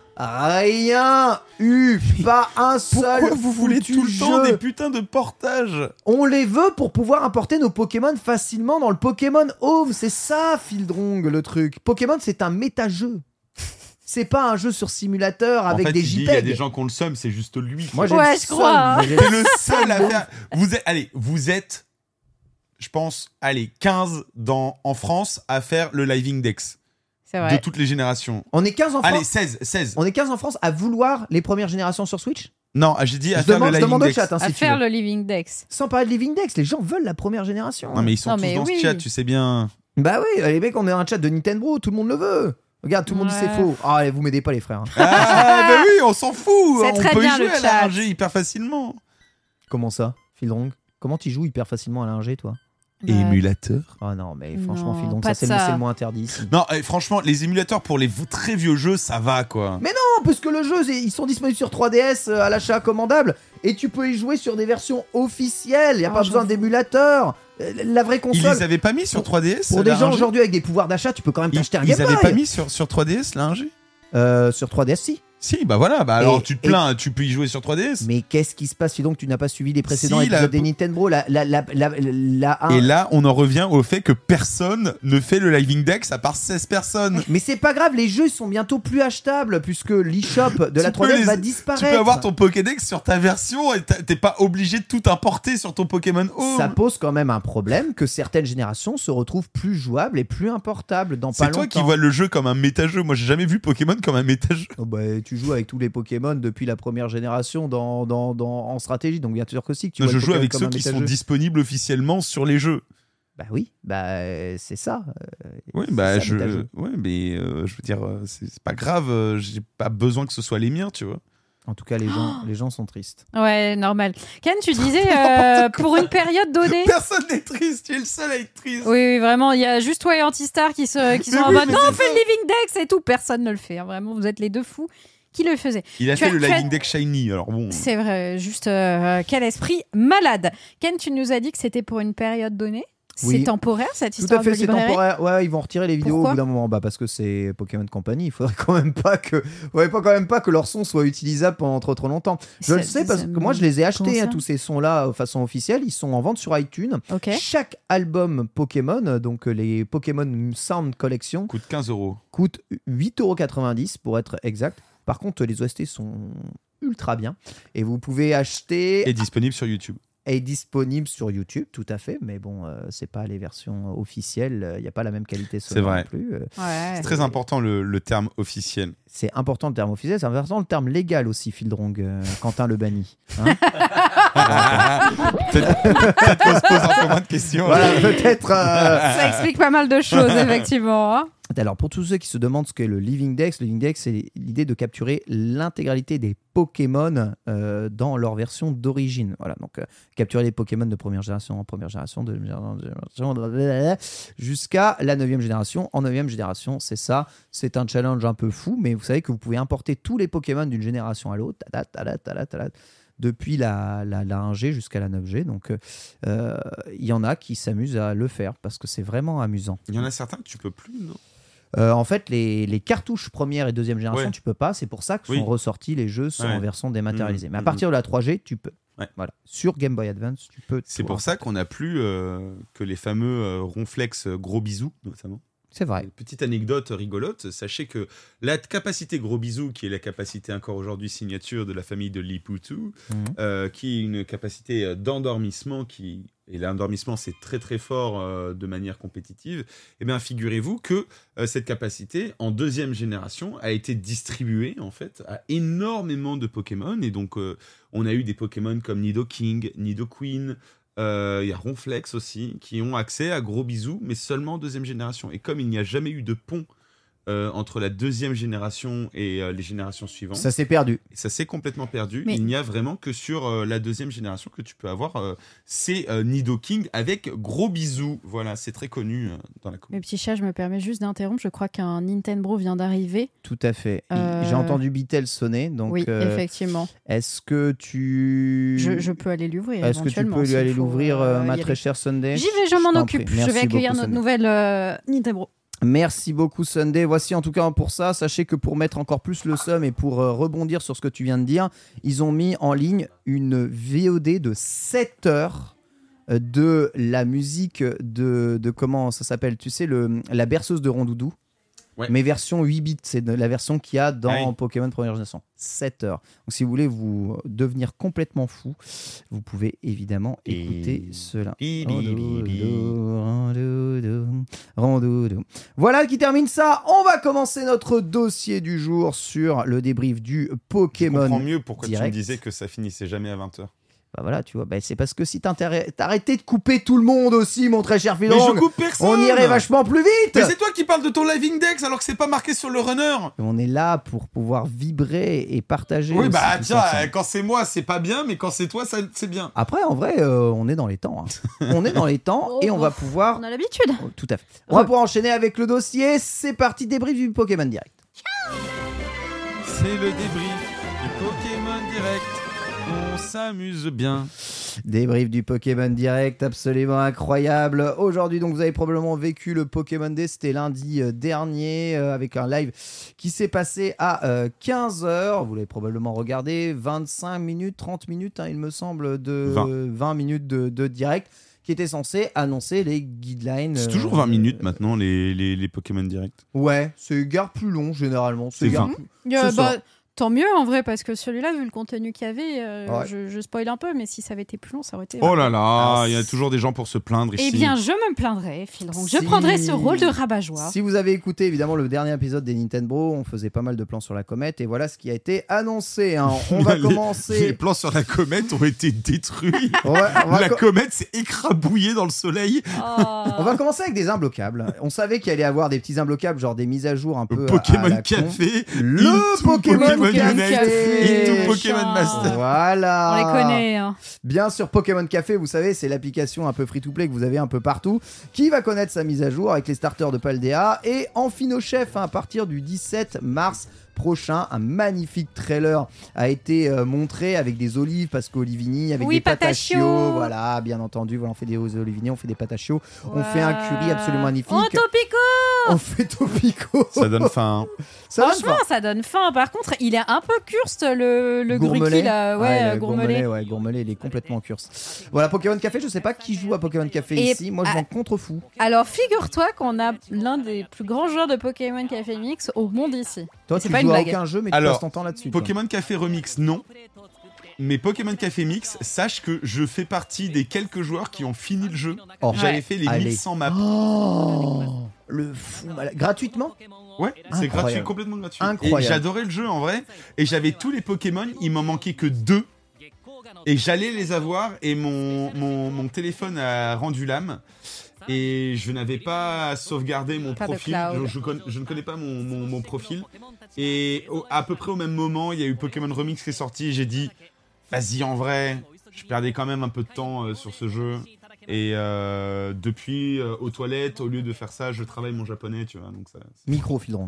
rien eu, pas un seul. Pourquoi vous voulez tout le jeu. temps des putains de portages? On les veut pour pouvoir importer nos Pokémon facilement dans le Pokémon Home. C'est ça, Fildrong, le truc. Pokémon, c'est un méta-jeu. C'est pas un jeu sur simulateur avec en fait, des il dit, J P E G. il y a des gens qui ont le seum, c'est juste lui. Moi, j'ai Ouais, le je seum, crois. j'ai T'es le seul à faire. Vous êtes, allez, vous êtes, je pense, allez, quinze dans, en France à faire le live index C'est de vrai. toutes les générations. On est quinze en France. Allez, seize, seize. On est quinze en France à vouloir les premières générations sur Switch. Non, j'ai dit à Je faire demande, le je live demande au index. chat, hein, À si tu faire veux. le Living Dex. Sans parler de Living Dex, les gens veulent la première génération. Non, mais ils sont Non, tous mais dans oui. ce chat, tu sais bien. Bah oui, les mecs, on est un chat de Nintendo, tout le monde le veut. Regarde, tout le monde dit Ouais. c'est faux. Ah, vous m'aidez pas les frères. hein. Ah, bah oui, on s'en fout. C'est On très peut bien, y jouer le à la chat. R G hyper facilement. Comment ça, Fildrong? Comment tu joues hyper facilement à l'A un G, toi? Bah, Émulateur. Oh non, mais franchement, Non, Fildrong, pas ça c'est de le, ça. c'est le moins interdit ici. Non, eh, franchement, les émulateurs pour les v- très vieux jeux, ça va quoi. Mais non, parce que le jeu, c'est- ils sont disponibles sur trois D S euh, à l'achat commandable et tu peux y jouer sur des versions officielles. Il y a Oh, pas besoin j'avoue. d'émulateur. Euh, La vraie Ils console. les avaient pas mis sur trois D S Pour des la gens R G? aujourd'hui avec des pouvoirs d'achat, tu peux quand même Ils, t'acheter un ils Game avaient Boy. pas mis sur, sur trois D S la R G? Euh, sur trois D S, si. Si, bah voilà, bah alors Et- tu te plains, tu peux y jouer sur trois D S. Mais qu'est-ce qui se passe, donc tu n'as pas suivi les précédents Si, la- épisodes des Nintendo, la, la, la, la, la un. Et là, on en revient au fait que personne ne fait le live index à part seize personnes. Mais c'est pas grave, les jeux ils sont bientôt plus achetables puisque l'eShop de la Tu trois D S peux les- va Tu disparaître. peux avoir ton Pokédex sur ta version et t'as- t'es pas obligé de tout importer sur ton Pokémon Home. Ça pose quand même un problème que certaines générations se retrouvent plus jouables et plus importables dans pas C'est longtemps. toi qui vois le jeu comme un méta-jeu. Moi, j'ai jamais vu Pokémon comme un méta-jeu. Oh bah, tu joues avec tous les Pokémon depuis la première génération dans, dans, dans, en stratégie, donc bien sûr que si. Que tu Non, vois je le joue Pokémon avec comme ceux un qui sont méta-jeu. disponibles officiellement sur les jeux. Bah oui, bah euh, c'est ça. euh, Oui, c'est bah ça, je, méta-jeu. ouais, mais euh, je veux dire, euh, c'est c'est pas grave. euh, J'ai pas besoin que ce soit les miens, tu vois. En tout cas, les gens, les gens sont tristes. Ouais, normal. Ken, tu disais euh, pour une période donnée. Personne n'est triste. Tu es le seul à être triste. Oui, oui, vraiment, il y a juste toi et Antistar qui, se, qui sont Mais en oui, mode mais non, c'est on fait le Living Dex et tout. Personne ne le fait. hein. Vraiment, vous êtes les deux fous qui le faisaient. Il a Tu fait as- le tu live as- index shiny. Alors bon. C'est vrai, juste euh, quel esprit malade. Ken, tu nous as dit que c'était pour une période donnée. Oui. C'est temporaire cette Tout histoire à fait, de c'est librairie. temporaire. Ouais, ils vont retirer les vidéos Pourquoi au bout d'un moment. Bah parce que c'est Pokémon Company. Il faudrait quand même pas que, faudrait pas quand même pas que leur son soit utilisable pendant trop trop longtemps. Je Ça- le sais parce ça que me- moi je les ai Comment achetés ça hein, tous ces sons là de façon officielle. Ils sont en vente sur iTunes. Ok. Chaque album Pokémon, donc euh, les Pokémon Sound Collection, Coûte quinze euros. coûte huit euros quatre-vingt-dix pour être exact. Par contre, les O S T sont ultra bien et vous pouvez acheter Et disponible sur YouTube. est disponible sur YouTube, tout à fait, mais bon, euh, c'est pas les versions officielles, il n'y a pas la même qualité sonore vrai. non plus. euh, Ouais. C'est très important le, le terme officiel. c'est important le terme officiel, c'est important le terme légal aussi, Fildrong, euh, Quentin le banni. Hein. Peut-être peut-être qu'on se pose un peu moins de questions. Voilà, peut-être. euh, Ça explique pas mal de choses, effectivement. hein. Alors, pour tous ceux qui se demandent ce qu'est le Living Dex, le Living Dex, c'est l'idée de capturer l'intégralité des Pokémon euh, dans leur version d'origine. Voilà, donc euh, capturer les Pokémon de première génération en première génération, de génération, jusqu'à la neuvième génération. En neuvième génération, c'est ça. C'est un challenge un peu fou, mais vous savez que vous pouvez importer tous les Pokémon d'une génération à l'autre, tada, tada, tada, tada, depuis la, la, la un G jusqu'à la neuf G. Donc, euh, il y en a qui s'amusent à le faire parce que c'est vraiment amusant. Il y en a certains que tu peux plus, non? Euh, en fait, les, les cartouches première et deuxième génération, Ouais. tu peux pas. C'est pour ça que Oui. sont ressortis les jeux sont Ouais. en version dématérialisée. Mmh, Mais à mmh, partir de la trois G, tu peux. Ouais. Voilà. Sur Game Boy Advance, tu peux. C'est tout pour avoir. ça qu'on n'a plus euh, que les fameux euh, Ronflex euh, gros bisous, notamment. C'est vrai. Petite anecdote rigolote, sachez que la capacité gros bisou, qui est la capacité encore aujourd'hui signature de la famille de Liputu, mmh. euh, qui est une capacité d'endormissement qui... Et l'endormissement, c'est très très fort euh, de manière compétitive. Eh bien, figurez-vous que euh, cette capacité, en deuxième génération, a été distribuée en fait à énormément de Pokémon. Et donc, euh, on a eu des Pokémon comme Nidoking, Nidoqueen, il euh, y a Ronflex aussi, qui ont accès à Gros Bisou, mais seulement en deuxième génération. Et comme il n'y a jamais eu de pont Euh, entre la deuxième génération et euh, les générations suivantes. Ça s'est perdu. Ça s'est complètement perdu. Mais... Il n'y a vraiment que sur euh, la deuxième génération que tu peux avoir euh, ces euh, Nidoking avec Gros Bisou. Voilà, c'est très connu euh, dans la communauté. Mais petit chat, je me permets juste d'interrompre. Je crois qu'un Nintendo vient d'arriver. Tout à fait. Euh... J'ai entendu Bitel sonner. Donc, oui, euh, effectivement. Est-ce que tu... Je, je peux aller l'ouvrir. Est-ce que tu peux lui aller l'ouvrir, euh, ma très chère Sunday? J'y vais, je m'en occupe. Je vais accueillir notre Sunday. nouvelle euh, Nintendo. Merci beaucoup Sunday. Voici en tout cas pour ça. Sachez que pour mettre encore plus le seum et pour euh, rebondir sur ce que tu viens de dire, ils ont mis en ligne une V O D de sept heures euh, de la musique de, de comment ça s'appelle, tu sais, le, la berceuse de Rondoudou. Ouais. Mais version huit bits, c'est la version qu'il y a dans ah oui. Pokémon première génération. sept heures. Donc si vous voulez vous devenir complètement fou, vous pouvez évidemment et... écouter cela. Rondoudou. Voilà qui termine ça. On va commencer notre dossier du jour sur le débrief du Pokémon. Je comprends mieux pourquoi direct. Tu me disais que ça finissait jamais à vingt heures. Bah voilà, tu vois, bah c'est parce que si t'arrêtais de couper tout le monde aussi, mon très cher Philong, mais je coupe personne. On irait vachement plus vite. Mais c'est toi qui parles de ton live index alors que c'est pas marqué sur le runner. On est là pour pouvoir vibrer et partager. Oui, bah tiens, quand c'est moi, c'est pas bien, mais quand c'est toi, ça, c'est bien. Après, en vrai, euh, on est dans les temps. Hein. On est dans les temps oh, et on va pouvoir... On a l'habitude. Oh, tout à fait. On ouais. va pouvoir enchaîner avec le dossier. C'est parti, débrief du Pokémon Direct. Ciao. C'est le débrief du Pokémon Direct. On s'amuse bien. Débrief du Pokémon Direct, absolument incroyable. Aujourd'hui, donc, vous avez probablement vécu le Pokémon Day. C'était lundi euh, dernier euh, avec un live qui s'est passé à euh, quinze heures. Vous l'avez probablement regardé. vingt-cinq minutes, trente minutes, hein, il me semble, de vingt, vingt minutes de, de direct qui était censé annoncer les guidelines. C'est toujours vingt euh, minutes maintenant, les, les, les Pokémon Direct. Ouais, c'est gare plus long généralement. C'est, c'est vingt. Plus... Euh, bah, tant mieux en vrai, parce que celui-là, vu le contenu qu'il y avait, euh, ouais. je, je spoil un peu, mais si ça avait été plus long, ça aurait été... Oh là là, il y a toujours des gens pour se plaindre ici. Eh bien, je me plaindrai, Philron. Si... Je prendrai ce rôle de rabat-joie. Si vous avez écouté, évidemment, le dernier épisode des Nintendo, on faisait pas mal de plans sur la comète, et voilà ce qui a été annoncé. Hein. On va les, commencer... Les plans sur la comète ont été détruits. on va, on va la co- comète s'est écrabouillée dans le soleil. Oh. On va commencer avec des imbloquables. On savait qu'il allait y avoir des petits imbloquables, genre des mises à jour un peu le Pokémon à la Café. Le Pokémon, Pokémon Café. Into Pokémon Master. Voilà. On les connaît. Hein. Bien sûr, Pokémon Café, vous savez, c'est l'application un peu free-to-play que vous avez un peu partout, qui va connaître sa mise à jour avec les starters de Paldea et Amphinochef hein, à partir du dix-sept mars prochain. Un magnifique trailer a été euh, montré avec des olives parce qu'Olivini avec oui, des patachios, voilà, bien entendu, voilà, on fait des olivini, on fait des patachios, ouais. On fait un curry absolument magnifique. Oh, Topico. On fait Topico. Ça donne faim. Hein. Ça Franchement, donne faim. Ça donne faim. Par contre, il est un peu curste le le Gruki là, ouais, ouais euh, gourmelet. Ouais, gourmelet, il est complètement curste. Voilà, Pokémon Café, je sais pas qui joue à Pokémon Café et ici, moi je m'en contrefous. Alors, figure-toi qu'on a l'un des plus grands joueurs de Pokémon Café Mix au monde ici. Toi, tu joues à aucun jeu, mais tu passes ton temps là-dessus. Pokémon toi. Café Remix, non. Mais Pokémon Café Mix, sache que je fais partie des quelques joueurs qui ont fini le jeu. Oh, J'avais ouais. fait les Allez. mille cent maps. Oh, le fou. Gratuitement ? Ouais, c'est gratuit, complètement gratuit. Incroyable. Et j'adorais le jeu en vrai. Et j'avais tous les Pokémon, il m'en manquait que deux. Et j'allais les avoir et mon, mon, mon téléphone a rendu l'âme. Et je n'avais pas sauvegardé mon pas profil. Je, je, je ne connais pas mon, mon, mon profil. Et au, à peu près au même moment, il y a eu Pokémon Remix qui est sorti. Et j'ai dit, vas-y, en vrai, je perdais quand même un peu de temps euh, sur ce jeu. Et euh, depuis, euh, aux toilettes, au lieu de faire ça, je travaille mon japonais, tu vois. Donc ça, micro, Philong.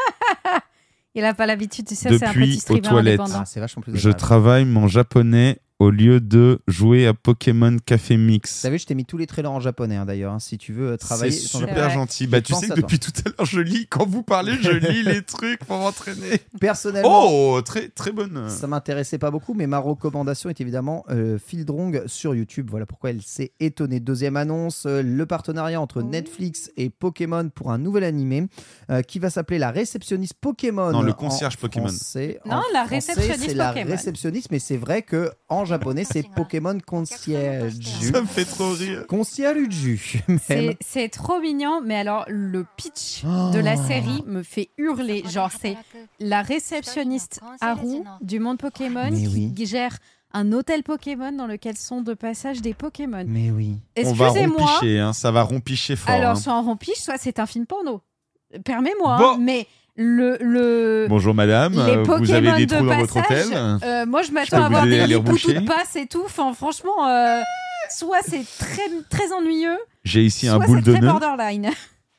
Il n'a pas l'habitude, tu sais, depuis, c'est un petit streamer indépendant. Ah, c'est vachement plus je travaille mon japonais au lieu de jouer à Pokémon Café Mix. T'as vu, je t'ai mis tous les trailers en japonais hein, d'ailleurs, hein, si tu veux travailler. C'est ton super japonais. gentil. Bah, Je tu pense sais à que toi. depuis tout à l'heure, je lis. Quand vous parlez, je lis les trucs pour m'entraîner. Personnellement, Oh, très, très bonne. ça m'intéressait pas beaucoup, mais ma recommandation est évidemment euh, Fildrong sur YouTube. Voilà pourquoi elle s'est étonnée. Deuxième annonce, euh, le partenariat entre Netflix et Pokémon pour un nouvel animé euh, qui va s'appeler La réceptionniste Pokémon. Non, le en concierge Pokémon. français. Non, En la français, réceptionniste c'est la Pokémon. réceptionniste, mais c'est vrai que en japonais, c'est Pokémon concierge. Ça me fait trop rire. Concierge. Même. C'est, c'est trop mignon, mais alors le pitch de la série me fait hurler. Genre, c'est la réceptionniste Haru du monde Pokémon Mais qui oui. gère un hôtel Pokémon dans lequel sont de passage des Pokémon. Mais oui. On va Excusez-moi. rompicher, hein, ça va rompicher fort. Alors, hein. soit en rompiche, soit c'est un film porno. Permets-moi, Bon. hein, mais le. le... Bonjour madame, Les euh, vous Pokémon avez des de trous dans votre passage, hôtel. euh, moi, je peux m'attends vous à avoir aider des à les hipoutous reboucher de passe et tout. Enfin, franchement, euh, soit c'est très, très ennuyeux, J'ai ici un soit boule c'est de très nœud. borderline.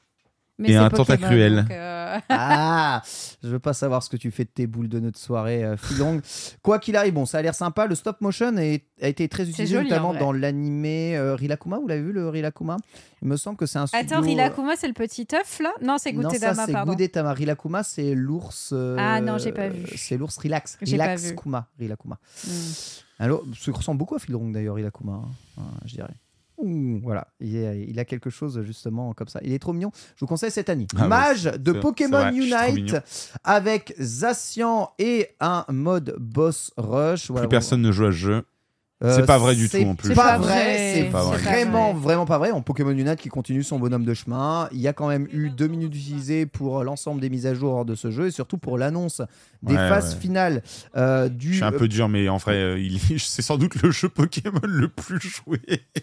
Mais Et c'est un Pokémon, tentacruel. donc, euh, Ah, je veux pas savoir ce que tu fais de tes boules de notre soirée, euh, Filong. Quoi qu'il arrive, bon, ça a l'air sympa. Le stop motion est- a été très utilisé, joli, notamment en vrai. dans l'animé euh, Rilakuma. Vous l'avez vu le Rilakuma? Il me semble que c'est un studio. Attends, Rilakuma, c'est le petit œuf là? Non, c'est Non, ça Gudetama, c'est pardon. Gudetama. Rilakuma, c'est l'ours. euh, Ah non, j'ai pas vu. C'est l'ours Relax. J'ai pas Relax vu. Kuma. Rilakuma. Hmm. Alors, ce qui ressemble beaucoup à Fildrong d'ailleurs, Rilakuma, hein, hein, je dirais. Ouh, voilà, il, est- il a quelque chose justement comme ça. Il est trop mignon. Je vous conseille cet anime. Ah ouais, Mage c'est- de c'est- Pokémon c'est vrai, je suis trop Unite mignon. avec Zacian et un mode boss rush. Voilà, Plus bon, personne ne joue à ce jeu. euh, c'est pas vrai du c'est tout, en plus. C'est C'est pas pas vrai, vrai, c'est c'est pas vrai. vraiment, vrai. vraiment pas vrai. En Pokémon Unite qui continue son bonhomme de chemin. Il y a quand même eu deux minutes utilisées pour l'ensemble des mises à jour de ce jeu et surtout pour l'annonce des Ouais, phases ouais. finales euh, du. Je suis un peu dur, mais en vrai, euh, il... c'est sans doute le jeu Pokémon le plus joué.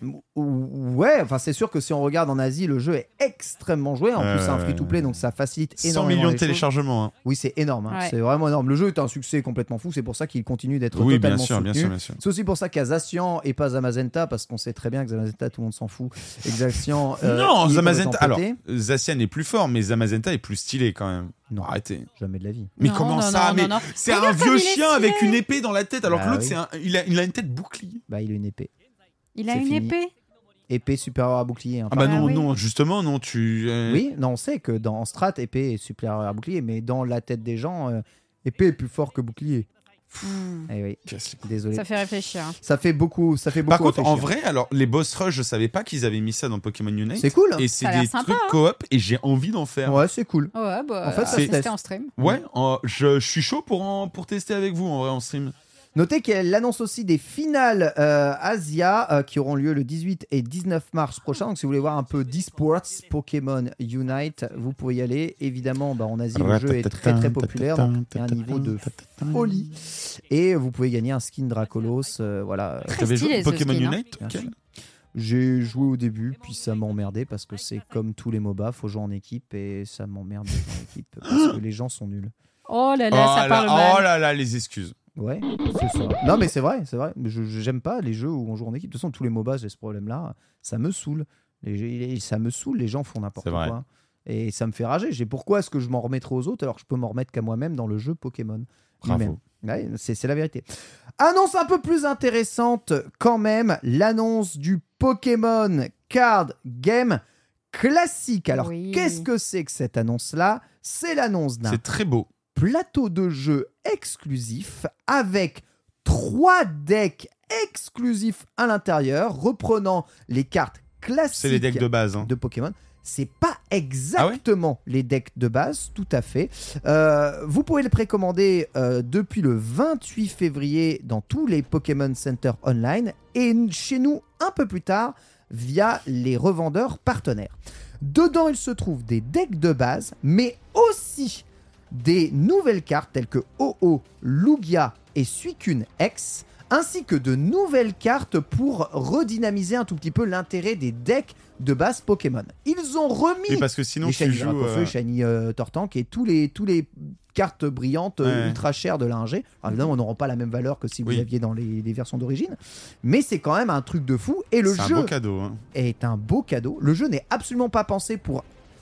Ouais, enfin c'est sûr que si on regarde en Asie, le jeu est extrêmement joué. En plus, c'est un Euh, free-to-play, donc ça facilite cent énormément millions de les choses. téléchargements. hein. Oui, c'est énorme. hein. Ouais. C'est vraiment énorme. Le jeu est un succès complètement fou. C'est pour ça qu'il continue d'être Oui, bien totalement sûr, bien soutenu. sûr, bien sûr. C'est aussi pour ça qu'il y a Zacian et pas Zamazenta, parce qu'on sait très bien que Zamazenta, tout le monde s'en fout. Et que Zacian. euh, non, il est Zamazenta. complètement Alors, pété. Zacian est plus fort, mais Zamazenta est plus stylé quand même. Non, Arrêtez. jamais de la vie. Mais Non, comment non, ça non, mais non, non. c'est un Regarde vieux comme il est chien stylé. avec une épée dans la tête, alors Bah que l'autre, oui. c'est un... il, a... il a une tête bouclier. Bah, il a une épée. Il a C'est une fini. épée. Épée supérieure à bouclier. hein. Ah bah Ah non, oui. non, justement, non, tu... euh, Oui, non, on sait que dans Strat, épée est supérieure à bouclier, mais dans la tête des gens, euh, épée est plus fort que bouclier. Hmm. Eh oui, casse les- désolé. Ça fait réfléchir. Ça fait beaucoup, ça fait beaucoup Par contre, en réfléchir. vrai, alors, les boss rush, je savais pas qu'ils avaient mis ça dans Pokémon Unite. C'est cool. Et c'est Ça a l'air des sympa, trucs hein. coop, et j'ai envie d'en faire. Ouais, c'est cool. Ouais, bah, En fait, euh, ça à se tester teste. en stream. Ouais, en- je, je suis chaud pour, en, pour tester avec vous, en vrai, en stream. Notez qu'elle annonce aussi des finales euh, Asia euh, qui auront lieu le dix-huit et dix-neuf mars prochain. Donc, si vous voulez voir un peu d'e-sports Pokémon Unite, vous pouvez y aller. Évidemment, bah, en Asie, le jeu est très très populaire. Donc, il y a un niveau de folie. Et vous pouvez gagner un skin Dracolos. euh, voilà. Très T'avais joué stylé, à ce Pokémon skin, hein. Unite Bien ok. sûr. J'ai joué au début, puis ça m'emmerdait parce que c'est comme tous les MOBA, faut jouer en équipe et ça m'emmerde de jouer en équipe parce que les gens sont nuls. Oh là Oh là, ça là, parle oh mal. là là, les excuses. Ouais, c'est ça. Non, mais c'est vrai, c'est vrai. Je je- j'aime pas les jeux où on joue en équipe. De toute façon, tous les MOBA, j'ai ce problème-là. Ça me saoule. Les, les- ça me saoule. Les gens font n'importe C'est vrai. quoi. Et ça me fait rager. J'ai pourquoi est-ce que je m'en remettrai aux autres alors que je peux m'en remettre qu'à moi-même dans le jeu Pokémon Bravo. lui-même. Ouais, c'est c'est la vérité. Annonce un peu plus intéressante quand même. L'annonce du Pokémon Card Game classique. Alors, Oui. qu'est-ce que c'est que cette annonce-là? C'est l'annonce d'un C'est très beau. plateau de jeu exclusif avec trois decks exclusifs à l'intérieur reprenant les cartes classiques C'est les decks de base. hein. de Pokémon. C'est pas exactement les decks de base, tout à fait. Euh, vous pouvez le précommander euh, depuis le vingt-huit février dans tous les Pokémon Center online et chez nous un peu plus tard via les revendeurs partenaires. Dedans, il se trouve des decks de base, mais aussi des nouvelles cartes telles que Ho-Oh, Lugia et Suicune X, ainsi que de nouvelles cartes pour redynamiser un tout petit peu l'intérêt des decks de base Pokémon. Ils ont remis Oui, parce que sinon, les tu Shiny joues. Dracofeu, euh, Shiny euh, Tortank et tous les, tous les cartes brillantes euh, Ouais. ultra chères de l'A un G. Alors évidemment, on n'aura pas la même valeur que si vous Oui. aviez dans les, les versions d'origine, mais c'est quand même un truc de fou. Et le C'est un jeu beau cadeau. hein. est un beau cadeau. Le jeu n'est absolument pas pensé pour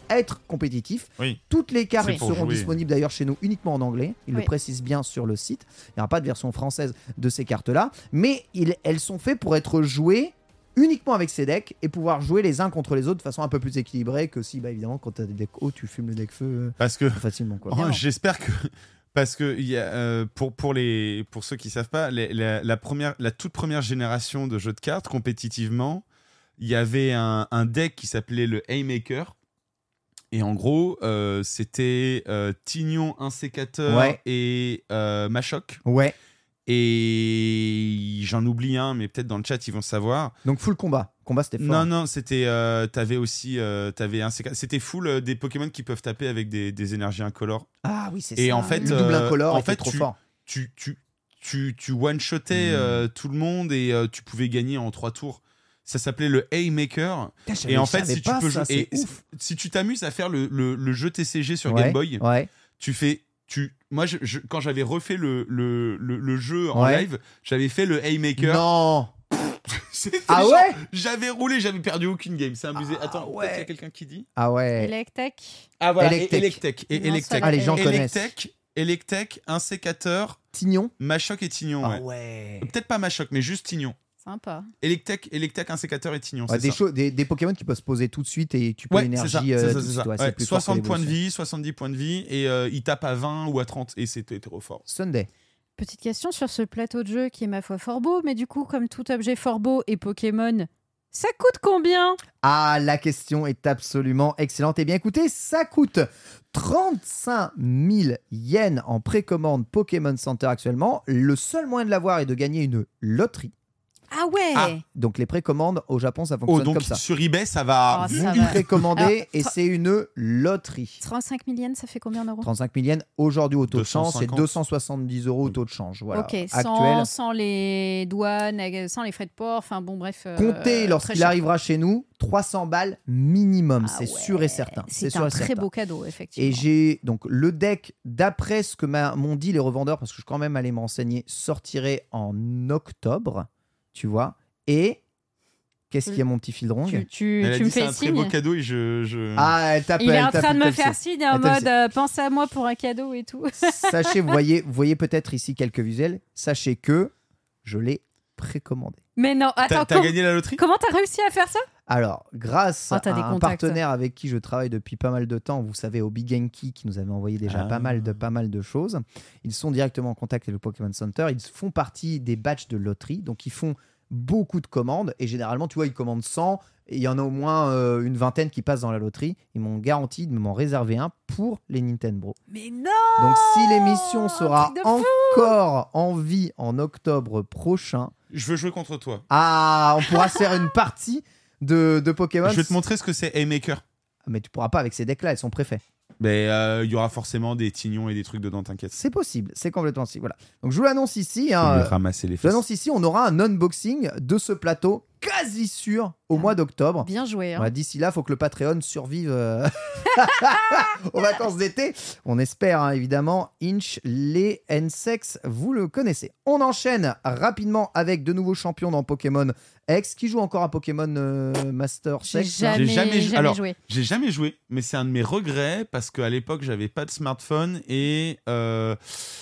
être compétitif. Oui. Toutes les cartes C'est pour seront jouer. disponibles d'ailleurs chez nous uniquement en anglais. Ils Oui. le précisent bien sur le site. Il n'y aura pas de version française de ces cartes-là. Mais ils- elles sont faites pour être jouées uniquement avec ces decks et pouvoir jouer les uns contre les autres de façon un peu plus équilibrée que si, bah, évidemment, quand tu as des decks hauts, tu fumes le deck feu euh, Parce que facilement. Quoi. Oh, j'espère que parce que il y a, euh, pour pour les pour ceux qui savent pas, les- la, la première la toute première génération de jeux de cartes compétitivement, il y avait un, un deck qui s'appelait le Haymaker. Et en gros, euh, c'était euh, Tignon, Insécateur Ouais. et euh, Machoc. Ouais, Et j'en oublie un, mais peut-être dans le chat ils vont savoir. donc full combat. Combat, c'était fort. Non, non, c'était. Euh, t'avais aussi. Euh, t'avais un, c'était full euh, des Pokémon qui peuvent taper avec des, des énergies incolores. Ah oui, c'est ça. Et en fait, le double euh, incolore en était fait, trop tu- fort. Tu, tu, tu, tu one-shotais Mm. euh, tout le monde et euh, tu pouvais gagner en trois tours. Ça s'appelait le Haymaker. Putain, je savais- Et en je fait, savais si tu pas peux ça, jouer, c'est et ouf. si tu t'amuses à faire le, le, le jeu T C G sur Ouais, Game Boy, Ouais. tu fais. Tu, moi, je, je- quand j'avais refait le, le, le, le jeu en Ouais. live, j'avais fait le Haymaker. Non. C'était Ah genre- ouais. J'avais roulé, j'avais perdu aucune game. C'est abusé. Ah Attends, ouais. peut-être qu'il y a quelqu'un qui dit. Ah ouais. Electek. Ah voilà, Electek. et Electek. Et Non, Electek. ça, Ah, les gens connaissent. Electek, Electek, Insécateur, Tignon. Machoc et Tignon. Ah ouais. ouais. Peut-être pas Machoc, mais juste Tignon. Sympa. Electek, Electek, Insécateur et Tignon. Ouais, c'est des, ça. choses- des, des Pokémon qui peuvent se poser tout de suite et tu peux Ouais, c'est l'énergie ça, euh, c'est ça, tout de c'est suite. ça. Ouais, Ouais, c'est plus fort que soixante points de l'évolution. vie, soixante-dix points de vie, et euh, il tape à vingt ou à trente, et c'était trop fort. Sunday. Petite question sur ce plateau de jeu qui est ma foi fort beau, mais du coup, comme tout objet fort beau et Pokémon, ça coûte combien? Ah, la question est absolument excellente. Eh bien, écoutez, ça coûte trente-cinq mille yens en précommande Pokémon Center actuellement. Le seul moyen de l'avoir est de gagner une loterie. Ah ouais. Ah. Donc, les précommandes au Japon, ça Oh, fonctionne donc comme ça. sur eBay, ça va. Ah, Vous ça va. précommandez Alors, et tra- c'est une loterie. trente-cinq mille yens, ça fait combien d'euros? trente-cinq mille yens aujourd'hui au taux de change, c'est deux cent cinquante. deux cent soixante-dix euros au taux de change. Voilà. Ok, Actuel. sans, sans les douanes, euh, sans les frais de port, enfin bon, bref. euh, Comptez très lorsqu'il cher. arrivera chez nous, trois cents balles minimum, Ah c'est ouais, sûr et certain. C'est sûr un et très certain. beau cadeau, effectivement. Et j'ai donc le deck, d'après ce que m'a- m'ont dit les revendeurs, parce que je suis quand même allé m'enseigner, sortirait en octobre, tu vois. Et qu'est-ce qu'il y a, mon petit Fildrong? Tu, tu, Elle a tu dit me c'est fais un très beau signe. cadeau et je. je... Ah, elle t'appelle. Il est en elle train t'appelle de me comme faire ça. signe en Elle t'appelle mode euh, pense à moi pour un cadeau et tout. Sachez, vous voyez, vous voyez peut-être ici quelques visuels. Sachez que je l'ai précommandé. Mais non, T'as attends, t'as com- gagné la loterie? comment t'as réussi à faire ça? Alors, grâce Oh, t'as à des un contacts. partenaire avec qui je travaille depuis pas mal de temps, vous savez, au Big Genki, qui nous avait envoyé déjà Ah. pas mal de pas mal de choses. Ils sont directement en contact avec le Pokémon Center. Ils font partie des batchs de loterie, donc ils font beaucoup de commandes. Et généralement, tu vois, ils commandent cent. Et il y en a au moins euh, une vingtaine qui passent dans la loterie. Ils m'ont garanti de m'en réserver un pour les Nintendo. Mais non. Donc, si l'émission sera truc de fou. encore en vie en octobre prochain, Je veux jouer contre toi. ah, on pourra se faire une partie de, de Pokémon. Je vais te montrer ce que c'est Haymaker. Mais tu pourras pas avec ces decks-là, elles sont préfets. Mais euh, il y aura forcément des tignons et des trucs dedans, t'inquiète. C'est possible, c'est complètement possible. Voilà. Donc je vous l'annonce ici. Je Hein, vais euh, lui ramasser les je vous fesses. l'annonce ici, on aura un unboxing de ce plateau quasi sûr au mois d'octobre. Bien joué. Hein. Voilà, d'ici là, il faut que le Patreon survive euh, aux vacances d'été. On espère hein, évidemment. Inch, les N-Sex, vous le connaissez. On enchaîne rapidement avec de nouveaux champions dans Pokémon X. Qui joue encore à Pokémon euh, Master J'ai Sex jamais, J'ai jamais jamais, jou- alors, joué. J'ai jamais joué, mais c'est un de mes regrets parce qu'à l'époque, j'avais pas de smartphone et euh,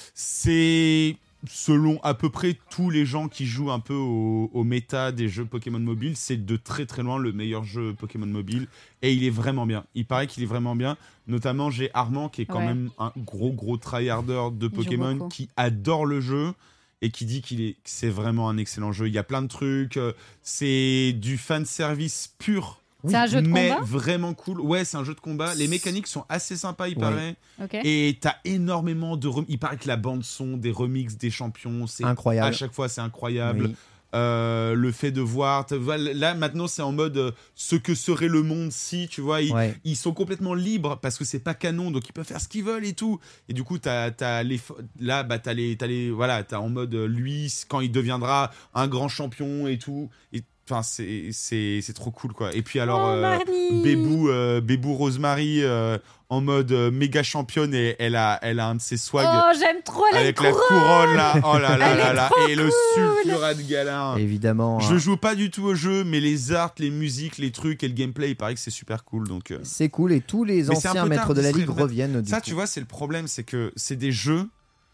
c'est selon à peu près tous les gens qui jouent un peu au, au méta des jeux Pokémon mobile, c'est de très très loin le meilleur jeu Pokémon mobile et il est vraiment bien. Il paraît qu'il est vraiment bien. Notamment, j'ai Armand qui est quand Ouais. même un gros gros tryharder de Il joue Pokémon beaucoup. qui adore le jeu. Et qui dit qu'il est, que c'est vraiment un excellent jeu. Il y a plein de trucs. euh, C'est du fan service pur. C'est un jeu de mais combat. vraiment cool. Ouais, c'est un jeu de combat. Les mécaniques sont assez sympas, il Ouais. paraît. Ok. Et t'as énormément de. rem- Il paraît que la bande son, des remixes des champions, c'est Incroyable. à chaque fois c'est incroyable. Oui. Euh, le fait de voir, t'as- voilà, là maintenant c'est en mode euh, ce que serait le monde si, tu vois, ils, Ouais. ils sont complètement libres parce que c'est pas canon, donc ils peuvent faire ce qu'ils veulent et tout. Et du coup, t'as, t'as les, fo- là, bah t'as les, t'as les, voilà, t'as en mode euh, lui quand il deviendra un grand champion et tout. Et Enfin, c'est, c'est, c'est trop cool, quoi. Et puis alors, Oh, euh, Marnie. Bébou, euh, Bébou Rosemary euh, en mode euh, méga championne et elle a, elle a un de ses swags Oh, j'aime trop les avec la couronnes. couronne là. Oh là là Elle là est là. trop Et le sulfurat de galin. Évidemment. Je hein. joue pas du tout au jeu, mais les arts, les musiques, les trucs et le gameplay, il paraît que c'est super cool. Donc, euh. C'est cool et tous les Mais c'est un anciens peu maîtres tard, de la ce serait ligue vrai. reviennent. Du Ça, coup. tu vois, c'est le problème, c'est que c'est des jeux.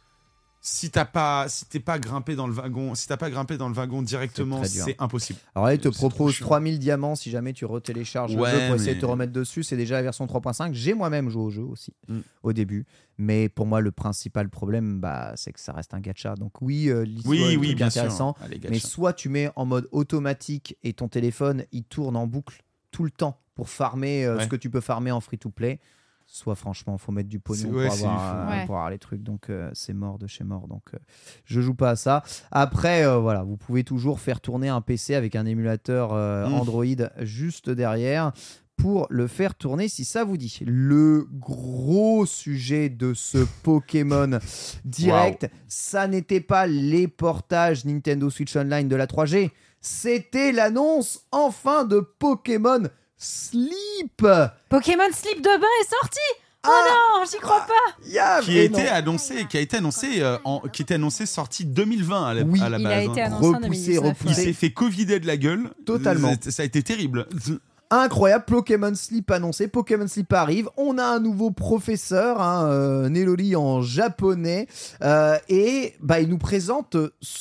Si t'as pas, si t'es pas grimpé dans le wagon, si t'as pas grimpé dans le wagon directement, C'est très dur. c'est impossible. Alors là, il te C'est trop propose chiant. trois mille diamants si jamais tu retélécharges Ouais, le jeu pour essayer de mais- te remettre dessus. C'est déjà la version trois point cinq. J'ai moi-même joué au jeu aussi Mm. au début. Mais pour moi, le principal problème, bah, c'est que ça reste un gacha. Donc oui, euh, l'histoire Oui, est oui, truc bien intéressant. sûr. Allez, Mais gacha. soit tu mets en mode automatique et ton téléphone, il tourne en boucle tout le temps pour farmer euh, Ouais. ce que tu peux farmer en free-to-play. Soit franchement, faut mettre du pognon C'est- pour, ouais, c'est avoir, du fou. euh, Ouais. pour avoir les trucs. Donc euh, c'est mort de chez mort. Donc euh, je joue pas à ça. Après, euh, voilà, vous pouvez toujours faire tourner un P C avec un émulateur euh, Mm. Android juste derrière pour le faire tourner si ça vous dit. Le gros sujet de ce Pokémon direct, ça n'était pas les portages Nintendo Switch Online de la trois G, c'était l'annonce enfin de Pokémon Sleep. Pokémon Slip de bain est sorti. Oh Ah, non, j'y crois pas. ya, Qui a mais été non. annoncé, qui a été annoncé, euh, en, qui était annoncé sorti deux mille vingt à la, Oui. à la Il base. a été hein. annoncé en deux mille Repoussé, dix-neuf. Il repoussé. s'est fait covider de la gueule. Totalement. Ça, ça a été terrible. Incroyable, Pokémon Sleep annoncé, Pokémon Sleep arrive, on a un nouveau professeur, hein, euh, Neloli en japonais, euh, et bah, il nous présente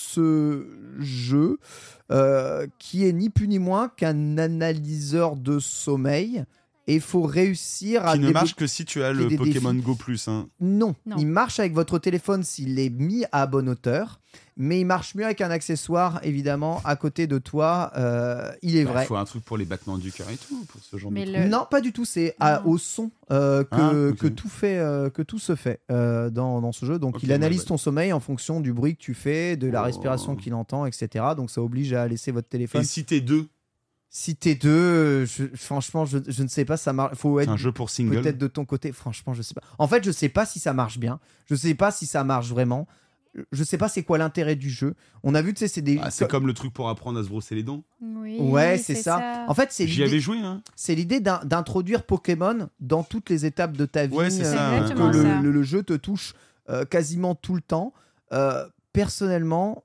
ce jeu euh, qui est ni plus ni moins qu'un analyseur de sommeil, et il faut réussir à... Qui ne déblo- marche que si tu as le des Pokémon défis. Go Plus. Hein. Non. Non. Il marche avec votre téléphone s'il est mis à bonne hauteur, mais il marche mieux avec un accessoire, évidemment, à côté de toi, euh, il est Il vrai. faut un truc pour les battements du cœur et tout, pour ce genre Mais de le- truc. Non, pas du tout. C'est à- Non. au son euh, que, Ah, ok. que tout fait, euh, que tout se fait euh, dans, dans ce jeu. Donc, Ok, il analyse ouais, ouais. ton sommeil en fonction du bruit que tu fais, de la Oh. respiration qu'il entend, et cetera. Donc, ça oblige à laisser votre téléphone. Et si t'es deux, Si t'es deux, euh, je- franchement, je, je ne sais pas. Ça marche. Faut c'est être un jeu pour single. peut-être de ton côté. Franchement, je sais pas. En fait, je sais pas si ça marche bien. Je sais pas si ça marche vraiment. Je sais pas c'est quoi l'intérêt du jeu. On a vu, tu sais, c'est des. Ah, c'est comme le truc pour apprendre à se brosser les dents. Oui, Ouais, c'est ça. En fait, c'est J'y l'idée. avais joué, hein. C'est l'idée d'un- d'introduire Pokémon dans toutes les étapes de ta vie, Ouais, c'est euh, ça, ouais. que exactement le, ça. le- le jeu te touche euh, quasiment tout le temps. Euh, personnellement,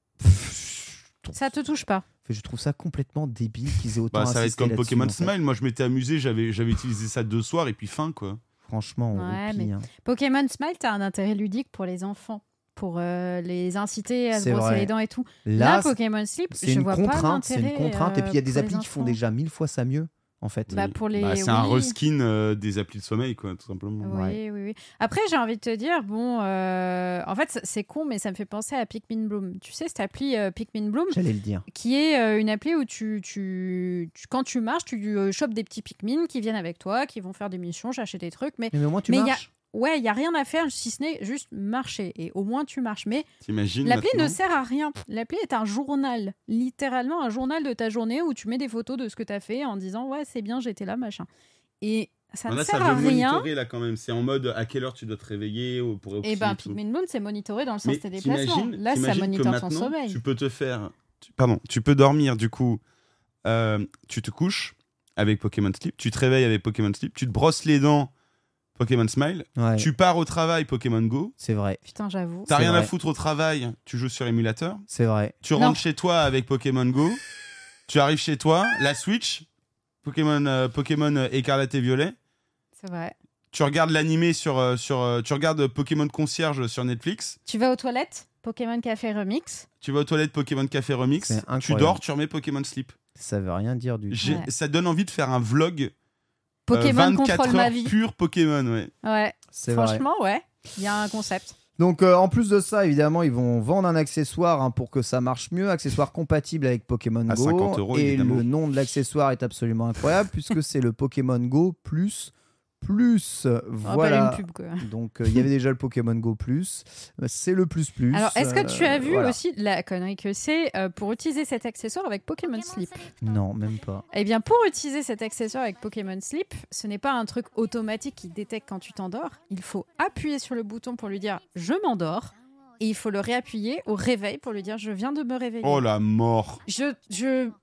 pff, je trouve- Ça te touche pas. je trouve ça complètement débile qu'ils aient autant Bah, ça va être insisté comme là-dessus, Pokémon en fait. Smile. Moi, je m'étais amusé, j'avais, j'avais utilisé ça deux soirs et puis fin, quoi. Franchement, on Ouais, roupille, mais- hein. Pokémon Smile, t'as un intérêt ludique pour les enfants, pour euh, les inciter à se C'est brosser vrai. les dents et tout. Là, Là, Pokémon Sleep, c'est je une vois pas contrainte, c'est une l'intérêt, contrainte. Et puis il y a des euh, pour applis les qui font enfants. déjà mille fois ça mieux, en fait. Bah, pour les... Bah, c'est un oui. reskin euh, des applis de sommeil, quoi, tout simplement. Oui, Ouais. oui, oui. Après, j'ai envie de te dire, bon, euh, en fait, c'est- c'est con, mais ça me fait penser à Pikmin Bloom. Tu sais, cette appli euh, Pikmin Bloom, J'allais le dire. qui est euh, une appli où tu, tu, tu- quand tu marches, tu euh, chopes des petits Pikmin qui viennent avec toi, qui vont faire des missions, chercher des trucs. Mais Mais au moins, tu Mais il y a- marches. ouais, il y a rien à faire si ce n'est juste marcher. Et au moins, tu marches. Mais T'imagines l'appli ne maintenant sert à rien. L'appli est un journal, littéralement un journal de ta journée où tu mets des photos de ce que tu as fait en disant ouais, c'est bien, j'étais là, machin. Et ça Non, ne là, sert ça à veut rien. monitorer, là, quand même. C'est en mode à quelle heure tu dois te réveiller ou pour Et observer ben, tout. Pikmin Bloom, c'est monitoré dans le sens Mais de tes déplacements. t'imagines- Là, ça t'imagines que monitor ton maintenant, sommeil. Tu peux te faire. tu- Pardon, tu peux dormir, du coup. euh, tu te couches avec Pokémon Sleep, tu te réveilles avec Pokémon Sleep, tu te brosses les dents, Pokémon Smile, Ouais, tu pars au travail, Pokémon Go, c'est vrai. Putain, j'avoue. t'as C'est rien à vrai. foutre au travail, tu joues sur émulateur, C'est vrai. tu Non. rentres chez toi avec Pokémon Go, tu arrives chez toi, la Switch, Pokémon, euh, Pokémon euh, Écarlate et Violet, C'est vrai. tu regardes l'animé sur, euh, sur euh, tu regardes Pokémon Concierge sur Netflix, Tu vas aux toilettes, Pokémon Café Remix. tu vas aux toilettes Pokémon Café Remix, C'est tu incroyable. dors, tu remets Pokémon Sleep. Ça veut rien dire du tout. J'ai- Ouais. Ça donne envie de faire un vlog euh, Pokémon vingt-quatre contrôle ma heures vie. pur Pokémon, ouais. Ouais, C'est vrai. franchement, ouais. Il y a un concept. Donc euh, en plus de ça, évidemment, ils vont vendre un accessoire hein, pour que ça marche mieux, accessoire compatible avec Pokémon À Go. cinquante euros, et évidemment. le nom de l'accessoire est absolument incroyable puisque c'est le Pokémon Go Plus Plus. On va pas Voilà. une pub, quoi. Donc euh, il y avait déjà le Pokémon Go Plus, Euh, c'est le plus plus. Alors, est-ce que tu as Euh, vu voilà. aussi la connerie que c'est euh, pour utiliser cet accessoire avec Pokémon Sleep? Non, même pas. Eh bien, pour utiliser cet accessoire avec Pokémon Sleep, ce n'est pas un truc automatique qui détecte quand tu t'endors. Il faut appuyer sur le bouton pour lui dire « je m'endors » et il faut le réappuyer au réveil pour lui dire « je viens de me réveiller Oh la mort. je, je,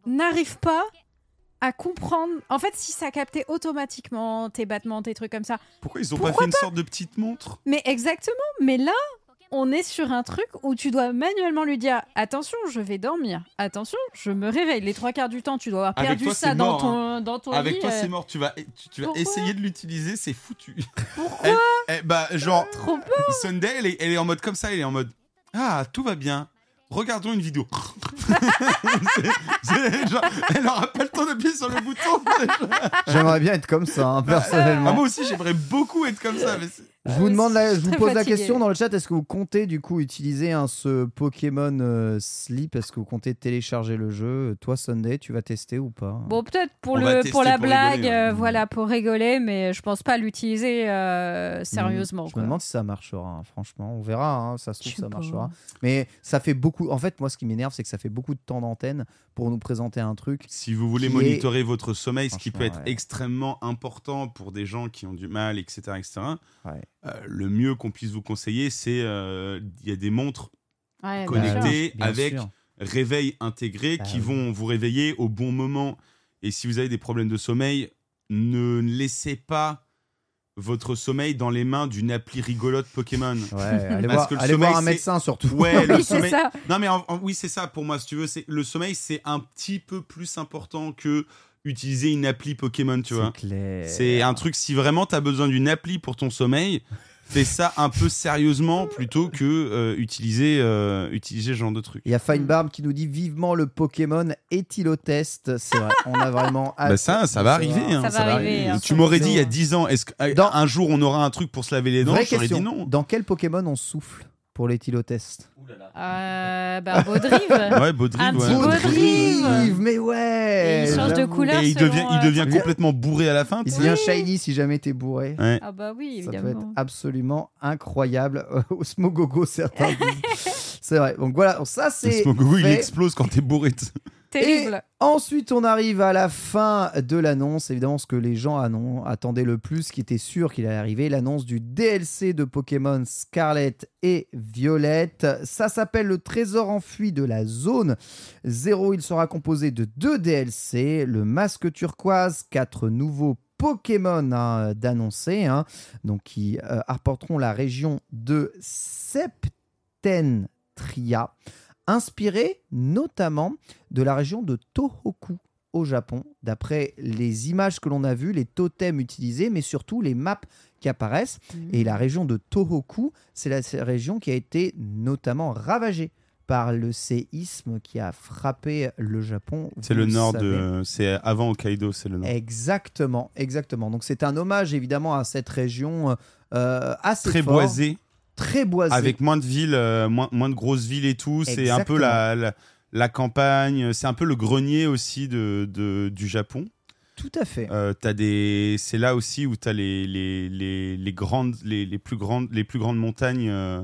n'arrive pas à comprendre. En fait, si ça captait automatiquement tes battements, tes trucs comme ça. Pourquoi ils ont Pourquoi pas fait une sorte de petite montre? Mais exactement. Mais là, on est sur un truc où tu dois manuellement lui dire attention, je vais dormir. Attention, je me réveille. Les trois quarts du temps, tu dois avoir Avec perdu toi, ça c'est dans mort, ton hein. dans ton Avec lit. toi, euh, c'est mort. Tu vas, tu, tu vas Pourquoi essayer de l'utiliser, c'est foutu. Pourquoi elle, elle- Bah, genre, Trop peur. Sunday, elle est, elle est en mode comme ça. Elle est en mode ah, tout va bien. Regardons une vidéo. c'est, c'est, genre, elle n'aura pas le temps d'appuyer sur le bouton. J'aimerais bien être comme ça, hein, personnellement. Ah, moi aussi, j'aimerais beaucoup être comme ça. Mais c'est... Je vous demande, la- je vous Très pose la fatigué. question dans le chat. Est-ce que vous comptez du coup utiliser hein, ce Pokémon euh, Sleep? Est-ce que vous comptez télécharger le jeu? Toi, Sunday, tu vas tester ou pas? Bon, peut-être pour, On va le, tester pour la pour blague, rigoler, ouais. euh, voilà, pour rigoler, mais je pense pas l'utiliser euh, sérieusement. Hmm, Je quoi. me demande si ça marchera. hein, franchement, on verra. hein, ça se trouve, Je sais ça pas. marchera. Mais ça fait beaucoup. En fait, moi, ce qui m'énerve, c'est que ça fait beaucoup de temps d'antenne pour nous présenter un truc. Si vous voulez Qui monitorer est... votre sommeil, ce qui peut Franchement, être ouais. extrêmement important pour des gens qui ont du mal, et cetera, et cetera. Ouais. Euh, le mieux qu'on puisse vous conseiller, c'est euh, il y a des montres Ouais, bien connectées sûr. Bien avec sûr. réveil intégré Bah qui oui. vont vous réveiller au bon moment. Et si vous avez des problèmes de sommeil, ne laissez pas votre sommeil dans les mains d'une appli rigolote Pokémon. Ouais, allez Parce voir, que le allez sommeil, voir un c'est- médecin surtout. Ouais, le Oui, c'est sommeil. ça. Non mais en- en- oui, c'est ça pour moi. Si tu veux, c'est le sommeil, c'est un petit peu plus important que utiliser une appli Pokémon, tu vois. C'est clair. C'est un truc, si vraiment tu as besoin d'une appli pour ton sommeil, fais ça un peu sérieusement plutôt que euh, utiliser, euh, utiliser ce genre de truc. Il y a Finebarb qui nous dit vivement le Pokémon éthylotest. C'est vrai, on a vraiment hâte. Bah ça, ça va de arriver. savoir. hein, Ça va arriver, hein, Tu ça. m'aurais dit il y a dix ans, est-ce qu'un Dans- jour on aura un truc pour se laver les dents? Vraie J'aurais dit question. non. Dans quel Pokémon on souffle pour l'éthylotest? Euh, bah, Baudrive. Ouais, Baudrive. Un ouais. petit Baudrive. Baudrive, mais ouais. Et il change de j'avoue. couleur. Et il selon, devient, il euh, devient son- complètement bourré à la fin. tu Il sais. devient shiny si jamais t'es bourré. Ouais. Ah bah oui, Ça peut être évidemment. absolument incroyable. Au Smogogo, certains disent. C'est vrai. Donc voilà, ça Le c'est. Smogogo, il fait. explose quand t'es bourré. Terrible. Ensuite, on arrive à la fin de l'annonce. Évidemment, ce que les gens annon- attendaient le plus, qui était sûr qu'il allait arriver, l'annonce du D L C de Pokémon Scarlet et Violette. Ça s'appelle le Trésor enfui de la zone zéro. Il sera composé de deux D L C, le Masque turquoise, quatre nouveaux Pokémon hein, d'annoncer, hein, donc qui euh, apporteront la région de Septentria, inspiré notamment de la région de Tohoku au Japon, d'après les images que l'on a vues, les totems utilisés, mais surtout les maps qui apparaissent. Et la région de Tohoku, c'est la c'est la région qui a été notamment ravagée par le séisme qui a frappé le Japon. C'est vous le nord savez. de. C'est avant Hokkaido, c'est le nord. Exactement, exactement. Donc c'est un hommage évidemment à cette région euh, assez Très fort, boisé, très boisée. avec moins de villes, euh, moins, moins de grosses villes et tout. C'est un peu la, la, la campagne. C'est un peu le grenier aussi de, de, du Japon. Tout à fait. Euh, t'as des... C'est là aussi où tu as les, les, les, les, grandes, les, les, plus grandes, les plus grandes montagnes euh,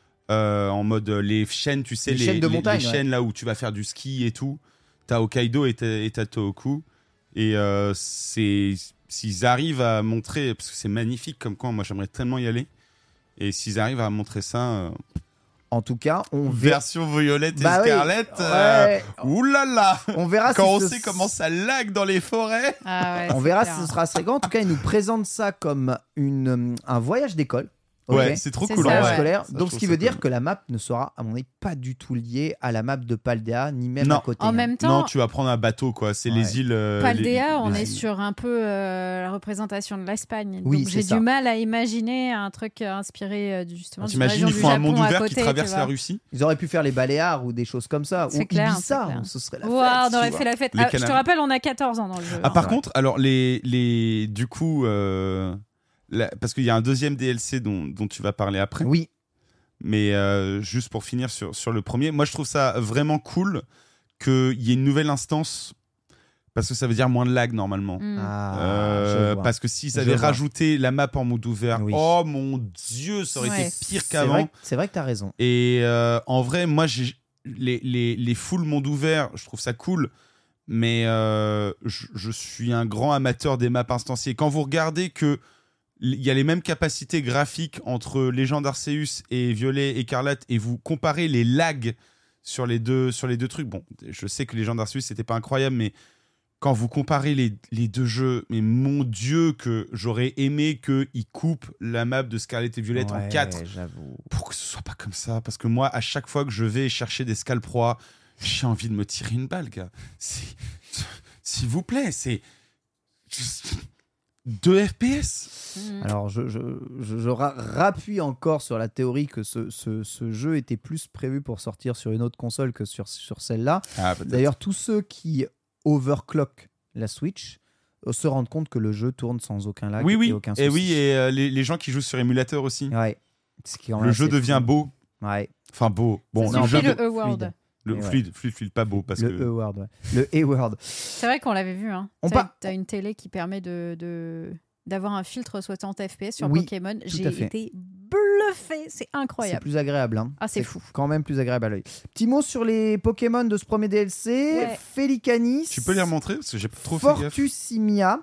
euh, en mode les chaînes, tu sais, Les les, chaînes de les- montagne, les ouais. chaînes là où tu vas faire du ski et tout. Tu as Hokkaido et t'as et t'as Tohoku. Et euh, c'est... s'ils arrivent à montrer, parce que c'est magnifique comme coin, moi j'aimerais tellement y aller. Et s'ils arrivent à montrer ça, euh, En tout cas, on verra. version Violette et Bah oui, Scarlett, euh, ouais. oulala, On verra quand si on ce- sait comment ça lag dans les forêts. Ah ouais, On c'est verra clair. si ce sera assez grand. En tout cas, ils nous présentent ça comme une, un voyage d'école. Ok. Ouais, c'est trop C'est cool. ça, en Voyage vrai. scolaire. Ça, je Donc, ce trouve qui ça veut dire cool. que la map ne sera, à mon avis, pas du tout liée à la map de Paldea, ni même Non. à côté. En hein. même temps, Non, tu vas prendre un bateau, quoi. C'est Ouais. les îles. euh, Paldea, les- on les est îles. sur un peu euh, la représentation de l'Espagne. Oui, Donc c'est j'ai ça. du mal à imaginer un truc euh, inspiré euh, du- justement d'une T'imagines, région ils du font un Japon monde à ouvert côté, qui tu traverse vois. la Russie. Ils auraient pu faire les Baléares ou des choses comme ça. C'est Ou clair, c'est Ibiza, clair. ce serait la Wow, fête. on tu aurait vois. fait la fête. Les Ah, je te Canaries. rappelle, on a quatorze ans dans le jeu. Ah, hein. par ouais. contre, alors, les, les, du coup, euh, la- parce qu'il y a un deuxième D L C dont, dont tu vas parler après. Oui, Mais euh, juste pour finir sur, sur le premier, moi je trouve ça vraiment cool qu'il y ait une nouvelle instance. Parce que ça veut dire moins de lag normalement. Mm. Ah, Euh, je vois. parce que s'ils Je avaient vois. rajouté la map en mode ouvert, Oui. oh mon dieu, ça aurait Ouais. été pire C'est qu'avant. vrai, c'est vrai que t'as raison. Et euh, en vrai, moi, j'ai les, les, les full monde ouvert, je trouve ça cool. Mais euh, je, je suis un grand amateur des maps instanciées. Quand vous regardez que il y a les mêmes capacités graphiques entre Légende Arceus et Violet Écarlate et vous comparez les lags sur les deux, sur les deux trucs. Bon, je sais que Legend Arceus, c'était pas incroyable, mais quand vous comparez les, les deux jeux, mais mon Dieu, que j'aurais aimé qu'ils coupent la map de Scarlet et Violet Ouais, en quatre. J'avoue. Pour que ce soit pas comme ça. Parce que moi, à chaque fois que je vais chercher des Scalp Rois, j'ai envie de me tirer une balle, gars. C'est... S'il vous plaît, c'est... deux F P S. Alors, je, je, je, je ra- rappuie encore sur la théorie que ce, ce, ce jeu était plus prévu pour sortir sur une autre console que sur, sur celle-là. Ah, peut-être. D'ailleurs, tous ceux qui overclock la Switch euh, se rendent compte que le jeu tourne sans aucun lag Oui, oui. et aucun Et souci. oui, et euh, les, les gens qui jouent sur émulateur aussi. Ouais. Ce qui est quand même Le jeu assez devient fou. beau. Ouais. Enfin, beau. Bon, Ça le jeu suffit, de- le E-World. fluide. le Et ouais. fluide, fluide, fluide, pas beau. Parce Le que... E-Word, ouais. Le E-Word. C'est vrai qu'on l'avait vu. Hein. On T'as, par- t'as une télé qui permet de, de, d'avoir un filtre soixante F P S sur Oui, Pokémon. à J'ai fait. été bluffé. C'est C'est incroyable. plus agréable. Hein. Ah, c'est fou. Quand même plus agréable à l'œil. Petit mot sur les Pokémon de ce premier D L C. Ouais. Félicanis. Tu peux les remontrer parce que j'ai pas trop fait gaffe. Fortusimia,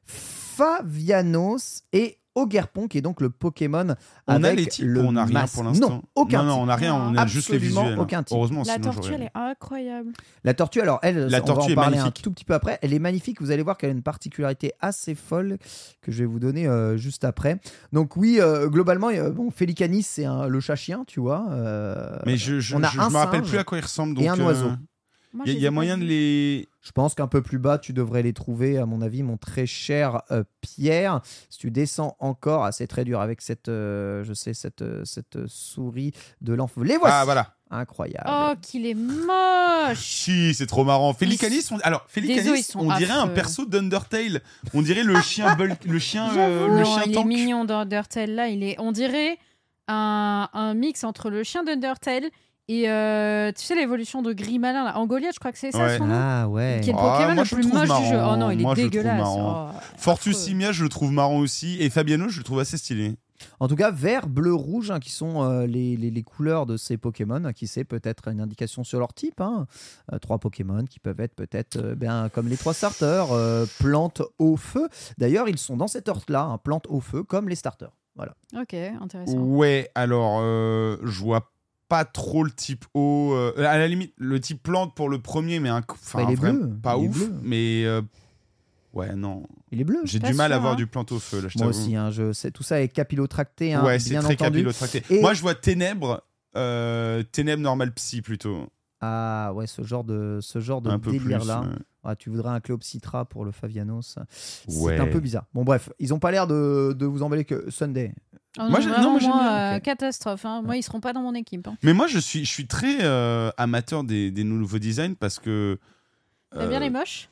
Favianos et Ogerpon, qui est donc le Pokémon On a avec les types le ou on n'a rien masque. pour l'instant. Non, aucun Non, non, type. on n'a rien, on a juste les Absolument visuels. hein. aucun type. Heureusement, La sinon tortue, j'aurais- elle est incroyable. La tortue, alors elle, La on tortue va est en parler un magnifique. tout petit peu après. Elle est magnifique. Vous allez voir qu'elle a une particularité assez folle que je vais vous donner euh, juste après. Donc oui, euh, globalement, euh, bon, Félicanis, c'est un- le chat-chien, tu vois. euh, Mais je, je, on a je, un je me rappelle singe plus à quoi ils ressemblent. et donc, un oiseau. Moi, Il y, je a- les y a ai moyen pas de vus. les. Je pense qu'un peu plus bas, tu devrais les trouver, à mon avis, mon très cher euh, Pierre. Si tu descends encore, ah, c'est très dur avec cette, euh, je sais, cette, euh, cette souris de l'enfant. Les voici. Ah, voilà. Incroyable. Oh, qu'il est moche. Si, c'est trop marrant. Félicanis, on... alors Félicanis, Des os, ils sont on dirait un affreux. perso d'Undertale. On dirait le chien Bulk, le chien, euh, J'avoue. le Non, chien il tank. est mignon d'Undertale. Là, il est, on dirait un, un mix entre le chien d'Undertale et euh, tu sais l'évolution de Grimalin, là. Angoliath, je crois que c'est ça Ouais. son nom. Ah ouais. Qui est le Ah, Pokémon moi, le je le plus trouve moche du jeu. marrant. Oh non, il est Moi, je le trouve dégueulasse. marrant. Oh, Fortusimia, je le trouve marrant aussi. Et Fabiano, je le trouve assez stylé. En tout cas, vert, bleu, rouge, hein, qui sont euh, les, les, les couleurs de ces Pokémon. Qui sait, peut-être une indication sur leur type. Hein. Euh, trois Pokémon qui peuvent être peut-être euh, ben, comme les trois starters, euh, plantes, eau, feu. D'ailleurs, ils sont dans cet ordre-là, hein, plantes, eau, feu, comme les starters. Voilà. Ok, intéressant. Ouais, alors, euh, je vois pas trop le type eau. euh, à la limite, le type plante pour le premier, mais un, enfin, Bah, il est vraiment bleu, pas il est ouf. bleu. Mais euh, ouais, non. Il est bleu. J'ai Pas du mal à sûr, voir hein. du plante au feu, là, je Moi t'avoue. aussi, hein, je sais, tout ça est capillotracté, hein, Ouais, c'est bien très entendu. capillotracté. Et- Moi, je vois ténèbres, euh, ténèbres normal psy plutôt. Ah ouais, ce genre de, ce genre de Un peu plus. délire-là. ouais. Ah, tu voudrais un Cléopsitra pour le Favianos. C'est Ouais. un peu bizarre. Bon, bref, ils ont pas l'air de, de vous emballer que Sunday. Oh Moi, non, j'ai- non, vraiment, moi, j'aime moi, bien, euh, ok. catastrophe. Hein. Moi, ils seront pas dans mon équipe. Hein. Mais moi, je suis, je suis très euh, amateur des, des nouveaux designs parce que. T'as bien euh, les moches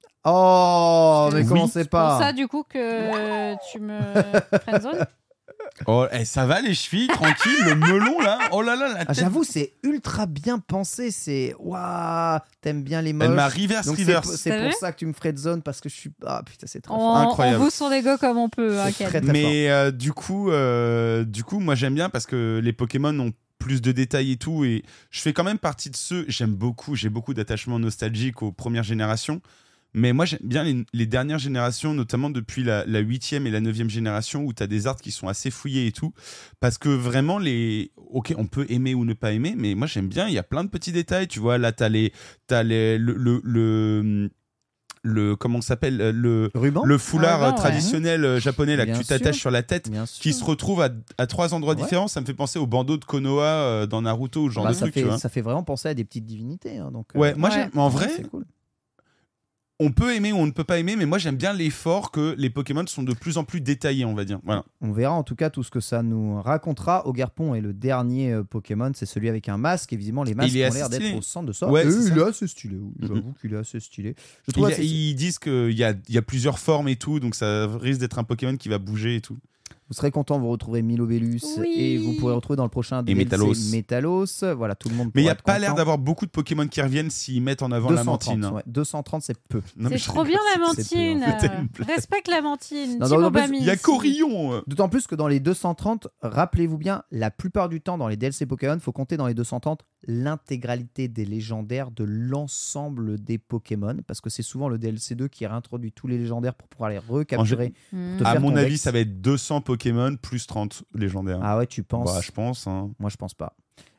Oh, mais Oui. commencez C'est pour pas. ça, du coup, que tu me friendzone. Oh, eh, ça va les chevilles, tranquille, le melon là. Oh là là, la Ah, tête. J'avoue, c'est ultra bien pensé. C'est waouh, t'aimes bien les moches. Elle m'a reverse Donc c'est reverse. pour- c'est T'as pour vu ça que tu me friendzone parce que je suis. Ah putain, c'est très On, fort. Incroyable. on booste son ego comme on peut. Hein, C'est Ken. très, très Mais euh, du coup, euh, du coup, moi j'aime bien parce que les Pokémon ont plus de détails et tout, et je fais quand même partie de ceux. J'aime beaucoup, j'ai beaucoup d'attachement nostalgique aux premières générations. Mais moi, j'aime bien les, les dernières générations, notamment depuis la, la huitième et la neuvième génération, où tu as des arts qui sont assez fouillés et tout. Parce que vraiment, les... ok, on peut aimer ou ne pas aimer, mais moi, j'aime bien. Il y a plein de petits détails. Tu vois, là, tu as, les, t'as les, le, le, le, le... Comment ça s'appelle le, Ruban. le foulard Ah, ruban, euh, traditionnel euh, japonais là, que Bien tu t'attaches sûr. sur la tête, Bien sûr. qui se retrouve à, à trois endroits Ouais. différents. Ça me fait penser au bandeau de Konoha euh, dans Naruto, ou ce genre Bah, de ça, truc, fait, tu vois. ça fait vraiment penser à des petites divinités. hein, donc, euh, Ouais, moi, Ouais. j'aime... en vrai, c'est cool. on peut aimer ou on ne peut pas aimer, mais moi j'aime bien l'effort que les Pokémon sont de plus en plus détaillés, on va dire. Voilà. On verra en tout cas tout ce que ça nous racontera. Ogerpon est le dernier euh, Pokémon, c'est celui avec un masque et visiblement les masques il est ont assez l'air d'être stylé. au centre de ça. Ouais, Et c'est il ça. est assez stylé, oui. Mhm. J'avoue qu'il est assez stylé. Je Il trouve y a- assez stylé. ils disent qu'il y a, il y a plusieurs formes et tout, donc ça risque d'être un Pokémon qui va bouger et tout. Vous serez content, vous retrouverez Milobellus Oui. et vous pourrez retrouver dans le prochain D L C Métalos. Métalos. Voilà, tout le monde Mais il n'y pourra a être pas l'air content. d'avoir beaucoup de Pokémon qui reviennent s'ils mettent en avant deux la cent trente, mentine. hein. ouais. deux cent trente, c'est peu. Non, mais C'est je trop rigole, bien la c'est- c'est peu, mentine. hein. C'était une blague. Respecte la mentine. Non, Team non, en plus, Obami Il y a ici. Corillon. euh. D'autant plus que dans les deux cent trente, rappelez-vous bien, la plupart du temps dans les D L C Pokémon, il faut compter dans les deux cent trente l'intégralité des légendaires de l'ensemble des Pokémon, parce que c'est souvent le D L C deux qui réintroduit tous les légendaires pour pouvoir les recapturer. Hmm. te À faire mon ton avis, Dex. ça va être deux cents Pokémon plus trente légendaires. Ah ouais, tu penses Bah, je pense. hein. Moi, je pense pas.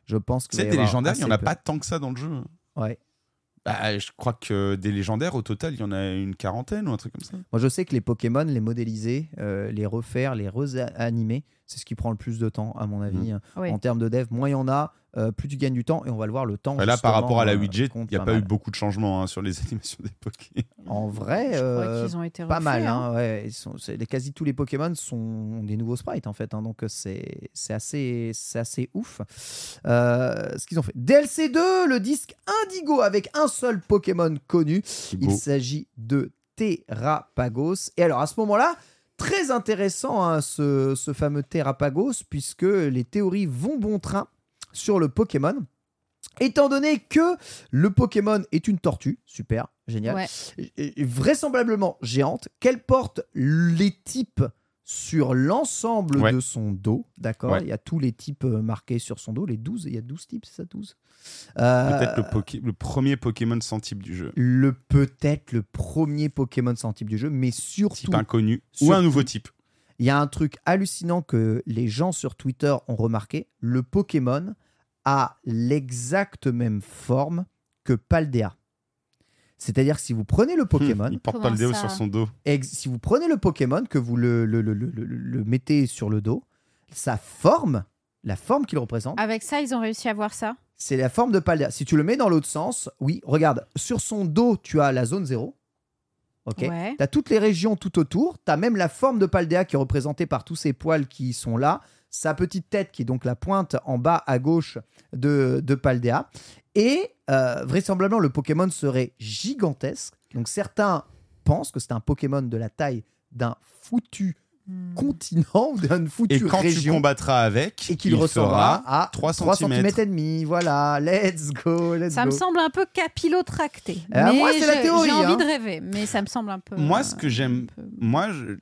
Je pense que Tu sais, des légendaires, il n'y en a pas tant que ça dans le jeu. Ouais. Bah, je crois que des légendaires, au total, il y en a une quarantaine ou un truc comme ça. Moi, je sais que les Pokémon, les modéliser, euh, les refaire, les re-animer, c'est ce qui prend le plus de temps, à mon avis. Mmh. Oui. En termes de dev, moins il y en a, euh, plus tu gagnes du temps. Et on va le voir, le temps. Et là, par rapport à la euh, widget, il n'y a pas mal. eu beaucoup de changements hein, sur les animations des Poké. En vrai, Je crois euh, qu'ils ont été pas refaits, mal. hein. Hein, ouais, ils sont, c'est, les, quasi tous les Pokémon sont des nouveaux sprites, en fait. Hein, donc, c'est, c'est, assez, c'est assez ouf. Euh, ce qu'ils ont fait. D L C deux, le disque Indigo avec un seul Pokémon connu. Il s'agit de Terrapagos. Et alors, à ce moment-là, très intéressant hein, ce, ce fameux Terrapagos, puisque les théories vont bon train sur le Pokémon. Étant donné que le Pokémon est une tortue, super, génial, Ouais. et vraisemblablement géante, qu'elle porte les types sur l'ensemble Ouais. de son dos, d'accord. Ouais. Il y a tous les types euh, marqués sur son dos, les douze, il y a douze types, c'est ça, douze Euh, Peut-être le, poké- le premier Pokémon sans type du jeu. le peut-être le premier Pokémon sans type du jeu, mais surtout Type inconnu ou surtout- un nouveau type. il y a un truc hallucinant que les gens sur Twitter ont remarqué, le Pokémon a l'exacte même forme que Paldea. C'est-à-dire que si vous prenez le Pokémon, Il porte Comment pas le déo ça sur son dos. ex- si vous prenez le Pokémon, que vous le, le, le, le, le- le mettez sur le dos, sa forme, la forme qu'il représente, Avec ça, ils ont réussi à voir ça. c'est la forme de Paldea. Si tu le mets dans l'autre sens, oui, regarde, sur son dos, tu as la zone zéro. Ok. Ouais. Tu as toutes les régions tout autour. Tu as même la forme de Paldea qui est représentée par tous ces poils qui sont là. Sa petite tête qui est donc la pointe en bas à gauche de, de Paldea. Et euh, vraisemblablement, le Pokémon serait gigantesque. Donc certains pensent que c'est un Pokémon de la taille d'un foutu Hmm. continent, d'une foutue Et quand tu région. combattras avec, Et qu'il il ressemblera fera à trois trois centimètres. centimètres et demi. Voilà, let's go, let's Ça go. me semble un peu capillotracté. Ah, mais moi, c'est la je- théorie, J'ai envie hein. de rêver, mais ça me semble un peu. Moi, ce que euh, j'aime- un peu- Moi, je-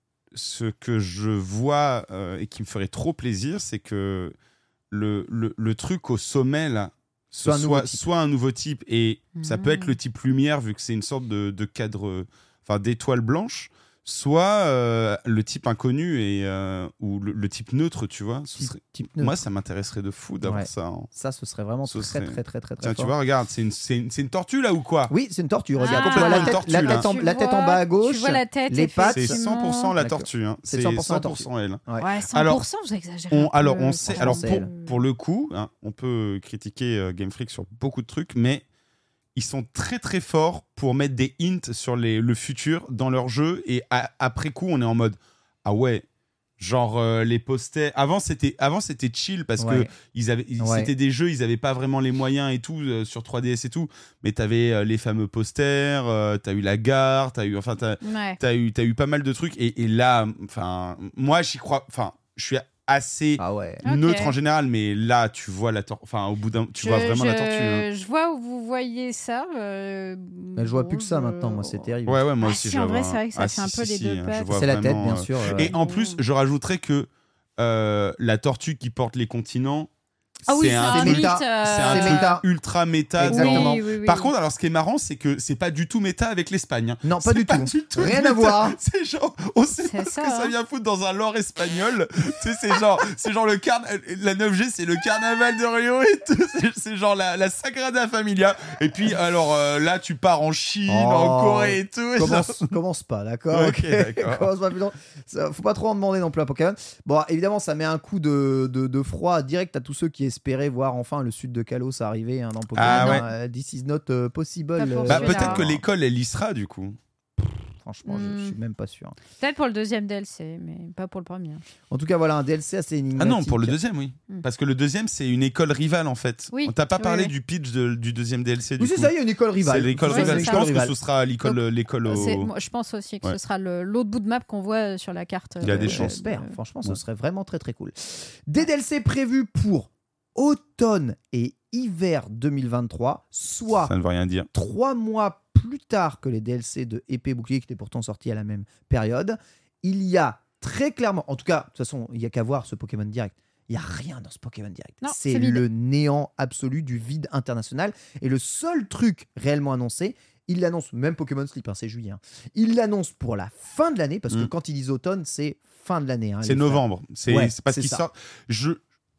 ce que je vois euh, et qui me ferait trop plaisir, c'est que le, le, le truc au sommet, là, ce Soit un nouveau soit, type. soit un nouveau type, et ça peut Mhm. être le type lumière, vu que c'est une sorte de, de cadre, euh, enfin d'étoile blanche, soit euh, le type inconnu et, euh, ou le, le type neutre, tu vois. Ce Type- serait- type neutre. Moi, ça m'intéresserait de fou d'avoir Ouais. ça. hein. Ça, ce serait vraiment Ce très, serait- très, très, très, très Tiens, tu fort. vois, regarde, c'est une, c'est une, c'est une tortue là ou quoi? Oui, c'est une tortue. Ah. Regarde, tu vois Complètement la une tête, tortue, la là. tête, en, Tu la tête en vois- bas à gauche. Tu vois la tête, les pattes. C'est effectivement. cent pour cent la D'accord. tortue. Hein. C'est C'est cent pour cent cent pour cent elle. Ouais. Ouais, cent Alors, pour cent, vous exagérez. On, un peu, alors, on sait, franchement, alors c'est pour, elle. pour le coup, hein, on peut critiquer euh, Game Freak sur beaucoup de trucs, mais ils sont très très forts pour mettre des hints sur les, le futur dans leur jeu, et à- après coup, on est en mode ah ouais. Genre euh, les posters. Avant c'était avant c'était chill parce Ouais. que ils avaient ils- Ouais. c'était des jeux, ils avaient pas vraiment les moyens et tout euh, sur trois D S et tout, mais t'avais euh, les fameux posters, euh, t'as eu la gare, t'as eu enfin t'as, Ouais. t'as eu t'as eu pas mal de trucs, et, et là enfin moi j'y crois, enfin je suis assez Ah ouais. Ok. neutre en général, mais là tu vois la tor- enfin au bout d'un tu Je- vois vraiment la je- tortue. hein. Je vois où vous voyez ça. euh, Mais je vois bon, plus que ça je- maintenant, moi, c'est terrible. Ouais ouais moi Ah, aussi si, je en la vrai, vois, c'est vrai que ça hein. fait Ah, un si, peu si, les si, deux hein, je pattes. vois C'est la tête, vraiment, bien euh, sûr. euh, Et en plus, je rajouterais que euh, la tortue qui porte les continents, Ah oui, c'est un, un truc- mythe, c'est euh, c'est un c'est truc méta. ultra méta. Exactement. Oui, oui, oui. Par contre, alors ce qui est marrant, c'est que c'est pas du tout méta avec l'Espagne. hein. Non, pas C'est du tout. tout Rien méta. à voir. C'est genre, on sait C'est pas ce ça, que ça hein. vient foutre dans un lore espagnol. Tu sais, c'est genre, c'est genre le car... la neuf G, c'est le carnaval de Rio et tout. C'est, c'est genre la, la Sagrada Familia. Et puis, alors euh, là, tu pars en Chine, Oh. en Corée et tout. et genre- Commence, commence pas, d'accord. Ok, d'accord. Commence pas plus longtemps. Ça, faut pas trop en demander non plus à Pokémon. Bon, évidemment, ça met un coup de, de, de froid direct à tous ceux qui espéraient voir enfin le sud de Kalos arriver hein, dans Pokémon. Ah ouais. Euh, This is not uh, possible. Pas pour euh, Bah, celui-là. peut-être que l'école, elle y sera du coup. Franchement, je, je suis Hmm. même pas sûr. Peut-être pour le deuxième D L C, mais pas pour le premier. En tout cas, voilà un D L C assez Ah énigmatique. non, pour le deuxième, oui. Mm. Parce que le deuxième, c'est une école rivale en fait. Oui, On t'a pas oui, parlé oui. du pitch de- du deuxième D L C. Du Oui, c'est coup. ça, il y a une école rivale. C'est l'école Ouais, rivale. c'est Je ça. pense que rivale. ce sera l'école, Donc, l'école C'est- au. moi, je pense aussi que Ouais. ce sera le- l'autre bout de map qu'on voit sur la carte. Il y a des euh, chances. J'espère. euh, Franchement, Ouais. ce serait vraiment très très cool. Des D L C prévus pour automne et hiver deux mille vingt-trois, soit Ça ne veut rien dire. trois mois plus tard que les D L C de Épée et Bouclier qui étaient pourtant sortis à la même période. Il y a très clairement, en tout cas, de toute façon, il n'y a qu'à voir ce Pokémon Direct. Il n'y a rien dans ce Pokémon Direct. Non, c'est c'est vide. le néant absolu du vide international. Et le seul truc réellement annoncé, il l'annonce, même Pokémon Sleep, hein, c'est juillet. hein. Il l'annonce pour la fin de l'année, parce que Mm. quand ils disent automne, c'est fin de l'année. hein, C'est les frères. novembre. C'est Ouais, c'est parce c'est qu'il ça. sort. Je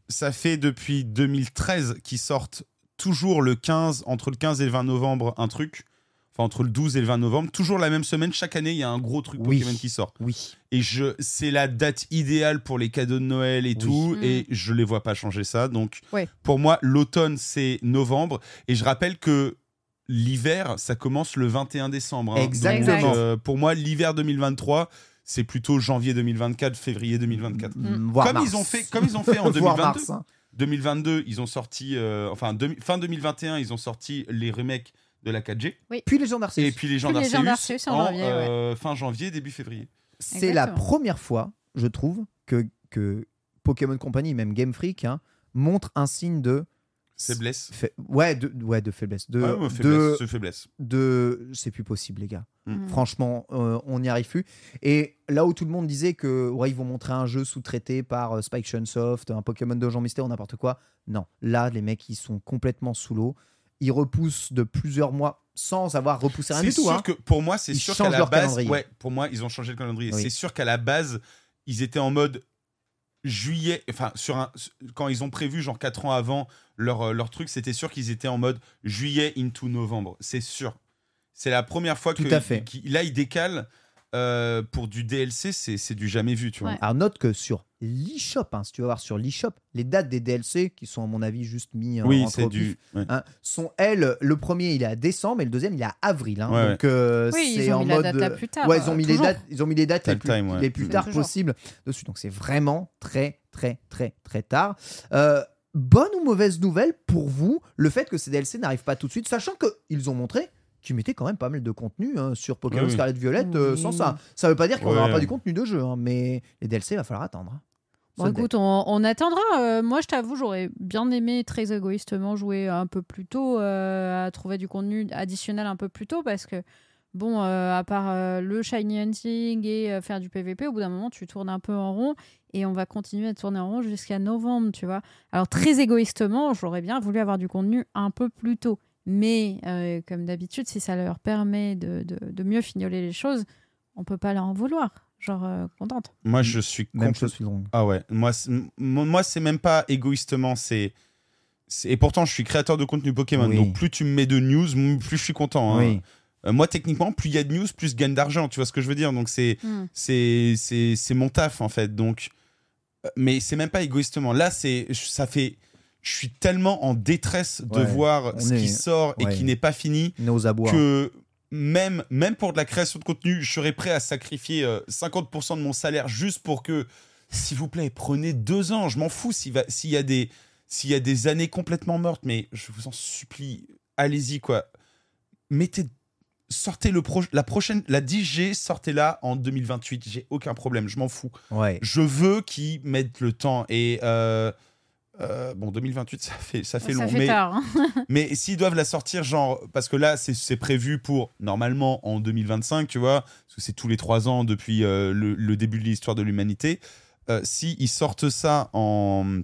ça fait depuis deux mille treize qu'ils sortent toujours le quinze, entre le quinze et le vingt novembre, un truc. Enfin, entre le douze et le vingt novembre. Toujours la même semaine. Chaque année, il y a un gros truc Oui. Pokémon qui sort. Oui. Et je, c'est la date idéale pour les cadeaux de Noël et Oui. tout. Mm. Et je les vois pas changer ça. Donc, Ouais. pour moi, l'automne, c'est novembre. Et je rappelle que l'hiver, ça commence le vingt et un décembre. hein. Exactement. Donc, euh, pour moi, l'hiver deux mille vingt-trois, c'est plutôt janvier deux mille vingt-quatre, février deux mille vingt-quatre. Mm, voire Comme mars. ils ont fait, comme ils ont fait en Voire deux mille vingt-deux. mars, hein. deux mille vingt-deux, ils ont sorti, euh, enfin deux- fin deux mille vingt et un, ils ont sorti les remakes de la quatre G. Puis Légendes Arceus. Et puis les gens Puis les gens d'Arceus d'Arceus en en janvier, euh, fin janvier, début février. C'est la Exactement. première fois, je trouve, que, que Pokémon Company, même Game Freak, hein, montre un signe de. Faiblesse. Fa- Ouais, de, ouais, de faiblesse. De, Ouais, ouais, de, faiblesse, c'est faiblesse. de... C'est plus possible, les gars. Mm. Franchement, euh, on n'y arrive plus. Et là où tout le monde disait que ouais, ils vont montrer un jeu sous-traité par euh, Spike Chunsoft, un Pokémon Donjon Mystère ou n'importe quoi. Non, là, les mecs, ils sont complètement sous l'eau. Ils repoussent de plusieurs mois sans avoir repoussé rien C'est du tout. sûr hein. que pour moi, c'est Ils sûr qu'à changent la leur base, calendrier. ouais, pour moi, ils ont changé le calendrier. Oui. C'est sûr qu'à la base, ils étaient en mode juillet, enfin sur un, quand ils ont prévu genre quatre ans avant leur euh, leur truc, c'était sûr qu'ils étaient en mode juillet into novembre. C'est sûr. C'est la première fois Tout que à fait. qu'ils- là ils décalent euh, pour du D L C, c'est c'est du jamais vu, tu vois. Ouais. Alors note que sur l'eShop, hein, si tu vas voir sur l'eShop, les dates des D L C, qui sont à mon avis juste mis en Oui, entre c'est au pif, du. ouais. hein, sont elles, le premier il est à décembre et le deuxième il est à avril. hein. Ouais, Donc euh, Oui, c'est ils ont en mis la mode. date la plus tard. Ouais, ils ont euh, mis les toujours. dates, ils ont mis les dates T'as les le plus, time, ouais. les plus Mm. tard Toujours. possibles dessus. Donc c'est vraiment très très très très tard. Euh, bonne ou mauvaise nouvelle pour vous le fait que ces D L C n'arrivent pas tout de suite, sachant que ils ont montré qu'ils mettaient quand même pas mal de contenu hein, sur Pokémon Oui, oui. Scarlet Violet euh, Oui. sans ça. Ça veut pas dire qu'on Ouais. n'aura pas du contenu de jeu, hein, mais les D L C il va falloir attendre. hein. Bon, Ça, écoute, on, on attendra. Euh, moi, je t'avoue, j'aurais bien aimé très égoïstement jouer un peu plus tôt, euh, à trouver du contenu additionnel un peu plus tôt, parce que, bon, euh, à part euh, le Shiny Hunting et euh, faire du P V P, au bout d'un moment, tu tournes un peu en rond et on va continuer à tourner en rond jusqu'à novembre, tu vois. Alors, très égoïstement, j'aurais bien voulu avoir du contenu un peu plus tôt. Mais, euh, comme d'habitude, si ça leur permet de, de, de mieux fignoler les choses, on peut pas leur en vouloir. Genre, euh, contente. Moi, je suis Même complè- chose Philong. Ah ouais, moi, c'est- m- moi c'est même pas égoïstement, c'est. c'est- Et pourtant, je suis créateur de contenu Pokémon, Oui. donc plus tu me mets de news, m- plus je suis content. hein. Oui. Euh, moi, techniquement, plus il y a de news, plus je gagne d'argent, tu vois ce que je veux dire. Donc, c'est Hmm. c'est c'est c'est mon taf, en fait. Donc, euh, mais c'est même pas égoïstement. Là, c'est ça fait. Je suis tellement en détresse de Ouais, voir on ce est- qui sort et ouais. qui n'est pas fini Nos abois. que même, même pour de la création de contenu, je serais prêt à sacrifier euh, cinquante pour cent de mon salaire juste pour que, s'il vous plaît, prenez deux ans. Je m'en fous s'il va- s'il y a des, s'il y a des années complètement mortes, mais je vous en supplie, allez-y, quoi. Mettez, sortez le pro- la prochaine, la dix G, sortez-la en deux mille vingt-huit. J'ai aucun problème, je m'en fous. Ouais. Je veux qu'ils mettent le temps. Et euh, euh, bon, deux mille vingt-huit, ça fait, ça fait Ça long. fait mais tard. hein. mais s'ils doivent la sortir, genre, parce que là, c'est- c'est prévu pour, normalement, en deux mille vingt-cinq, tu vois, parce que c'est tous les trois ans depuis euh, le, le début de l'histoire de l'humanité. Euh, S'ils sortent ça en,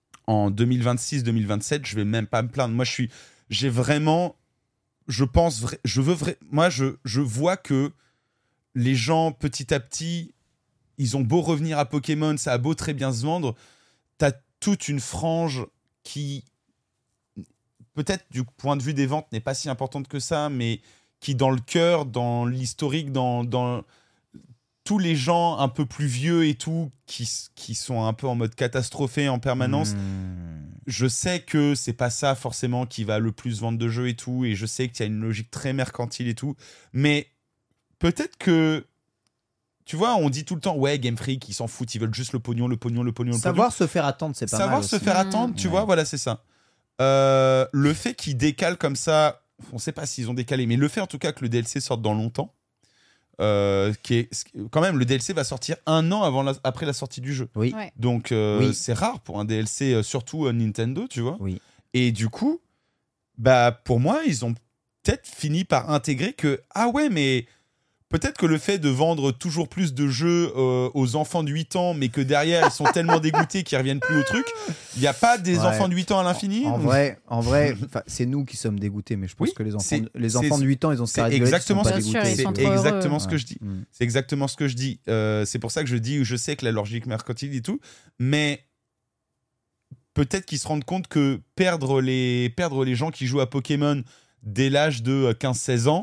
en deux mille vingt-six deux mille vingt-sept, je vais même pas me plaindre. Moi, je suis, j'ai vraiment, je pense, vra- je veux vrai, moi, je, je vois que les gens, petit à petit, ils ont beau revenir à Pokémon, ça a beau très bien se vendre, t'as toute une frange qui, peut-être du point de vue des ventes, n'est pas si importante que ça, mais qui, dans le cœur, dans l'historique, dans, dans tous les gens un peu plus vieux et tout, qui, qui sont un peu en mode catastrophé en permanence, Mmh. je sais que c'est pas ça forcément qui va le plus vendre de jeux et tout, et je sais qu'il y a une logique très mercantile et tout, mais peut-être que, tu vois, on dit tout le temps, ouais, Game Freak, ils s'en foutent, ils veulent juste le pognon, le pognon, le pognon, le Savoir se faire attendre, c'est pas pognon. Savoir mal. se aussi. faire Mmh. attendre, tu Ouais. vois, voilà, c'est ça. Euh, le fait qu'ils décalent comme ça, on sait pas s'ils ont décalé, mais le fait en tout cas que le D L C sorte dans longtemps, euh, qui est quand même, le D L C va sortir un an avant la- après la sortie du jeu. Oui. Ouais. Donc euh, Oui. c'est rare pour un D L C, euh, surtout euh, Nintendo, tu vois. Oui. Et du coup, bah pour moi, ils ont peut-être fini par intégrer que ah ouais, mais peut-être que le fait de vendre toujours plus de jeux euh, aux enfants de huit ans, mais que derrière ils sont tellement dégoûtés qu'ils reviennent plus au truc, il n'y a pas des Ouais. enfants de huit ans à l'infini. En vrai, en vrai, enfin, c'est nous qui sommes dégoûtés, mais je pense Oui, que les enfants, c'est- les c'est- enfants de huit ans, ils ont c'est Scarlet Violet, ils exactement sont pas ce- Bien sûr, dégoûtés. ils C'est sont trop exactement heureux. ce que je dis. Mm. C'est exactement ce que je dis. Euh, c'est pour ça que je dis, je sais que la logique mercantile et tout, mais peut-être qu'ils se rendent compte que perdre les, perdre les gens qui jouent à Pokémon dès l'âge de quinze seize ans,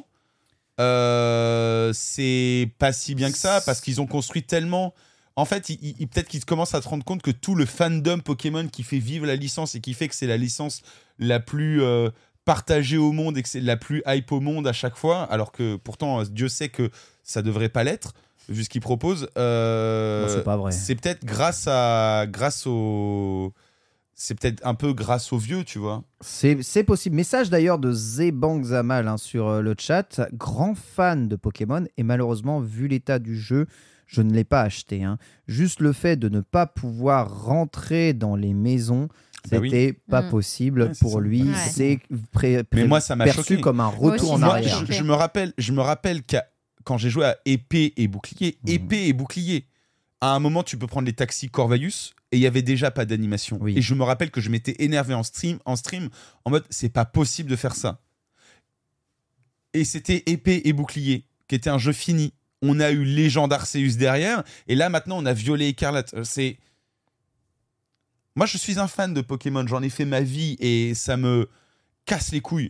euh, c'est pas si bien que ça, parce qu'ils ont construit tellement... En fait, il, il, peut-être qu'ils commencent à se rendre compte que tout le fandom Pokémon qui fait vivre la licence et qui fait que c'est la licence la plus euh, partagée au monde et que c'est la plus hype au monde à chaque fois, alors que pourtant, Dieu sait que ça devrait pas l'être, vu ce qu'ils proposent. Euh, non, c'est pas vrai. C'est peut-être grâce à... grâce au... C'est peut-être un peu grâce aux vieux, tu vois. C'est, c'est possible. Message d'ailleurs de Zebangzamal hein, sur euh, le chat. Grand fan de Pokémon et malheureusement, vu l'état du jeu, je ne l'ai pas acheté. Hein. Juste le fait de ne pas pouvoir rentrer dans les maisons, bah c'était oui. pas mmh. possible ouais, pour ça. lui. Ouais. C'est pré- pré- Mais moi, ça m'a perçu choqué. comme un retour en Moi aussi, arrière. Je, je me rappelle, je me rappelle qu'à quand j'ai joué à épée et bouclier, Mmh. épée et bouclier, à un moment, tu peux prendre les taxis Corvallis et il y avait déjà pas d'animation. Oui. Et je me rappelle que je m'étais énervé en stream, en stream, en mode c'est pas possible de faire ça. Et c'était épée et bouclier, qui était un jeu fini. On a eu Légende Arceus derrière, et là maintenant on a Violet Écarlate. C'est moi je suis un fan de Pokémon, j'en ai fait ma vie et ça me casse les couilles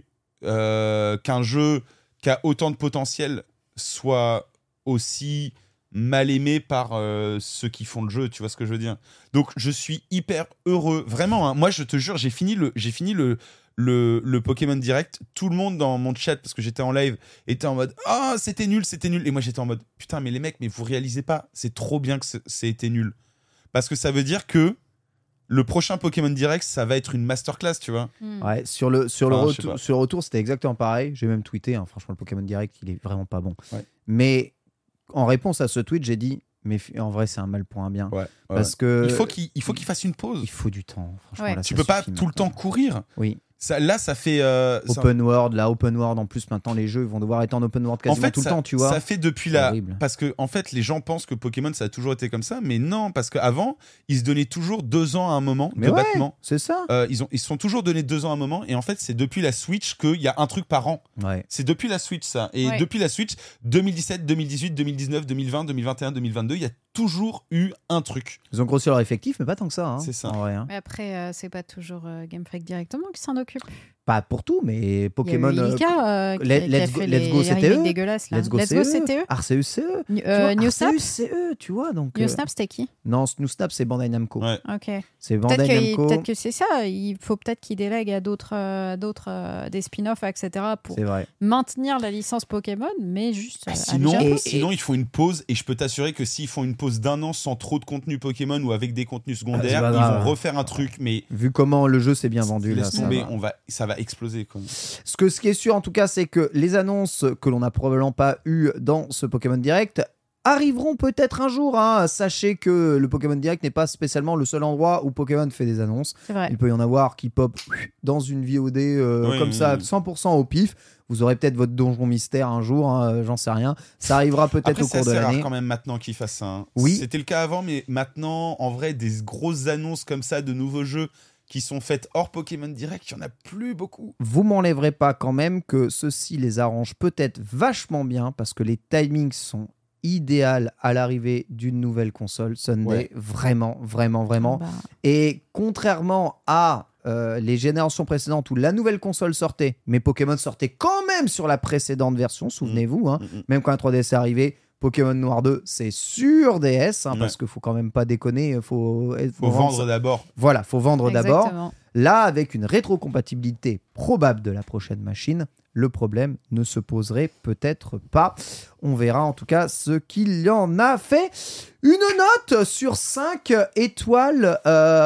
euh, qu'un jeu qui a autant de potentiel soit aussi mal aimé par euh, ceux qui font le jeu, tu vois ce que je veux dire. Donc je suis hyper heureux, vraiment. Hein. Moi je te jure, j'ai fini le, j'ai fini le, le, le Pokémon Direct. Tout le monde dans mon chat, parce que j'étais en live, était en mode ah oh, c'était nul, c'était nul. Et moi j'étais en mode putain mais les mecs, mais vous réalisez pas, c'est trop bien que c'est été nul, parce que ça veut dire que le prochain Pokémon Direct, ça va être une masterclass, tu vois. Mm. Ouais, sur le, sur, Enfin, le je sais retour, pas. sur le retour, c'était exactement pareil. J'ai même tweeté. Hein, franchement, le Pokémon Direct, il est vraiment pas bon. Ouais. Mais en réponse à ce tweet, j'ai dit mais en vrai, c'est un mal pour un bien. Ouais, ouais. Parce que Il faut qu'il il faut qu'il fasse une pause. il faut du temps. Franchement, Ouais. là, Tu ça peux pas suffit tout le maintenant. temps courir. Oui. Ça, là, ça fait. euh, ça- Open world, là, open world. En plus, maintenant, les jeux vont devoir être en open world En quasiment fait, tout ça, le temps, tu vois. ça fait depuis C'est la. horrible. Parce que, en fait, les gens pensent que Pokémon, ça a toujours été comme ça, mais non, parce qu'avant, ils se donnaient toujours deux ans à un moment Mais de ouais, battement. c'est ça. Euh, ils, ont, ils se sont toujours donné deux ans à un moment, et en fait, c'est depuis la Switch qu'il y a un truc par an. Ouais. C'est depuis la Switch, ça. Et Ouais. depuis la Switch, deux mille dix-sept, deux mille dix-huit, deux mille dix-neuf, deux mille vingt, deux mille vingt et un, deux mille vingt-deux, il y a toujours eu un truc. Ils ont grossi leur effectif, mais pas tant que ça. Hein, C'est ça. En vrai, hein. Mais après, euh, c'est pas toujours euh, Game Freak directement qui s'en occupe. Pas pour tout, mais Pokémon. Il y a eu Ilka euh, qui, Let- qui a Let's fait Go- les, Let's Go, les c'était remakes eux. dégueulasses. Là. Let's Go, Let's c'est Go, eux. c'était eux. Arceus, c'est eux. New, Tu euh, vois, New Arceus, Snap c'est eux, tu vois. Donc, New euh, Snap, c'était qui Non, New Snap, c'est Bandai Namco. Ouais. Ok. C'est Peut-être Bandai que, Namco. peut-être que c'est ça. Il faut peut-être qu'ils délèguent à d'autres, euh, d'autres euh, des spin-offs, et cetera pour C'est vrai. maintenir la licence Pokémon, mais juste. Ah, euh, sinon, alléger un peu. sinon, ils font une pause, et je peux t'assurer que s'ils font une pause d'un an sans trop de contenu Pokémon ou avec des contenus secondaires, Ah, c'est pas ils grave. vont refaire un truc, mais Vu comment le jeu s'est bien vendu, là, laisse ça tomber, va. on va, ça va exploser. Quoi. Ce, que, ce qui est sûr, en tout cas, c'est que les annonces que l'on n'a probablement pas eues dans ce Pokémon Direct arriveront peut-être un jour. Hein. Sachez que le Pokémon Direct n'est pas spécialement le seul endroit où Pokémon fait des annonces. C'est vrai. Il peut y en avoir qui pop dans une V O D euh, Oui, comme oui, ça, oui. cent pour cent au pif. Vous aurez peut-être votre donjon mystère un jour, hein, j'en sais rien. Ça arrivera peut-être Après, au c'est cours de assez rare l'année. quand même maintenant qu'ils fassent ça. hein. Oui. C'était le cas avant, mais maintenant, en vrai, des grosses annonces comme ça de nouveaux jeux qui sont faites hors Pokémon Direct, il n'y en a plus beaucoup. Vous m'enlèverez pas quand même que ceci les arrange peut-être vachement bien parce que les timings sont idéaux à l'arrivée d'une nouvelle console Sunday. Ouais. Vraiment, vraiment, vraiment. Bah, Et contrairement à euh, les générations précédentes où la nouvelle console sortait, mais Pokémon sortait quand même sur la précédente version, souvenez-vous, hein, Mm, mm. même quand la trois D S est arrivée, Pokémon Noir deux, c'est sur D S, hein, Ouais. parce qu'il faut quand même pas déconner, il faut, faut, Faut vendre vendre ça. d'abord. Voilà, faut vendre d'abord. exactement. Là, avec une rétrocompatibilité probable de la prochaine machine, le problème ne se poserait peut-être pas. On verra en tout cas ce qu'il y en a fait. Une note sur cinq étoiles,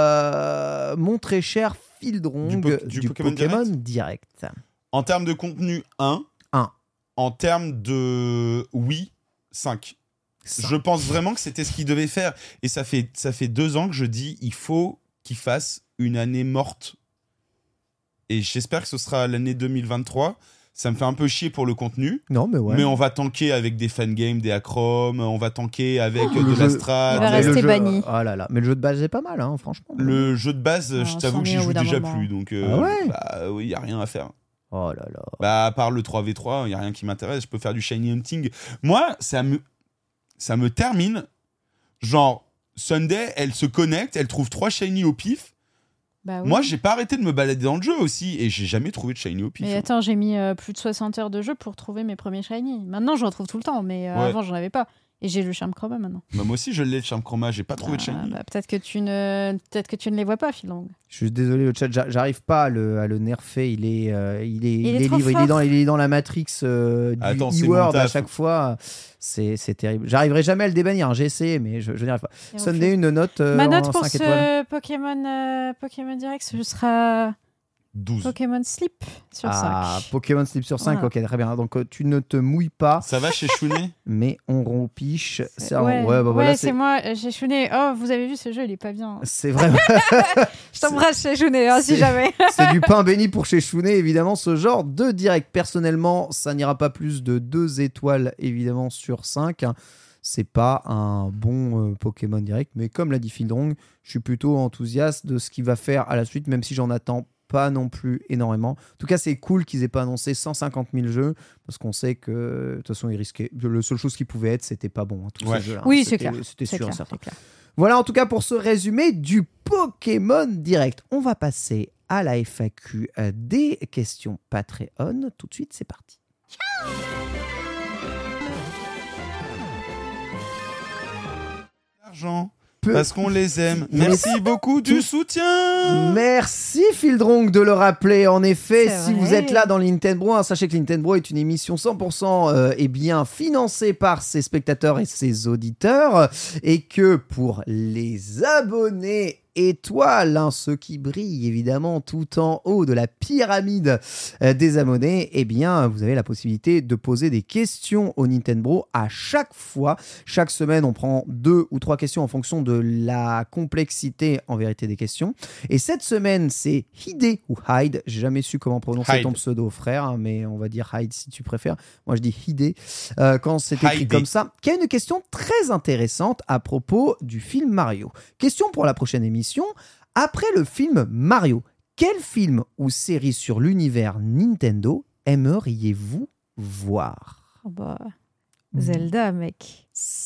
euh, mon très cher Fildrong Du po- du du Pokémon Pokémon Direct. En termes de contenu, un. Un. En termes de oui, cinq. Je pense vraiment que c'était ce qu'il devait faire. Et ça fait, ça fait deux ans que je dis il faut qu'il fasse une année morte. Et j'espère que ce sera l'année deux mille vingt-trois. Ça me fait un peu chier pour le contenu. Non, mais ouais. Mais on va tanker avec des fangames, des acromes, on va tanker avec Oh, de le la jeu- strat. Il va Mais rester le jeu- banni. Ah là là, mais le jeu de base est pas mal, hein, franchement. Le jeu de base, Ah, je on t'avoue que j'y s'ennuie au joue bout d'un déjà moment. plus. Donc, euh, Ah ouais bah oui, il n'y a rien à faire. Oh là là. Bah, à part le trois v trois, il n'y a rien qui m'intéresse. Je peux faire du shiny hunting. Moi, ça me, ça me termine. Genre, Sunday, elle se connecte, elle trouve trois shiny au pif. Bah oui. Moi, j'ai pas arrêté de me balader dans le jeu aussi et j'ai jamais trouvé de shiny au pif. Mais attends, j'ai mis euh, plus de soixante heures de jeu pour trouver mes premiers shiny. Maintenant, j'en trouve tout le temps, mais euh, Ouais. avant, j'en avais pas. Et j'ai le charme chroma maintenant. Bah, moi aussi, je l'ai le charme chroma, j'ai pas trouvé de Ah, shiny. bah, peut-être que tu ne, peut-être que tu ne les vois pas, Philong. Je suis désolé, le chat, j'a- j'arrive pas à le, à le nerfer. Il est, euh, il est, Il il est est trop libre, il fort. est dans, il est dans la matrix euh, du Attends, c'est e-word mon à taf. chaque fois. C'est, c'est terrible. J'arriverai jamais à le débannir. J'ai essayé, mais je, je n'y arrive pas. Et Sunday, enfin- une note euh, Ma note en pour cinq ce étoiles. Pokémon, euh, Pokémon Direct, ce sera douze. Pokémon Sleep sur Ah, cinq. Pokémon Sleep sur cinq, Voilà. ok, très bien. Donc euh, tu ne te mouilles pas, Ça va chez Chounet? mais on rompiche. C'est, ouais, ouais, bah ouais, voilà, c'est c'est, moi, euh, j'ai chouné. Oh, vous avez vu ce jeu, il est pas bien. c'est vraiment. Je t'embrasse chez chouné, hein, si c'est- jamais. C'est du pain béni pour chez Chounet, évidemment, ce genre de direct. Personnellement, ça n'ira pas plus de deux étoiles, évidemment, sur cinq. C'est pas un bon euh, Pokémon direct, mais comme l'a dit Fildrong, je suis plutôt enthousiaste de ce qu'il va faire à la suite, même si j'en attends pas non plus énormément. En tout cas, c'est cool qu'ils aient pas annoncé cent cinquante mille jeux, parce qu'on sait que, de toute façon, ils risquaient. La seule chose qui pouvait être, c'était pas bon, hein, tous Ouais. ces jeux-là. Oui, c'est C'était- clair. C'était C'est sûr et clair, certain. c'est clair. Voilà en tout cas pour ce résumé du Pokémon Direct. On va passer à la F A Q euh, des questions Patreon. Tout de suite, c'est parti. L'argent, Peu- parce qu'on les aime. Mais- Merci beaucoup du soutien. Merci Fildrong de le rappeler. En effet, C'est si vrai. vous êtes là dans Nintendo, hein, sachez que Nintendo est une émission cent pour cent euh, eh bien, financée par ses spectateurs et ses auditeurs, et que pour les abonnés étoiles, hein, ceux qui brillent évidemment tout en haut de la pyramide euh, des abonnés, eh bien, vous avez la possibilité de poser des questions au Nintendo à chaque fois. Chaque semaine, on prend deux ou trois questions en fonction de la complexité en vérité des questions. Et cette semaine, c'est Hide ou Hyde. J'ai jamais su comment prononcer Hyde. ton pseudo, frère, hein, mais on va dire Hyde si tu préfères. Moi, je dis Hide euh, quand c'est écrit Hyde. comme ça. Qui a une question très intéressante à propos du film Mario. Question pour la prochaine émission. Après le film Mario, quel film ou série sur l'univers Nintendo aimeriez-vous voir? Oh bah, Zelda, mec.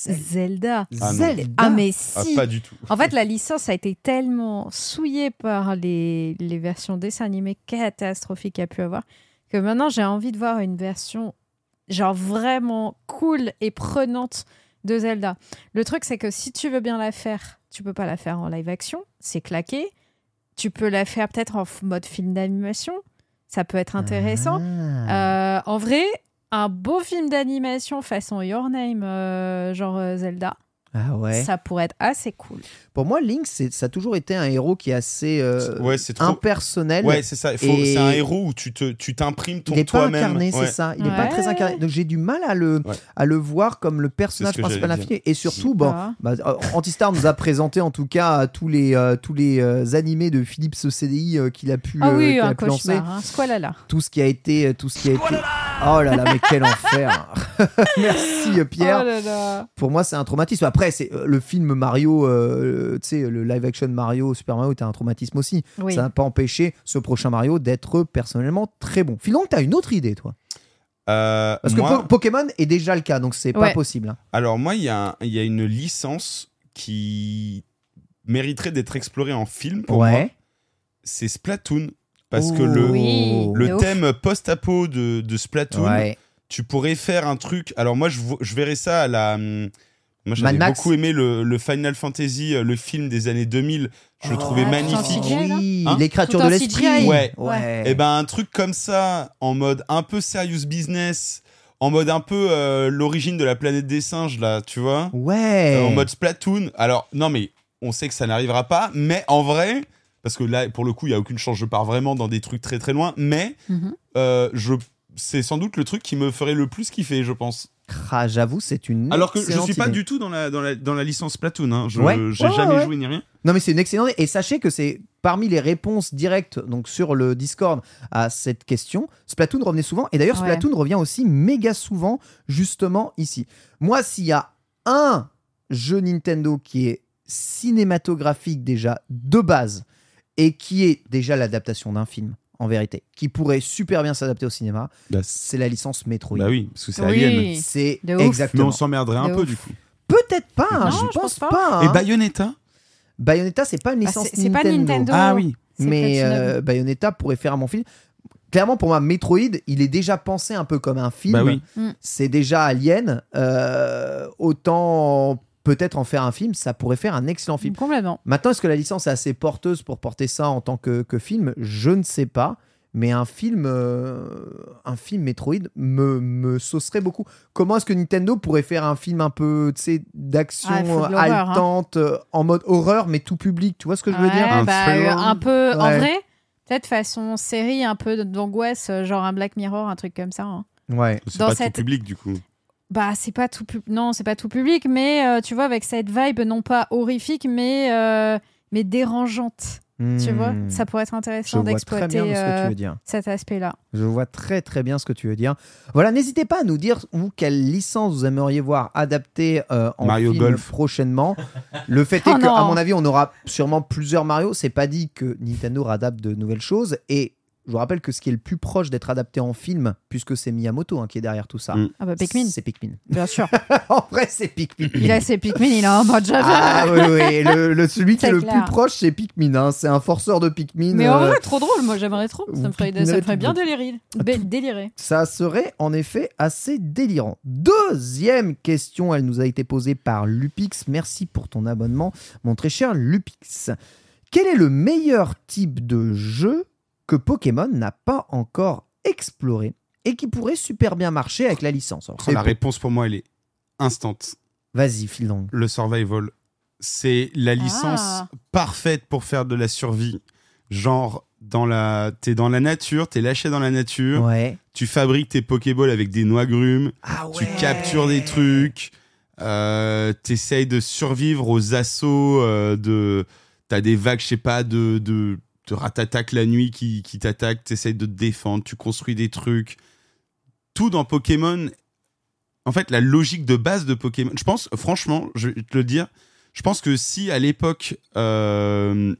Zelda. Ah non. Zelda. Ah, mais Ah, si. pas du tout. En fait, la licence a été tellement souillée par les, les versions dessins animés catastrophiques qu'il y a pu avoir que maintenant j'ai envie de voir une version genre vraiment cool et prenante de Zelda. Le truc, c'est que si tu veux bien la faire, tu peux pas la faire en live action, c'est claqué. Tu peux la faire peut-être en f- mode film d'animation, ça peut être intéressant. Ah. Euh, en vrai, un beau film d'animation façon Your Name, euh, genre euh, Zelda, Ah ouais. ça pourrait être assez cool. Pour moi, Link, c'est, ça a toujours été un héros qui est assez euh, Ouais, c'est trop. impersonnel. Ouais, c'est ça. Il faut- Et- C'est un héros où tu te, tu t'imprimes ton Il n'est pas toi-même. incarné, Ouais. c'est ça. Il n'est pas Ouais. très incarné. Donc j'ai du mal à le, Ouais. à le voir comme le personnage C'est ce que principal j'allais infini. Et surtout, Je bon, sais pas. bah, euh, Antistar nous a présenté en tout cas tous les, euh, tous les euh, animés de Philips C D I euh, qu'il a pu, Ah euh, oui, qu'il a un pu lancer. cauchemar. Hein. Squalala. Tout ce qui a été, tout ce qui a été. Oh là là, mais quel enfer. Merci euh, Pierre. Oh là là. Pour moi, c'est un traumatisme. Après, c'est euh, le film Mario, euh, tu sais, le live action Mario, Super Mario, était un traumatisme aussi. Oui. Ça n'a pas empêché ce prochain Mario d'être personnellement très bon. Philon, t'as une autre idée, toi? Euh, Parce moi- que Po- Pokémon est déjà le cas, donc c'est pas Ouais. possible. hein. Alors moi, il y, a un- il y a une licence qui mériterait d'être explorée en film pour moi. Ouais. C'est Splatoon. Parce Oh. que le, Oui. le de ouf. thème post-apo de, de Splatoon, Ouais. tu pourrais faire un truc... Alors moi, je, vo- je verrais ça à la... hum, Moi, Mad j'avais Max. beaucoup aimé le, le Final Fantasy, euh, le film des années deux mille. Je le Oh, trouvais tout en magnifique. C G I, là Oui, Hein l'écriture Tout de en l'esprit. C G I. Ouais. Ouais. Et ben un truc comme ça, en mode un peu serious business, en mode un peu euh, l'origine de la planète des singes, là, tu vois, Ouais. Euh, en mode Splatoon. Alors, non, mais on sait que ça n'arrivera pas, mais en vrai, parce que là, pour le coup, il n'y a aucune chance, je pars vraiment dans des trucs très très loin, mais Mhm. euh, je... c'est sans doute le truc qui me ferait le plus kiffer, je pense. Ah, j'avoue, c'est une. Alors que je excellente suis pas idée. du tout dans la, dans la, dans la licence Splatoon, hein. Je Ouais. j'ai Ouais, jamais ouais. joué ni rien. Non, mais c'est une excellente idée. Et sachez que c'est parmi les réponses directes donc sur le Discord à cette question. Splatoon revenait souvent. Et d'ailleurs, Ouais. Splatoon revient aussi méga souvent, justement, ici. Moi, s'il y a un jeu Nintendo qui est cinématographique déjà de base et qui est déjà l'adaptation d'un film, en vérité, qui pourrait super bien s'adapter au cinéma, Bah, c'est la licence Metroid. Bah oui, parce que c'est Oui. Alien. C'est De ouf. Mais exactement. on s'emmerderait un De peu, ouf. du coup. Peut-être pas, hein, Non, je je pense pense pas. pas. hein. Et Bayonetta Bayonetta, c'est pas une Bah, licence c'est- c'est pas Nintendo. Ah oui. C'est mais Platinum. euh, Bayonetta pourrait faire un bon film. Clairement, pour moi, Metroid, il est déjà pensé un peu comme un film. Bah oui. Mm. C'est déjà Alien. Euh, autant peut-être en faire un film, ça pourrait faire un excellent film. Complètement. Maintenant, est-ce que la licence est assez porteuse pour porter ça en tant que, que film ? Je ne sais pas. Mais un film, euh, un film Metroid me, me saucerait beaucoup. Comment est-ce que Nintendo pourrait faire un film un peu, tu sais, d'action Ah, il faut de l'horreur, haletante, euh, en mode horreur, mais tout public. Tu vois ce que je veux Ouais, dire ? Un bah, thriller. euh, un peu, en Ouais. vrai, peut-être façon série, un peu d'angoisse, euh, genre un Black Mirror, un truc comme ça. hein. Ouais. C'est Dans pas cette- tout public du coup. Bah, c'est pas tout pub- non, c'est pas tout public, mais euh, tu vois, avec cette vibe non pas horrifique, mais euh, mais dérangeante. Tu vois, Hmm. ça pourrait être Je intéressant vois très d'exploiter bien ce que euh, tu veux dire. cet aspect-là. Je vois très très bien ce que tu veux dire. Voilà, n'hésitez pas à nous dire vous quelle licence vous aimeriez voir adaptée euh, en Mario film Golf. prochainement. Le fait est Oh que, non. à mon avis, on aura sûrement plusieurs Mario. C'est pas dit que Nintendo adapte de nouvelles choses. Et je vous rappelle que ce qui est le plus proche d'être adapté en film, puisque c'est Miyamoto hein, qui est derrière tout ça, Mm. Ah bah Pikmin, c'est Pikmin. bien sûr. En vrai, c'est Pikmin. Il a ses Pikmin, il a un mode Java. Ah oui, oui, le, le- celui qui C'est est le clair. plus proche, c'est Pikmin. hein. C'est un forceur de Pikmin. Mais en euh, vrai, trop drôle, moi j'aimerais trop. Ça me ferait, Pikmin ça me est ferait tout bien beau. délirer. Bé- délirer. Ça serait en effet assez délirant. Deuxième question, elle nous a été posée par Lupix. Merci pour ton abonnement, mon très cher Lupix. Quel est le meilleur type de jeu que Pokémon n'a pas encore exploré et qui pourrait super bien marcher avec la licence? Alors, Oh, c'est la po- réponse pour moi elle est instant. Vas-y, file donc. Le survival. C'est la licence Ah. parfaite pour faire de la survie. Genre, dans la... t'es dans la nature, t'es lâché dans la nature, Ouais. tu fabriques tes Pokéballs avec des noix grumes, Ah tu captures des trucs, euh, t'essayes de survivre aux assauts euh, de... T'as des vagues, je sais pas, de, de, de ratatak la nuit qui, qui t'attaquent, t'essayes de te défendre, tu construis des trucs. Tout dans Pokémon... En fait, la logique de base de Pokémon... Je pense, franchement, je vais te le dire, je pense que si, à l'époque... Euh,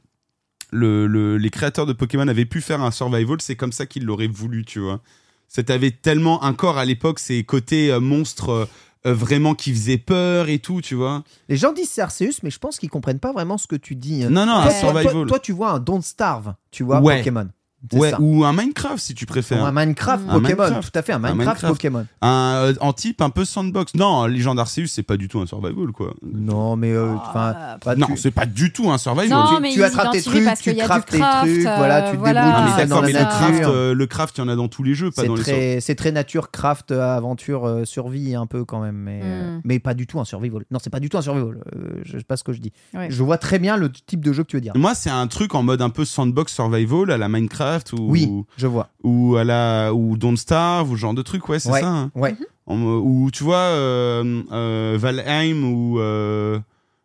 le, le- les créateurs de Pokémon avaient pu faire un survival, c'est comme ça qu'ils l'auraient voulu, tu vois. Ça avait tellement un corps à l'époque, ces côtés euh, monstres euh, euh, vraiment qui faisaient peur et tout, tu vois. Les gens disent c'est Arceus, mais je pense qu'ils comprennent pas vraiment ce que tu dis. Non, non, Toi, un toi, survival. toi, toi, tu vois un Don't Starve, tu vois Ouais. Pokémon. C'est Ouais, ça. ou un Minecraft si tu Ou préfères. un Minecraft Mm. Un Pokémon, Minecraft. tout à fait, un Un Minecraft, Minecraft. Pokémon. Un, euh, en type un peu sandbox. Non, Legend Arceus, c'est pas du tout un survival, quoi. Non, mais euh, enfin, Ah, bah, non, tu- c'est pas du tout un survival. Non, tu, mais tu ils attrapes tes identifient trucs, parce tu qu'il y a du craftes tes craft, trucs, euh, voilà, tu te voilà. débrouilles Ah, tout mais seul dans d'accord, mais la le craft, nature. euh, le craft, il y en a dans tous les jeux, pas C'est dans les très, c'est très nature, craft, euh, aventure, euh, survie un peu quand même, mais, euh, Mm. mais pas du tout un survival. Non, c'est pas du tout un survival. Euh, je sais pas ce que je dis. Ouais. Je vois très bien le type de jeu que tu veux dire. Moi, c'est un truc en mode un peu sandbox survival à la Minecraft ou, Oui, je vois. ou à la ou Don't Starve ou ce genre de truc, ouais, c'est Ouais. ça. hein. Ouais. En- ou tu vois euh, euh, Valheim ou euh,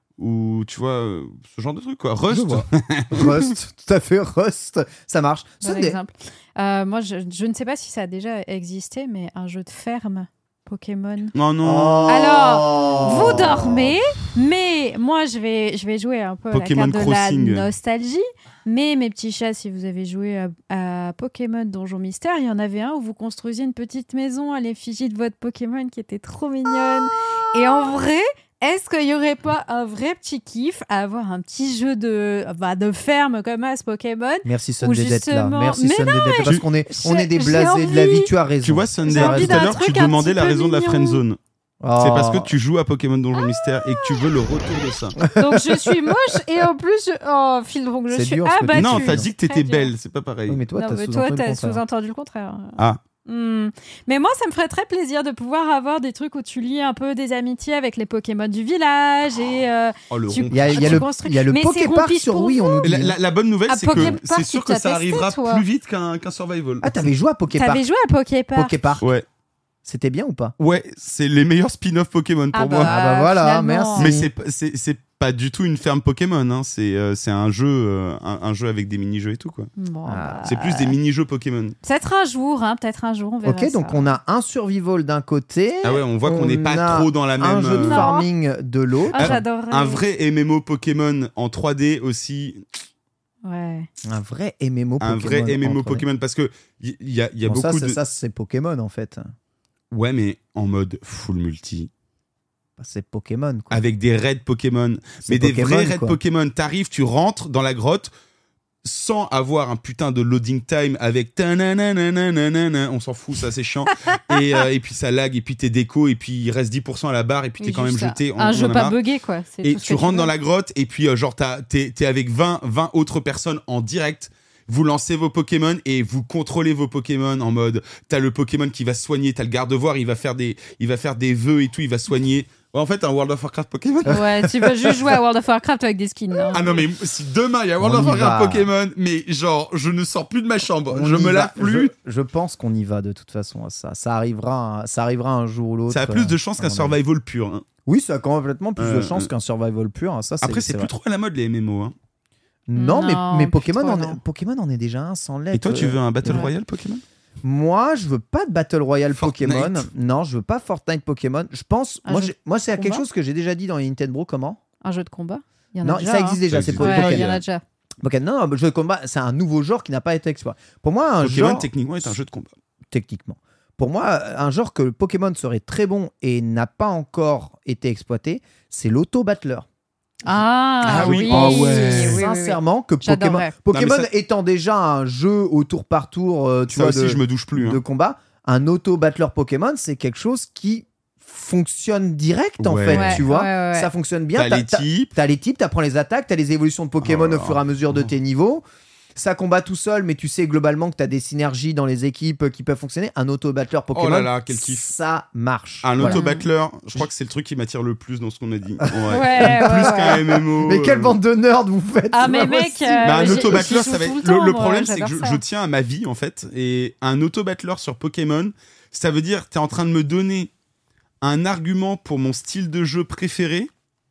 ou tu vois euh, ce genre de truc quoi. Je Rust. vois. Rust, tout à fait, Rust, ça marche. Bon Sunday. exemple. Euh, moi, je, je ne sais pas si ça a déjà existé, mais un jeu de ferme Pokémon. Non non. Oh. Alors, Vous dormez, mais moi je vais, je vais jouer un peu à Pokémon la carte Crossing. de la nostalgie. Mais mes petits chats, si vous avez joué à, à Pokémon Donjon Mystère, il y en avait un où vous construisiez une petite maison à l'effigie de votre Pokémon qui était trop mignonne. Et en vrai, est-ce qu'il n'y aurait pas un vrai petit kiff à avoir un petit jeu de, bah, de ferme comme à ce Pokémon? Merci Sunday d'être là. justement- Merci Mais Sunday d'être là parce qu'on est, on est des j'ai blasés de la envie. vie. Tu as raison. Tu vois Sunday, J'ai envie tout à d'un l'heure tu truc un demandais petit la peu raison de la mignon. friendzone. Oh. C'est parce que tu joues à Pokémon Donjon Mystère et que tu veux le retour de ça. Donc je suis moche et en plus, je... oh, Phil, donc je C'est suis dur, ce que tu dis. abattue. non, t'as dit que t'étais Très bien. belle, c'est pas pareil. Oui, mais toi, Non, t'as mais toi, sous-entendu le t'as contraire. sous-entendu le contraire. Ah. Hmm. Mais moi, ça me ferait très plaisir de pouvoir avoir des trucs où tu lis un peu des amitiés avec les Pokémon du village et euh, Oh le tu- rond. Il y a, il y a tu le, construis. il y a le Mais c'est Poképark rompiste sur pour Wii, on nous dit. La, la- la bonne nouvelle, À c'est que Poképark, c'est sûr tu que t'as ça testé, arrivera toi plus vite qu'un qu'un survival. Ah, t'avais joué à Poképark. T'avais joué à Poképark. Poképark. Ouais. C'était bien ou pas? Ouais, c'est les meilleurs spin-off Pokémon pour Ah bah, moi. Ah bah voilà, finalement. merci. Mais c'est pas- c'est c'est pas du tout une ferme Pokémon, hein. c'est euh, c'est un jeu euh, un, un jeu avec des mini-jeux et tout quoi. Bon, Ah. bah, C'est plus des mini-jeux Pokémon. Peut-être un jour, hein, peut-être un jour, on verra Ok, donc ça. on a un survival d'un côté. Ah ouais, on voit qu'on n'est on pas a trop dans la même un jeu de euh, Non. farming de l'autre. Ah, j'adorerais. un vrai M M O Pokémon en trois D aussi, Ouais. Un vrai M M O Pokémon. un vrai M M O entre- Pokémon parce que il y, y a, y a Bon, ça, beaucoup c'est- de ça, c'est Pokémon en fait. ouais mais en mode full multi C'est Pokémon quoi. avec des raids Pokémon, C'est mais des Pokémon, vrais raids quoi. Pokémon. T'arrives, tu rentres dans la grotte. sans avoir un putain de loading time avec ta-na-na-na-na-na-na, on s'en fout, ça c'est chiant. et, euh, et puis ça lag, et puis t'es déco, et puis il reste dix pour cent à la barre, et puis t'es Oui, quand même juste jeté. Un on, jeu on en a pas marre. buggé, quoi. C'est Et tout ce tu que rentres veux. dans la grotte, et puis euh, genre t'as, t'es, t'es avec vingt, vingt autres personnes en direct. Vous lancez vos Pokémon et vous contrôlez vos Pokémon en mode t'as le Pokémon qui va se soigner, t'as le garde-voir, il va faire des, il va faire des vœux et tout, il va soigner. Ouais, en fait, un World of Warcraft Pokémon. Ouais, tu peux juste jouer à World of Warcraft avec des skins. hein. Ah non, mais si demain il y a World On of y Warcraft va. Pokémon, mais genre, je ne sors plus de ma chambre, On je y me lave va. plus. Je, je pense qu'on y va de toute façon à ça. Ça arrivera, un- ça arrivera un jour ou l'autre. Ça a plus de euh, chances à qu'un mon avis. survival pur. hein. Oui, ça a complètement plus de Euh, chances euh. qu'un survival pur. hein, Ça, c'est, Après, c'est, plus vrai. trop à la mode les M M O. Hein. Non, mais, Non, mais plus Pokémon, trop, en non. est, Pokémon en est déjà un sans lettres. Et toi, tu veux un Battle Ouais. Royale Pokémon? Moi, je veux pas de Battle Royale Fortnite. Pokémon. Non, je veux pas Fortnite Pokémon. Je pense. Un Moi, jeu j'ai- moi, c'est de quelque combat chose que j'ai déjà dit dans les Nintendo. Comment Un jeu de combat Il y en a Non, déjà, ça hein. existe déjà. Ça C'est existe pour les déjà. Ouais, il y Pokémon. en a déjà. Pokémon. Non, non, jeu de combat, c'est un nouveau genre qui n'a pas été exploité. Pour moi, un Pokémon, genre. techniquement, est un jeu de combat. Techniquement. Pour moi, un genre que Pokémon serait très bon et n'a pas encore été exploité, c'est l'auto-battler. Ah, Ah oui. oui. Ah ouais. Oui, oui, oui. Sincèrement, que Pokémon, J'adorerais. Pokémon Non, mais ça- étant déjà un jeu au tour par tour, euh, tu Ça vois, aussi, de, je me douche plus. de Hein. combat, un auto-battler Pokémon, c'est quelque chose qui fonctionne direct en Ouais. fait, Ouais, tu vois. ouais, ouais, ouais. Ça fonctionne bien. T'as T'as- les t'as- types. T'as les types, t'apprends les attaques, t'as les évolutions de Pokémon Oh là au fur et à mesure de là. tes niveaux. Ça combat tout seul, mais tu sais globalement que t'as des synergies dans les équipes qui peuvent fonctionner. Un auto-battler Pokémon, là là, quel kiff. ça marche. Un Voilà. auto-battler, je crois que c'est le truc qui m'attire le plus dans ce qu'on a dit. Ouais. Ouais, ouais, Plus ouais. qu'un M M O. Mais quelle euh, bande de nerds vous faites Ah, c'est mais pas mec, possible. euh, Bah, un j'y- auto-battler, j'y ça joue va tout être. le Le, temps, le moi, problème, c'est que j'adore je, ça. je tiens à ma vie, en fait. Et un auto-battler sur Pokémon, ça veut dire que t'es en train de me donner un argument pour mon style de jeu préféré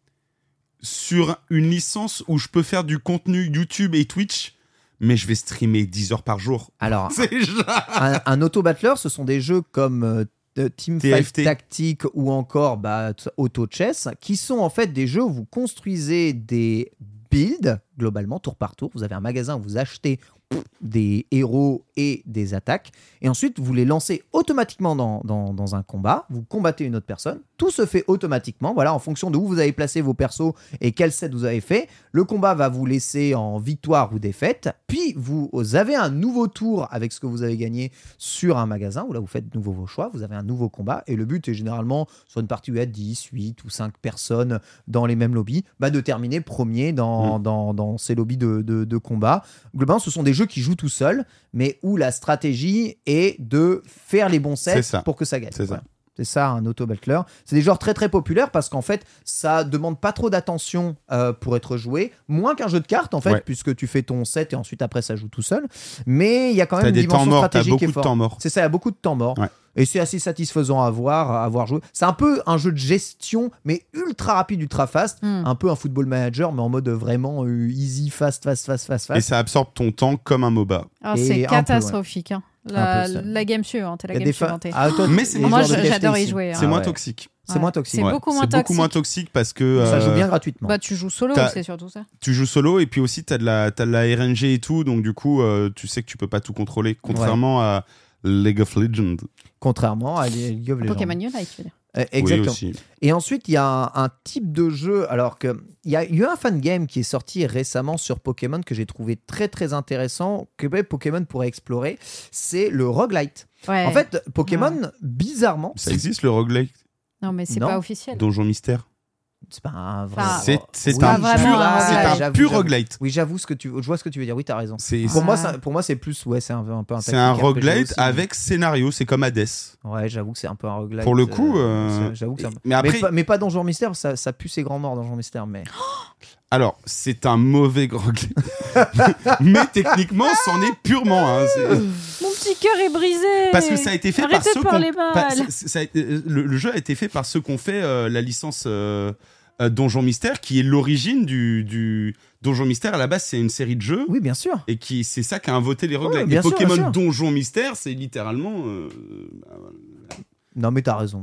sur une licence où je peux faire du contenu YouTube et Twitch, mais je vais streamer dix heures par jour. Alors, C'est déjà. un, un auto-battler, ce sont des jeux comme euh, euh, Teamfight T F T. Tactique ou encore bah, t- Auto Chess, qui sont en fait des jeux où vous construisez des builds, globalement, tour par tour. Vous avez un magasin où vous achetez pff, des héros et des attaques, et ensuite vous les lancez automatiquement dans, dans, dans un combat. Vous combattez une autre personne. Tout se fait automatiquement, voilà, en fonction de où vous avez placé vos persos et quel set vous avez fait. Le combat va vous laisser en victoire ou défaite, puis vous avez un nouveau tour avec ce que vous avez gagné sur un magasin, où là vous faites de nouveau vos choix, vous avez un nouveau combat, et le but est généralement, sur une partie où il y a dix, huit ou cinq personnes dans les mêmes lobbies, bah, de terminer premier dans, Mm. dans, dans ces lobbies de, de, de combat. Globalement, ce sont des jeux qui jouent tout seuls, mais où la stratégie est de faire les bons C'est sets ça. pour que ça gagne. C'est ça. Voilà. C'est ça, un auto-battler. C'est des genres très très populaires parce qu'en fait, ça demande pas trop d'attention euh, pour être joué, moins qu'un jeu de cartes en fait, Ouais. puisque tu fais ton set et ensuite après ça joue tout seul. Mais il y a quand même T'as une des temps dimension morts, t'as stratégique qui est beaucoup de forte. temps morts. C'est ça, il y a beaucoup de temps mort. Ouais. Et c'est assez satisfaisant à voir, à avoir joué. C'est un peu un jeu de gestion, mais ultra rapide, ultra fast. Hmm. Un peu un football manager, mais en mode vraiment euh, easy, fast, fast, fast, fast, fast. Et ça absorbe ton temps comme un MOBA. Ah, Et c'est un peu, catastrophique. hein. La, Un peu, ça. la game suivante, la Il y a game des fa- suivante. est- Ah, toi, Mais c'est les Moi, joueurs de je- T F T j'adore y ici. jouer, hein. C'est Ah moins ouais. toxique. C'est Ouais. moins toxique. C'est Ouais. beaucoup moins C'est beaucoup toxique. moins toxique parce que Ça joue euh, bien gratuitement. Bah, tu joues solo, T'as- c'est surtout ça. tu joues solo et puis aussi t'as de la t'as de la R N G et tout, donc du coup euh, tu sais que tu peux pas tout contrôler, contrairement à League of Legends. Contrairement à League of Legends. Pokémon Unite, tu veux dire. Euh, exactement. Oui aussi. Et ensuite, il y a un, un type de jeu. Alors que il y a eu un fan game qui est sorti récemment sur Pokémon que j'ai trouvé très très intéressant, que ben, Pokémon pourrait explorer. C'est le roguelite. Ouais. En fait, Pokémon, bizarrement, Ça existe le roguelite, Non, mais c'est Non. pas officiel. Donjon mystère. c'est pas un vrai. Enfin, C'est c'est Oui, un pas pur, vraiment un c'est roguelite. un J'avoue, pur j'avoue. roguelite. Oui, j'avoue ce que tu, je vois ce que tu veux dire. Oui, t'as raison. C'est Pour Ah. moi, ça- pour moi, c'est plus, ouais, c'est un, peu- un peu un. c'est un tactique R P G roguelite aussi, mais- avec scénario, c'est comme Hades. Ouais, j'avoue que c'est un peu un roguelite. Pour le coup, euh, euh, c'est- j'avoue que c'est un peu- mais après- mais, pas, mais pas Donjon Mystère, ça, ça pue ses grands morts Donjon Mystère, mais. Alors, c'est un mauvais roguelite. Mais techniquement, c'en est purement. hein, c'est- Mon petit cœur est brisé. Parce que ça a été fait par Arrêtez ceux de parler qu'on- mal. pas- c'est- c'est- ça a été- euh, le, le jeu a été fait par ceux qui ont fait euh, la licence euh, euh, Donjon Mystère, qui est l'origine du, du Donjon Mystère. À la base, c'est une série de jeux. Oui, bien sûr. Et qui, c'est ça qui a inventé les roguelites. Ouais, bien et sûr, Pokémon bien sûr. Donjon Mystère, c'est littéralement. euh, bah, voilà. Non, mais t'as raison.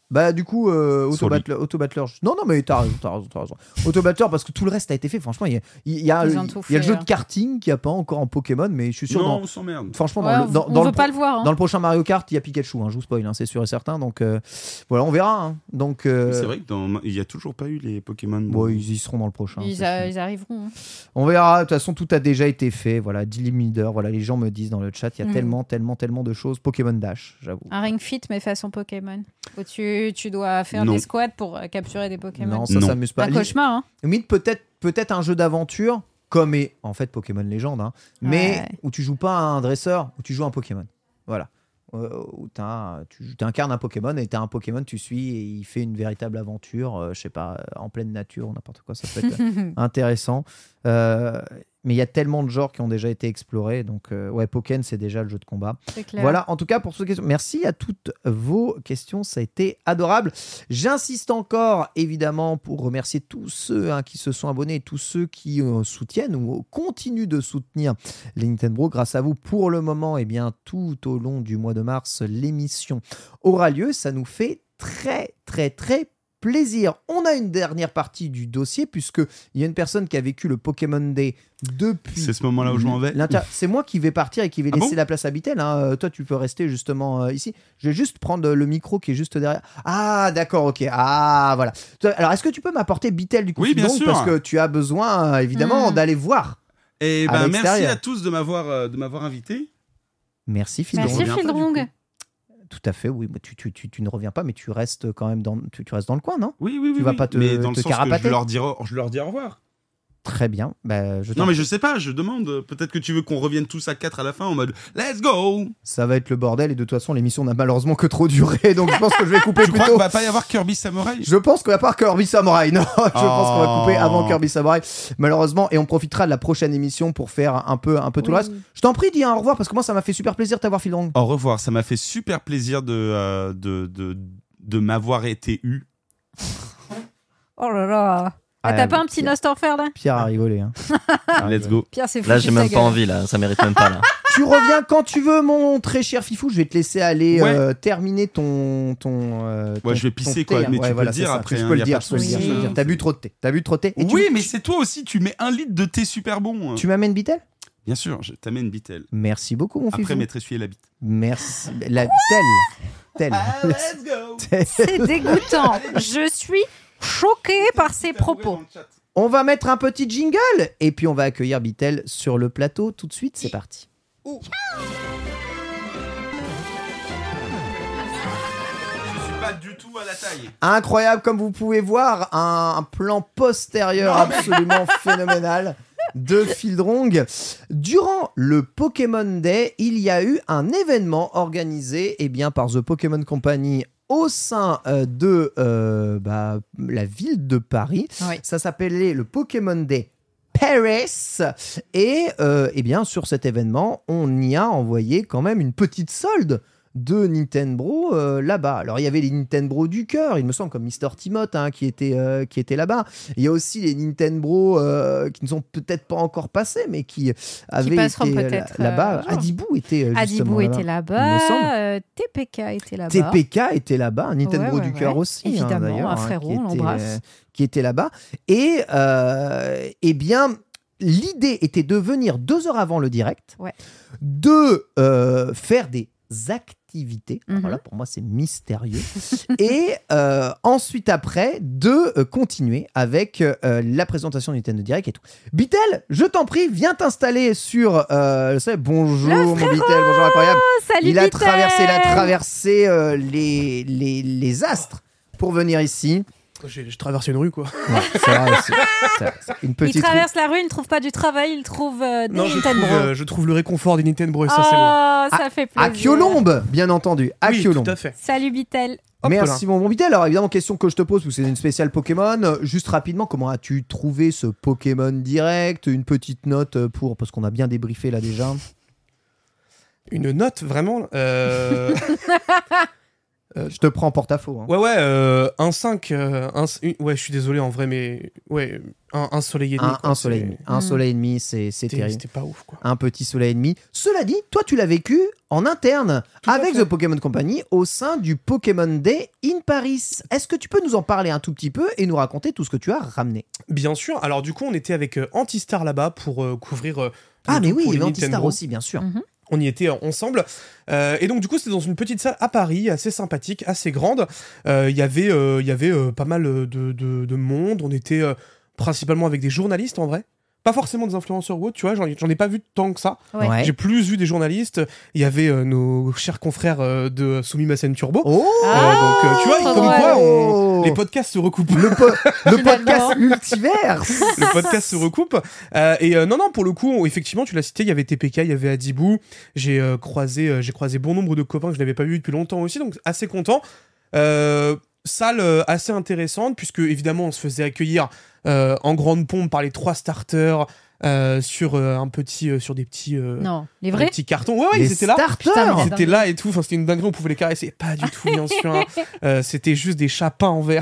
Bah du coup, euh, Sur lui. Autobattler, Autobattler. je- Non non mais t'as raison, t'as raison, t'as raison. Autobattler parce que tout le reste a été fait. Franchement, il y a, il y a, Ils il y ont a tout il y a le fait, jeu hein. de karting qui a pas encore en Pokémon, mais je suis sûr. Non, dans- on s'emmerde. Franchement, Ouais, dans on le, dans, on dans veut le pas pro- le voir. hein. dans le prochain Mario Kart, il y a Pikachu. Hein, je vous spoil, hein, c'est sûr et certain. Donc euh, voilà, on verra. Hein. Donc euh, C'est vrai qu'il n'y a toujours pas eu les Pokémon. bon, ils y seront dans le prochain. Ils, c'est a- sûr. ils arriveront. hein. On verra. De toute façon, tout a déjà été fait. Voilà, Dilly Leader. Voilà, les gens me disent dans le chat, il y a Mhm. tellement, tellement, tellement de choses. Pokémon Dash, j'avoue. Un Ring Fit, mais façon Pokémon. Où tu, tu dois faire Non. des squats pour euh, capturer des Pokémon. Non, ça Non. s'amuse pas. Un cauchemar, hein. Limite, peut-être, peut-être un jeu d'aventure, comme est en fait Pokémon Légende, hein, mais Ouais. où tu joues pas un dresseur, où tu joues un Pokémon. Voilà. Euh, où t'as- tu tu incarnes un Pokémon et t'as un Pokémon, tu suis et il fait une véritable aventure, euh, je sais pas, euh, en pleine nature ou n'importe quoi. Ça peut être intéressant. Euh, mais il y a tellement de genres qui ont déjà été explorés. Donc, euh, ouais, Pokémon, c'est déjà le jeu de combat. C'est clair. Voilà, en tout cas, pour ces questions. Merci à toutes vos questions. Ça a été adorable. J'insiste encore, évidemment, pour remercier tous ceux hein, qui se sont abonnés, tous ceux qui euh, soutiennent ou continuent de soutenir les Nintendo. Grâce à vous, pour le moment, et bien, tout au long du mois de mars, l'émission aura lieu. Ça nous fait très, très, très plaisir. On a une dernière partie du dossier, puisqu'il y a une personne qui a vécu le Pokémon Day depuis... C'est ce moment-là où je m'en vais. L'inter- C'est moi qui vais partir et qui vais Ah laisser bon la place à Bitel. Hein. Euh, Toi, tu peux rester justement euh, ici. Je vais juste prendre le micro qui est juste derrière. Ah, d'accord, ok. Ah, voilà. Toi, alors, est-ce que tu peux m'apporter Bitel du coup Oui, bien donc, sûr. Parce que tu as besoin, euh, évidemment, Mm. d'aller voir. Et À ben, merci l'extérieur. à tous de m'avoir euh, de m'avoir invité. Merci, Phil. Merci, reviens pas, du Fildrong. coup. Tout à fait, oui. Bah, tu, tu, tu, tu ne reviens pas, mais tu restes quand même dans, tu, tu restes dans le coin, non? Oui, oui, oui. Tu vas oui. pas te- mais dans te le sens que carapater je leur dis, au- je leur dis au revoir. Très bien. Bah, je t'en Non, mais prie. je sais pas, je demande. Peut-être que tu veux qu'on revienne tous à quatre à la fin en mode Let's go. Ça va être le bordel et de toute façon, l'émission n'a malheureusement que trop duré, donc je pense que je vais couper Tu crois plutôt. qu'il va pas y avoir Kirby Samurai? Je pense qu'on va pas Kirby Samurai. Non, je pense qu'on va couper Oh. avant Kirby Samurai, malheureusement. Et on profitera de la prochaine émission pour faire un peu, un peu tout le Oui. reste. Je t'en prie, dis un au revoir parce que moi, ça m'a fait super plaisir de t'avoir, Phildrong. Au revoir, ça m'a fait super plaisir de, euh, de, de, de m'avoir été eu. Oh là là. Ah, Ah, t'as pas mais un petit Pierre- nost à refaire là Pierre a rigolé. Hein. Let's go. Pierre, c'est fou. Là, j'ai même pas envie, là. Ça mérite même pas, là. Tu reviens quand tu veux, mon très cher Fifou. Je vais te laisser aller Ouais. euh, terminer ton. ton, euh, ton- Ouais, je vais ton pisser, thé, quoi, hein. mais tu peux le c'est dire ça. après, Je hein, peux y le a dire, pas de je peux le dire, souci. je peux le dire. T'as bu trop de thé. T'as bu trop de thé. Et tu- Oui, mais c'est toi aussi, tu mets un litre de thé super bon. Tu m'amènes Bitel? Bien sûr, je t'amène Bitel. Merci beaucoup, mon Après Fifou. m'être essuyé la bite. Merci. La telle. Telle. Let's go. C'est dégoûtant. Je suis choquée par ces propos. On va mettre un petit jingle et puis on va accueillir Bitel sur le plateau tout de suite. C'est parti. Je suis pas du tout à la taille. Incroyable, comme vous pouvez voir, un, un plan postérieur absolument phénoménal de Fildrong. Durant le Pokémon Day, il y a eu un événement organisé eh bien, par The Pokémon Company au sein euh, de euh, bah, la ville de Paris. Oui. Ça s'appelait le Pokémon Day Paris. Et euh, eh bien, sur cet événement, on y a envoyé quand même une petite solde de Nintendo euh, là-bas. Alors il y avait les Nintendo du cœur, il me semble, comme Mister Timoth hein, qui était euh, qui était là-bas. Il y a aussi les Nintendo euh, qui ne sont peut-être pas encore passés, mais qui avaient passeront été peut-être, là- là-bas. euh, un jour. Adibou était euh, justement Adibou là-bas. était il me là-bas. semble. euh, T P K était là-bas. T P K était là-bas, un Nintendo Ouais, ouais, du cœur ouais. aussi, hein, Évidemment, d'ailleurs, un hein, frérot, qui on était, l'embrasse. euh, qui était là-bas. Et euh, eh bien, l'idée était de venir deux heures avant le direct, Ouais. de euh, faire des activités. Alors Mhm. là, pour moi, c'est mystérieux. Et euh, ensuite, après, de euh, continuer avec euh, la présentation du Nintendo Direct et tout. Bitel, je t'en prie, viens t'installer sur. Euh, vous savez, bonjour, Le mon Bitel, bonjour, incroyable. Salut, Il a Bitel. traversé, il a traversé euh, les, les, les astres pour venir ici. J'ai j'ai traversé une rue, quoi. Ouais, c'est vrai, c'est- c'est- c'est une Il petite. traverse la rue, il ne trouve pas du travail, il trouve euh, des Non, je Nintendo. trouve, euh, je trouve le réconfort des Nintendo, et ça, oh, c'est bon. ça fait plaisir. À Kyolombe, bien entendu. À Oui, Kyolombe. tout à fait. Salut Bitel. Hop Merci mon bon Bitel. Alors évidemment, question que je te pose, parce que c'est une spéciale Pokémon. Euh, Juste rapidement, comment as-tu trouvé ce Pokémon Direct? Une petite note pour, parce qu'on a bien débriefé là déjà. Une note, vraiment. euh, Euh, Je te prends en porte-à-faux. Hein. Ouais, ouais, euh, un cinq. Euh, un, ouais, je suis désolé en vrai, mais. Ouais, un, un soleil et demi. Un, quoi, un soleil et demi. Un Mm. soleil et demi, c'est, c'est C'était, terrible. c'était pas ouf, quoi. Un petit soleil et demi. Cela dit, toi, tu l'as vécu en interne Tout à avec fait. The Pokémon Company au sein du Pokémon Day in Paris. Est-ce que tu peux nous en parler un tout petit peu et nous raconter tout ce que tu as ramené? Bien sûr. Alors, du coup, on était avec euh, Antistar là-bas pour euh, couvrir. Euh, Ah, le mais tout oui, pour il y les avait Antistar Nintendo. aussi, bien sûr. Mhm. On y était ensemble. Euh, et donc, du coup, c'était dans une petite salle à Paris, assez sympathique, assez grande. Euh, Il y avait, euh, il y avait euh, pas mal de, de, de monde. On était euh, principalement avec des journalistes, en vrai. Pas forcément des influenceurs ou autres, tu vois. J'en, j'en ai pas vu tant que ça. Ouais. Ouais. J'ai plus vu des journalistes. Il y avait euh, nos chers confrères euh, de Sumimasen Turbo. Oh Euh, Ah, donc, euh, tu vois, trop comme drôle. quoi, on- les podcasts se recoupent. Le, po- le Finalement. podcast multivers. Le podcast se recoupe. Euh, et euh, non, non, pour le coup, effectivement, tu l'as cité, il y avait T P K, il y avait Adibou. J'ai euh, croisé, euh, j'ai croisé bon nombre de copains que je n'avais pas vu depuis longtemps aussi, donc assez content. Euh, salle euh, assez intéressante, puisque évidemment, on se faisait accueillir euh, en grande pompe par les trois starters euh, sur euh, un petit, euh, sur des petits, euh, Non, les des vrais. petits cartons. Ouais, ouais, Les ils étaient là. starters. Putain, mais Ils étaient là et tout. Enfin, c'était une dinguerie. On pouvait les caresser. Pas du tout, bien sûr. hein. Euh, c'était juste des chapins en verre.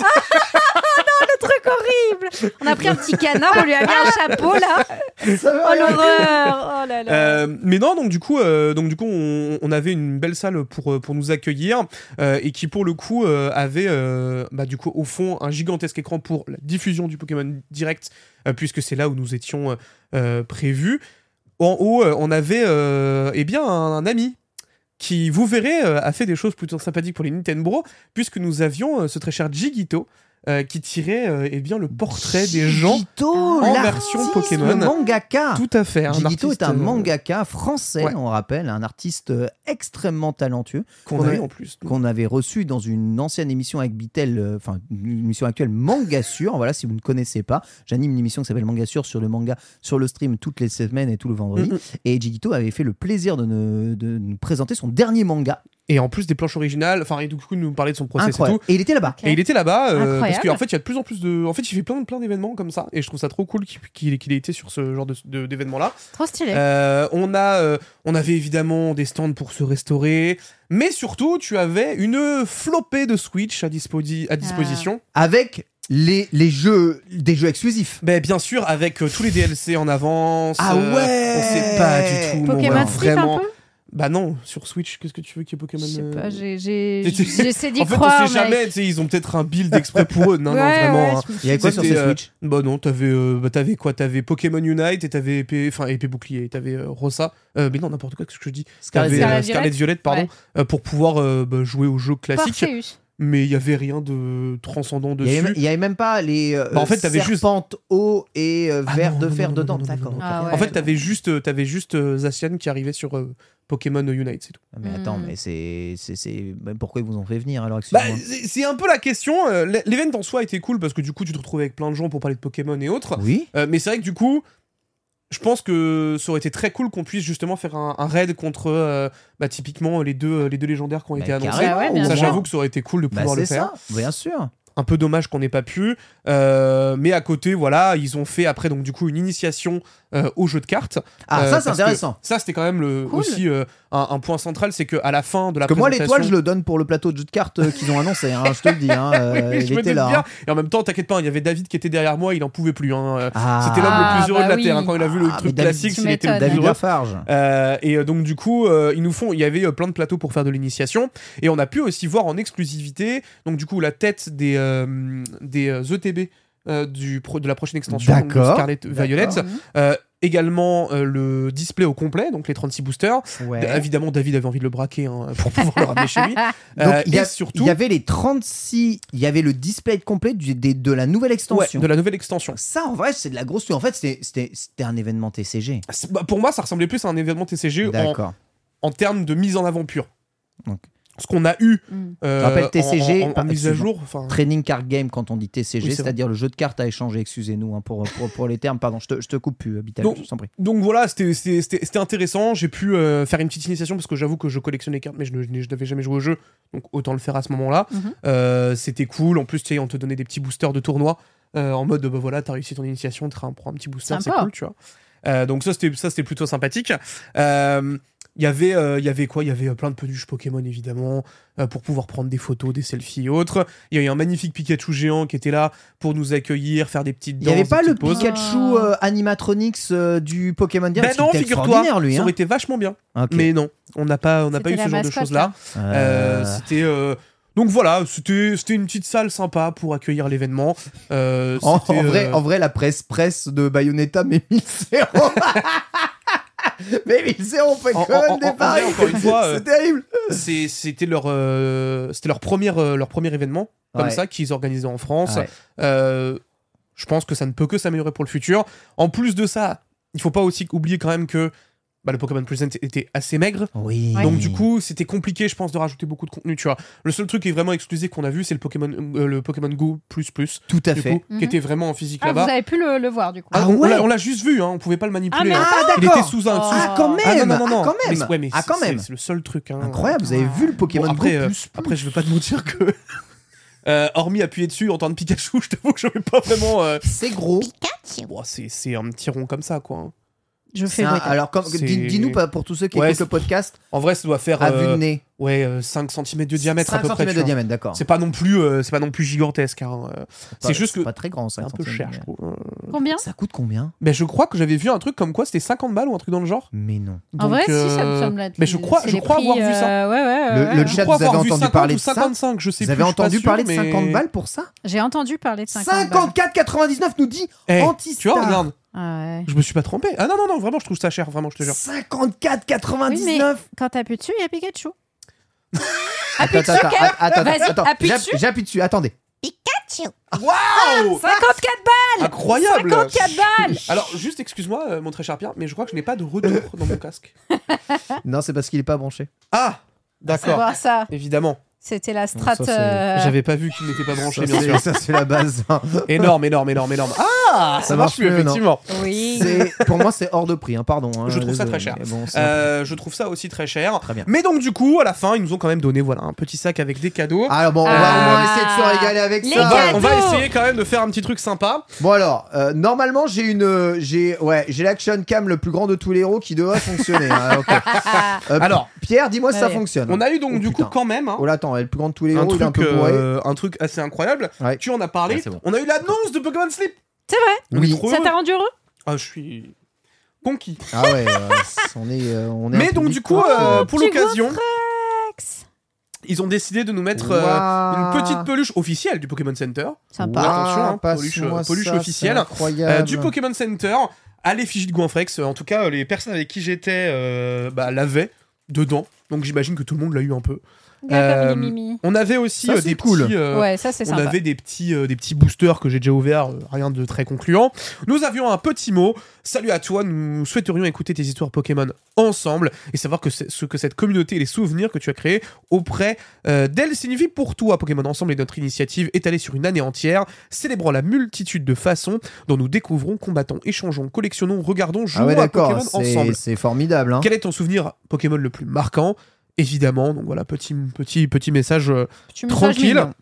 Truc horrible. On a pris un petit canard, on lui a mis un chapeau là. Ça va, Oh rien. l'horreur. Oh là là. Euh, mais non, donc du coup, euh, donc du coup, on, on avait une belle salle pour euh, pour nous accueillir euh, et qui pour le coup euh, avait, euh, bah, du coup, au fond, un gigantesque écran pour la diffusion du Pokémon Direct, euh, puisque c'est là où nous étions euh, euh, prévus. En haut, euh, on avait, euh, eh bien, un, un ami qui, vous verrez, euh, a fait des choses plutôt sympathiques pour les Nintendo, puisque nous avions euh, ce très cher Jigito. Euh, qui tirait euh, eh bien le portrait des gens Jigito, en l'artiste, version Pokémon. le mangaka. tout à fait. Un Jigito artiste, est un euh, mangaka français, ouais. on rappelle, un artiste euh, extrêmement talentueux qu'on qu'on avait avait- en plus. qu'on avait reçu dans une ancienne émission avec Bitel, euh, enfin une émission actuelle Mangassure. Voilà, si vous ne connaissez pas, j'anime une émission qui s'appelle Mangassure sur le manga, sur le stream toutes les semaines et tout le vendredi. Mhm. Et Jigito avait fait le plaisir de, ne- de nous présenter son dernier manga. Et en plus des planches originales, enfin, et du coup, nous parler de son process et Incroyable. tout. Et il était là-bas. Ok. Et il était là-bas, euh, Incroyable. parce qu'en fait, il y a de plus en plus de. En fait, il fait plein, plein d'événements comme ça, et je trouve ça trop cool qu'il qu'il- qu'il ait été sur ce genre de, de- d'événements-là. Trop stylé. Euh, on, a, euh, on avait évidemment des stands pour se restaurer, mais surtout, tu avais une flopée de Switch à, disposi- à disposition. Avec les, les jeux, des jeux exclusifs. Ben, bien sûr, avec euh, tous les D L C en avance. Ah euh, ouais. On sait pas du tout. mon Pokémon gars, Strip vraiment. un peu. Bah non, sur Switch, qu'est-ce que tu veux qu'il y ait Pokémon Je sais euh, pas, j'ai, j'ai, C'est- j'essaie d'y En fait, croire. on sait jamais, tu sais, ils ont peut-être un build exprès pour eux. Non, non, Ouais, vraiment. ouais, hein. je me suis Il y avait quoi sur C'était, ces euh, Switch? Bah non, t'avais, euh, bah, t'avais quoi? T'avais Pokémon Unite et t'avais épée, enfin épée bouclier, et t'avais euh, Rosa. Euh, mais non, n'importe quoi, qu'est-ce que je dis? Scarlet T'avais Violet. euh, Scarlet Violet, pardon, Ouais. euh, pour pouvoir euh, bah, jouer aux jeux classiques. Parfait. Mais il y avait rien de transcendant Il y avait, dessus. il y avait même pas les euh, Bah, en fait, t'avais juste- serpentes eau et euh, Ah verre non, de non, fer non, non, dedans. non, non, D'accord. non, ok. Ah ouais. En fait, t'avais juste, euh, t'avais juste euh, Zacian qui arrivait sur euh, Pokémon Unite, c'est tout. Mais attends, Hmm. mais c'est, c'est, c'est... ben, pourquoi ils vous ont fait venir alors? Bah, Excusez-moi. c'est c'est un peu la question. euh, l'e- L'event en soi était cool parce que du coup, tu te retrouvais avec plein de gens pour parler de Pokémon et autres. Oui. Euh, mais c'est vrai que du coup, je pense que ça aurait été très cool qu'on puisse justement faire un, un raid contre euh, bah, typiquement les deux, les deux légendaires qui ont Bah, été annoncés. carrément, Ouais, bien Ça, sûr. j'avoue que ça aurait été cool de Bah, pouvoir c'est le faire. ça, bien sûr. Un peu dommage qu'on n'ait pas pu. Euh, mais à côté, voilà, ils ont fait après donc du coup une initiation euh, au jeu de cartes. Ah, Euh, ça c'est parce que intéressant. Ça, c'était quand même le, Cool. aussi euh, un, un point central, c'est qu'à la fin de la Que moi présentation... l'étoile je le donne pour le plateau de jeu de cartes euh, qu'ils ont annoncé, hein, je te le dis. Hein, euh, Oui, il je me était doute là. bien. hein. Et en même temps, t'inquiète pas, il y avait David qui était derrière moi, il en pouvait plus. Hein. Euh, Ah. C'était l'homme le plus heureux bah de la oui. Terre. hein. Quand il a vu le Ah, mais truc David- classique, Tu il était le m'étonnes. plus David heureux. Lafarge. Euh, et euh, donc du coup, euh, ils nous font, il y avait euh, plein de plateaux pour faire de l'initiation, et on a pu aussi voir en exclusivité, donc du coup la tête des euh, des euh, E T B euh, du pro- de la prochaine extension, donc, de D'accord. Scarlet Violet. D'accord. Euh, également euh, le display au complet, donc les trente-six boosters. Ouais. D- Évidemment, David avait envie de le braquer hein, pour pouvoir le ramener chez lui. Donc Euh, il y, et a- surtout, il y avait les trente-six, il y avait le display complet du- des- de la nouvelle ouais, extension. de la nouvelle extension. Ça en vrai c'est de la grosse tuerie. En fait c'était, c'était, c'était un événement T C G. C'est- bah, pour moi, ça ressemblait plus à un événement T C G en, D'accord. en termes de mise en avant pure. Donc. Ce qu'on a eu Mm. euh, Je rappelle T C G, en, en- en pas- mise à excuse-moi. jour. enfin, Training Card Game quand on dit T C G, Oui, c'est c'est-à-dire le jeu de cartes à échanger, excusez-nous hein, pour, pour, pour les termes, pardon, je te, je te coupe plus, Bital, Donc- je t'en prie. Donc voilà, c'était- c'était c'était- c'était intéressant. J'ai pu euh, faire une petite initiation parce que j'avoue que je collectionne les cartes, mais je ne- je n'ai- je n'avais jamais joué au jeu, donc autant le faire à ce moment-là. Mhm. Euh, c'était cool. En plus, tu sais, on te donnait des petits boosters de tournoi euh, en mode bah voilà, t'as réussi ton initiation, tu prends un petit booster, c'est Sympa. cool, tu vois. Euh, donc ça c'était ça c'était plutôt sympathique. Euh, Il y avait, euh, il y avait quoi ? Il y avait euh, plein de peluches Pokémon, évidemment, euh, pour pouvoir prendre des photos, des selfies et autres. Il y a eu un magnifique Pikachu géant qui était là pour nous accueillir, faire des petites Il danses. n'y avait pas des le petites pauses. Pikachu euh, animatronics euh, du Pokémon Direct. Ben non, qui était figure-toi, extraordinaire, lui. ça Hein. aurait été vachement bien. Ok. Mais non, on n'a pas, on n'a pas eu C'était ce la genre de mascotte, choses-là. là. Euh, Euh, c'était... euh, Donc voilà, c'était, c'était une petite salle sympa pour accueillir l'événement. Euh, En, c'était, en vrai, euh, en vrai, la presse presse de Bayonetta, mais mille zéro. Mais mille zéro fait En- quand en- même en- des en paris. vrai, encore une fois, euh, C'est terrible. c'est- c'était leur, euh, c'était leur, première, euh, leur premier événement, comme Ouais. ça, qu'ils organisaient en France. Ouais. Euh, je pense que ça ne peut que s'améliorer pour le futur. En plus de ça, il faut pas aussi oublier quand même que bah, le Pokémon Present était assez maigre. Oui. Donc du coup, c'était compliqué, je pense, de rajouter beaucoup de contenu, tu vois. Le seul truc qui est vraiment exclusif qu'on a vu, c'est le Pokémon, euh, le Pokémon Go plus plus, tout à du fait. coup, Mhm. qui était vraiment en physique Ah, vous là-bas. avez pu le, le voir du coup. Ah, Ah on, on ouais. l'a- on l'a juste vu, hein, on pouvait pas le manipuler. Ah, hein. Ah Il d'accord. était sous un. Oh. sous- Ah quand même. Ah non, non, non, non. Ah, quand même. Mais, ouais, mais ah c'est- quand c'est- même. C'est le seul truc. Hein. Incroyable. Vous avez vu le Pokémon Bon, après, Go euh, plus, plus. Après, je vais pas te mentir que. euh, hormis appuyer dessus, entendre Pikachu, je t'avoue que je vais pas vraiment. euh, C'est gros. bon, c'est, c'est un petit rond comme ça, quoi. hein. Je C'est fais un- le alors, comme, C'est- dis- dis-nous pas pour tous ceux qui Ouais, écoutent c'est- le podcast, En vrai, ça doit faire à vue euh, de nez. ouais, euh, cinq centimètres de diamètre à cinq peu près. centimètres tu de vois. diamètre, d'accord. C'est pas non plus, euh, c'est pas non plus gigantesque. Hein. euh. Pas- C'est juste que pas très grand, c'est cinq un peu centimètres cher, de je diamètre. trouve. euh. Combien Ça coûte combien? Mais je crois que j'avais vu un truc comme quoi c'était cinquante balles ou un truc dans le genre. Mais non. En vrai, Donc, si, ça me euh, semble être. Mais je crois, c'est je les crois prix, avoir vu ça. euh, ouais, ouais, Le- ouais, le ouais. Je chat, crois vous avez avoir vu entendu cinquante parler ou de ça cinquante-cinq, je sais Vous plus. avez je suis pas entendu sûr, parler de mais- cinquante balles pour ça? J'ai entendu parler de cinquante balles. cinquante-quatre quatre-vingt-dix-neuf nous dit Eh, Antistar. tu vois, regarde, Ah ouais. je me suis pas trompé. Ah non, non, non, vraiment, je trouve ça cher, vraiment, je te jure. cinquante-quatre Oui, quatre-vingt-dix-neuf. mais quand t'appuies dessus, il y a Pikachu. Attends, attends, attends, attends, Vas-y, attends. appuie J'app- dessus. J'appuie dessus, attendez. Waouh, cinquante-quatre balles incroyable. cinquante-quatre balles Alors, juste, excuse-moi, euh, mon très cher Pierre, mais je crois que je n'ai pas de retour dans mon casque. Non, c'est parce qu'il est pas branché. Ah, C'est d'accord, voir ça. évidemment. C'était la ça, strat. c'est- euh, J'avais pas vu qu'il n'était pas branché, Ça, bien c'est- sûr. Ça, c'est la base. hein. Énorme, énorme, énorme, énorme. Ah, ça, marche mieux, mieux, non effectivement. Oui. C'est- Pour moi, c'est hors de prix, hein, pardon. hein, Je trouve ça désolé, très cher. mais bon, c'est- Euh, je trouve ça aussi très cher. Très bien. Mais donc, du coup, à la fin, ils nous ont quand même donné voilà, un petit sac avec des cadeaux. Alors bon, on va Ah. au moins essayer de se régaler avec Les ça. on, va, on va cadeaux. essayer quand même de faire un petit truc sympa. Bon alors, euh, normalement j'ai une, euh, j'ai, ouais, j'ai l'action cam le plus grand de tous les héros qui devrait fonctionner. hein, ok. Euh, Alors, Pierre, dis-moi si ça Ouais. fonctionne. on a eu donc Oh, du putain. coup quand même hein, Oh là, attends, le plus grand de tous les un, héros, il est un truc, peu bourré. euh, un truc assez incroyable. Ouais. Tu en as parlé. Ouais, c'est bon. On a eu l'annonce de Pokémon Sleep. C'est vrai. On est Oui. trop Ça heureux. t'a rendu heureux Ah, je suis conquis. Ah ouais, euh, on est, euh, on est. Mais un donc public du coup, court, euh, euh, pour petit l'occasion, Rex. ils ont décidé de nous mettre euh, Waouh. une petite peluche officielle du Pokémon Center. Sympa. Waouh, attention, hein, passe-moi peluche- peluche ça, c'est officielle. incroyable. Euh, du Pokémon Center à l'effigie de Goinfrex. En tout cas, les personnes avec qui j'étais euh, bah, l'avaient dedans. Donc j'imagine que tout le monde l'a eu un peu. Bien Euh, comme les mimi. On avait aussi Ça, euh, c'est des cool. petits. euh, Ouais, ça c'est On sympa. avait des petits, euh, des petits boosters que j'ai déjà ouverts, euh, rien de très concluant. Nous avions un petit mot. Salut à toi, nous souhaiterions écouter tes histoires Pokémon ensemble et savoir que c'est- ce que cette communauté et les souvenirs que tu as créés auprès euh, d'elle signifient pour toi. Pokémon Ensemble est notre initiative étalée sur une année entière, célébrant la multitude de façons dont nous découvrons, combattons, échangeons, collectionnons, regardons, Ah jouons ouais, à d'accord, Pokémon c'est, ensemble. c'est formidable. Hein. Quel est ton souvenir Pokémon le plus marquant? Évidemment, donc voilà, petit, petit, petit message euh, Petit message tranquille. mignon.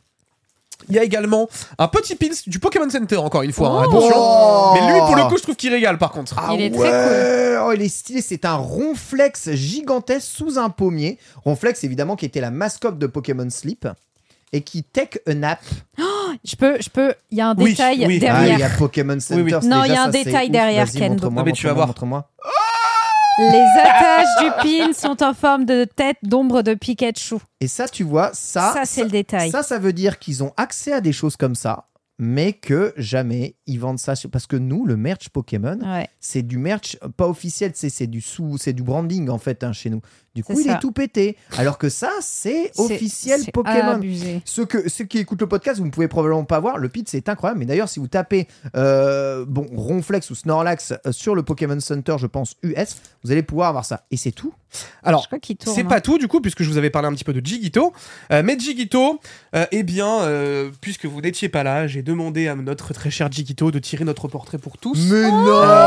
Il y a également un petit pins du Pokémon Center, encore une fois, hein, Oh. attention. Oh. Mais lui, pour le coup, je trouve qu'il régale par contre. Ah Il est ouais. très Oh, il est stylé. C'est un ronflex gigantesque sous un pommier. Ronflex, évidemment, qui était la mascotte de Pokémon Sleep et qui take a nap. Je peux, je peux. Il y a un Oui, détail oui. Ah, derrière. il y a Pokémon Center. Oui, oui. c'est Non, déjà il y a un ça, c'est détail ouf. derrière, Vas-y, Ken. montre-moi, Non, mais tu vas montre-moi, voir. montre-moi. Les attaches du pin sont en forme de tête d'ombre de Pikachu. Et ça, tu vois, ça, Ça, c'est le détail. Ça, ça veut dire qu'ils ont accès à des choses comme ça, mais que jamais ils vendent ça. sur- Parce que nous, le merch Pokémon, Ouais. c'est du merch pas officiel, c'est, c'est du sous, c'est du branding en fait hein, chez nous. Du coup, C'est il ça. est tout pété. Alors que ça, c'est C'est- officiel c'est Pokémon. abusé. Ceux, que, ceux qui écoutent le podcast, vous ne pouvez probablement pas voir. Le pitch, c'est incroyable. Mais d'ailleurs, si vous tapez euh, bon, Ronflex ou Snorlax euh, sur le Pokémon Center, je pense U S, vous allez pouvoir avoir ça. Et c'est tout. Alors, Je crois qu'il tourne. c'est hein. pas tout du coup, puisque je vous avais parlé un petit peu de Jigito. Euh, mais Jigito, euh, eh bien, euh, puisque vous n'étiez pas là, j'ai demandé à notre très cher Jigito de tirer notre portrait pour tous. Mais Oh,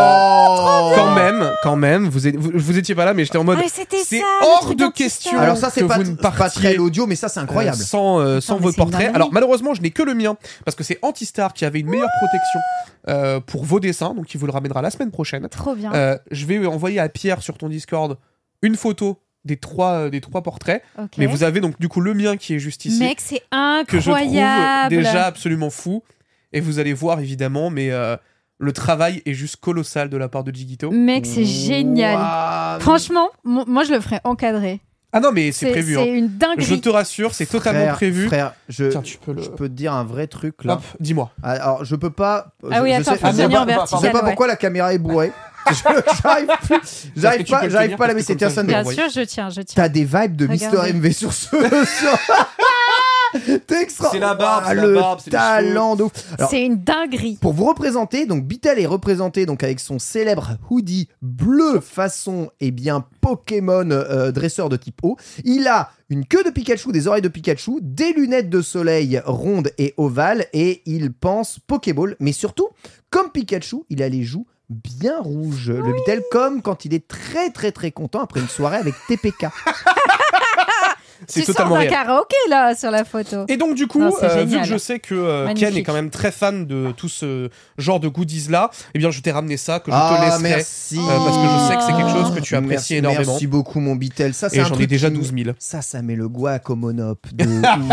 non Quand même, quand même, vous, êtes- vous, vous étiez pas là, mais j'étais en mode. Ah, c'était c'est ça, le hors truc de anti-star. question. Alors ça, c'est que pas, vous ne c'est pas partiez, très l'audio, mais ça, c'est incroyable. euh, sans euh, sans mais votre c'est une portrait. dinguerie. Alors malheureusement, je n'ai que le mien parce que c'est Antistar qui avait une meilleure protection euh, pour vos dessins, donc il vous le ramènera la semaine prochaine. Trop bien. Euh, je vais envoyer à Pierre sur ton Discord une photo des trois, des trois portraits. Ok. Mais vous avez donc du coup le mien qui est juste ici. Mec, c'est que je trouve incroyable. déjà absolument fou. Et vous allez voir évidemment, mais euh, le travail est juste colossal de la part de Jigito. Mec, c'est génial. Waouh. Franchement, mo- moi je le ferais encadré. Ah non, mais c'est, C'est prévu. c'est hein. une dinguerie. Je te rassure, c'est totalement Frère, prévu. Frère, je, Tiens, tu peux le. je peux te dire un vrai truc là. Hop, dis-moi. Alors, je peux pas. Ah je, oui, je attends, sais, faut je sais venir pas, en vertical, je sais pas ouais. pourquoi la caméra est bourrée. Je- j'arrive plus, j'arrive que tu pas, peux le j'arrive tenir pas à la parce que baisser. Tiens, comme ça, Sunday. je Bien peux sûr, je tiens, je tiens. T'as des vibes de mister Regardez. M V sur ce. sur- T'es extra. C'est la barbe, Ah, c'est la le barbe, c'est les talent de ouf. Alors, C'est une dinguerie. pour vous représenter, donc Bitel est représenté donc avec son célèbre hoodie bleu façon eh bien Pokémon euh, dresseur de type O. Il a une queue de Pikachu, des oreilles de Pikachu, des lunettes de soleil rondes et ovales et il pense Pokéball. Mais surtout, comme Pikachu, il a les joues bien rouges. Le Bitel, comme quand il est très très très content après une soirée avec T P K. C'est tu totalement sors d'un réel. karaoké là sur la photo. Et donc du coup, Non, c'est euh, vu génial. que je sais que euh, Magnifique. Ken est quand même très fan de tout ce genre de goodies là, eh bien je t'ai ramené ça que je Ah, te laisserai merci. euh, parce que je sais que c'est quelque chose que tu apprécies Merci, énormément. Merci beaucoup mon Bitel. Ça, c'est Et un j'en ai truc déjà qui- douze mille. Ça, ça met le guacomonop de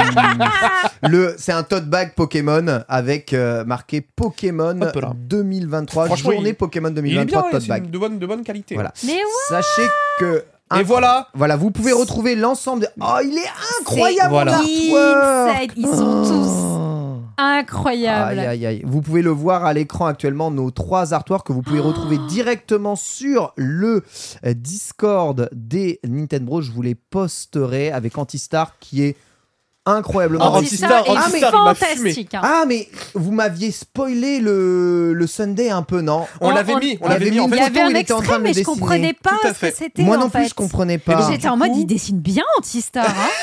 ouf. le, c'est un tote bag Pokémon avec euh, marqué Pokémon Hop là. deux mille vingt-trois, Franchement, journée il- Pokémon deux mille Il est bien, vingt-trois tote c'est bag. une- de bonne, de bonne qualité. Voilà. Mais ouais. Sachez que Et voilà. voilà, vous pouvez retrouver l'ensemble. De... Oh, il est incroyable Voilà. mon artwork. Inside. Ils sont tous Oh. incroyables. Aïe, aïe, aïe. Vous pouvez le voir à l'écran actuellement, nos trois artworks que vous pouvez retrouver directement sur le euh, Discord des Nintendo. Je vous les posterai avec Antistar qui est incroyablement Ah, Antistar Antistar, est Antistar, il m'a fumé. fantastique. hein. Ah, mais vous m'aviez spoilé le, le Sunday un peu, non? On On- l'avait on- mis, on il l'avait avait mis en mis Il fait. y photo, avait un il était en extrait, train de mais le je dessiner. comprenais pas Tout à ce fait. que c'était. Moi non en plus, fait. je comprenais Et pas. donc, J'étais du en mode, coup- il dessine bien Antistar.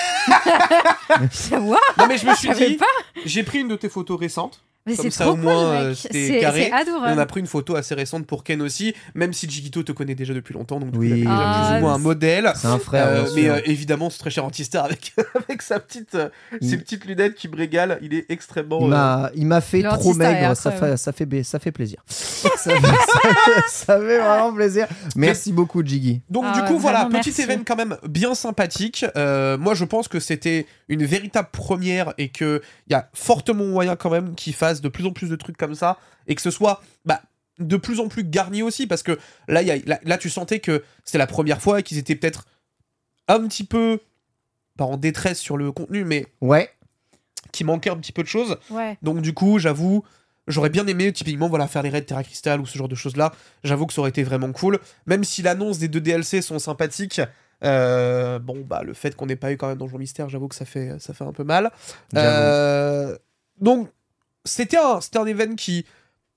Hein. Je vois. Non mais je me suis Je savais dit, pas. j'ai pris une de tes photos récentes. Mais Comme c'est ça, trop au moins, cool, euh, mec. c'était C'est carré. c'est Et on a adorable. pris une photo assez récente pour Ken aussi, même si Jigito te connaît déjà depuis longtemps, donc du coup, Oui. il avait déjà Ah, plus ou moins un c'est- modèle. C'est un frère. Euh, bien mais sûr. euh, évidemment, c'est très cher Antistar avec, avec sa petite, euh, Il- ses petites lunettes qui me régalent. Il est extrêmement. Il euh, m'a, il m'a fait Le trop Antistar est maigre, ça incroyable. fait, ça, fait, ba- ça fait plaisir. ça, fait, ça fait- ça fait vraiment plaisir. Merci beaucoup, Jiggy. Donc Ah du ouais, coup voilà, vraiment, petit merci. événement quand même bien sympathique. Euh, moi je pense que c'était une véritable première et que il y a fortement moyen quand même qu'ils fassent de plus en plus de trucs comme ça et que ce soit bah, de plus en plus garni aussi parce que là, il y a, là, là, tu sentais que c'était la première fois et qu'ils étaient peut-être un petit peu pas en détresse sur le contenu mais Ouais. qui manquait un petit peu de choses. Ouais. Donc du coup, j'avoue, j'aurais bien aimé typiquement voilà faire les raids Terra Crystal ou ce genre de choses là. J'avoue que ça aurait été vraiment cool. Même si l'annonce des deux D L C sont sympathiques, euh, bon bah le fait qu'on n'ait pas eu quand même Donjon Mystère, j'avoue que ça fait ça fait un peu mal. J'avoue. Euh, donc c'était un c'était un event qui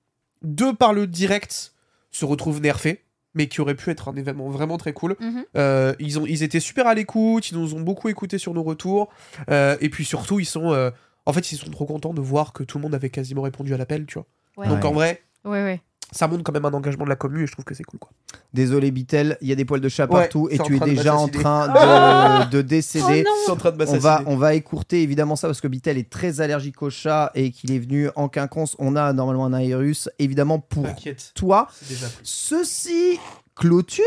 de par le direct se retrouve nerfé. Mais qui aurait pu être un événement vraiment très cool. Mhm. Euh, ils, ont, ils étaient super à l'écoute, ils nous ont beaucoup écouté sur nos retours. Euh, et puis surtout, ils sont. euh, en fait, ils sont trop contents de voir que tout le monde avait quasiment répondu à l'appel, tu vois. Ouais. Donc en vrai, Ouais, ouais. ça montre quand même un engagement de la commu et je trouve que c'est cool, quoi. Désolé, Bitel, il y a des poils de chat Ouais, partout et c'est en tu es train de déjà en m'assassiner. train de, de décéder. Oh non. C'est en train de On m'assassiner. va, on va écourter évidemment ça parce que Bitel est très allergique au chat et qu'il est venu en quinconce. On a normalement un aérus. Évidemment, pour T'inquiète, toi, c'est déjà fait. ceci clôture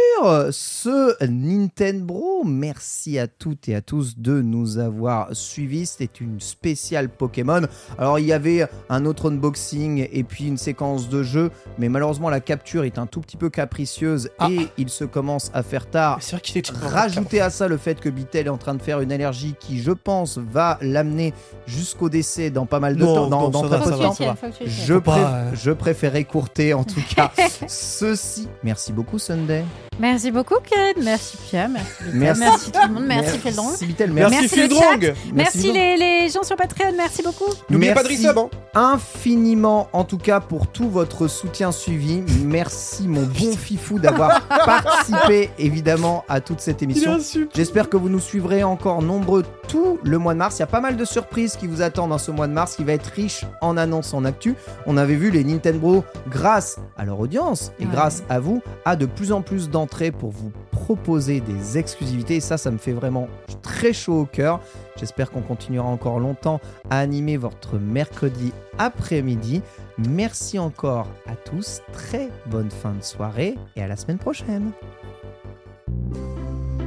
ce Nintendo. Merci à toutes et à tous de nous avoir suivis. C'était une spéciale Pokémon. Alors, il y avait un autre unboxing et puis une séquence de jeu, mais malheureusement, la capture est un tout petit peu capricieuse Ah. et il se commence à faire tard. Mais c'est vrai qu'il est Rajoutez à ça le fait que Bitel est en train de faire une allergie qui, je pense, va l'amener jusqu'au décès dans pas mal de Non, temps, dans, non, dans ça très va, peu Faut de que temps. tu y tiennes, faut que tu y tiennes. Je, Faut pas, préf- euh. je préférais courter en tout cas ceci. Merci beaucoup Sunday. Merci beaucoup, Ken. Merci, Pierre. Merci, Bitel. Merci. Merci, tout le monde. Merci, Feldong. Merci Bitel. Merci, Merci, Phil le Drong. Merci, Phil les, les gens sur Patreon. Merci beaucoup. N'oubliez pas de Merci resub, hein. infiniment en tout cas pour tout votre soutien suivi. Merci mon bon fifou d'avoir participé évidemment à toute cette émission. J'espère que vous nous suivrez encore nombreux tout le mois de mars. Il y a pas mal de surprises qui vous attendent dans ce mois de mars qui va être riche en annonces, en actu. On avait vu les Nintendo, grâce à leur audience et Ouais. grâce à vous, a de plus en plus d'entrées pour vous proposer des exclusivités. Et ça, ça me fait vraiment très chaud au cœur. J'espère qu'on continuera encore longtemps à animer votre mercredi après-midi. Merci encore à tous. Très bonne fin de soirée et à la semaine prochaine.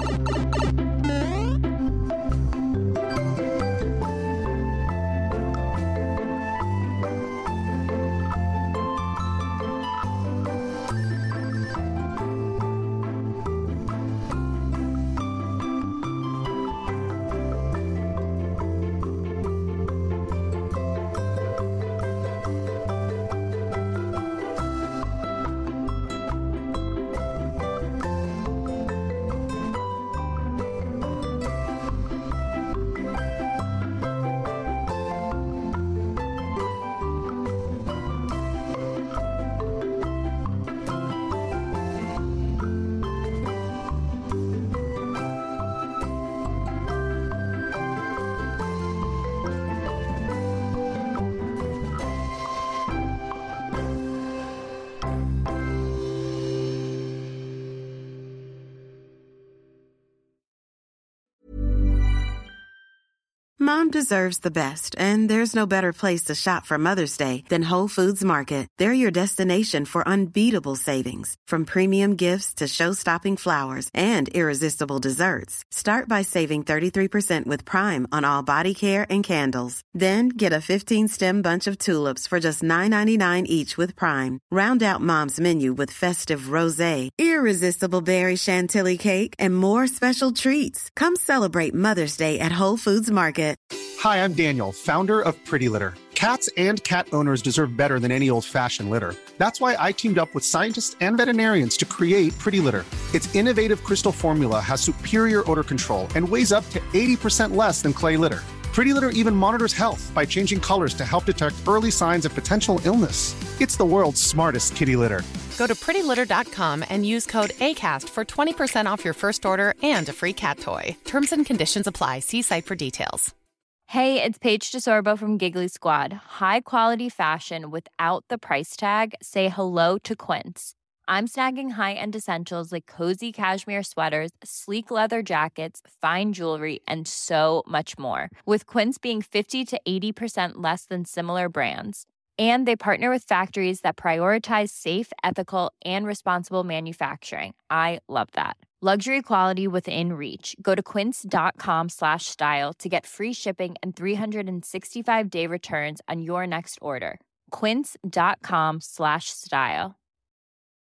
Mom deserves the best, and there's no better place to shop for Mother's Day than Whole Foods Market. They're your destination for unbeatable savings, from premium gifts to show-stopping flowers and irresistible desserts. Start by saving thirty-three percent with Prime on all body care and candles. Then get a fifteen-stem bunch of tulips for just nine ninety-nine each with Prime. Round out Mom's menu with festive rosé, irresistible berry chantilly cake, and more special treats. Come celebrate Mother's Day at Whole Foods Market. Hi, I'm Daniel, founder of Pretty Litter. Cats and cat owners deserve better than any old-fashioned litter. That's why I teamed up with scientists and veterinarians to create Pretty Litter. Its innovative crystal formula has superior odor control and weighs up to eighty percent less than clay litter. Pretty Litter even monitors health by changing colors to help detect early signs of potential illness. It's the world's smartest kitty litter. Go to pretty litter dot com and use code ACAST for twenty percent off your first order and a free cat toy. Terms and conditions apply. See site for details. Hey, it's Paige DeSorbo from Giggly Squad. High quality fashion without the price tag. Say hello to Quince. I'm snagging high-end essentials like cozy cashmere sweaters, sleek leather jackets, fine jewelry, and so much more. With Quince being fifty to eighty percent less than similar brands. And they partner with factories that prioritize safe, ethical, and responsible manufacturing. I love that. Luxury quality within reach. Go to quince.com slash style to get free shipping and three sixty-five day returns on your next order. Quince.com slash style.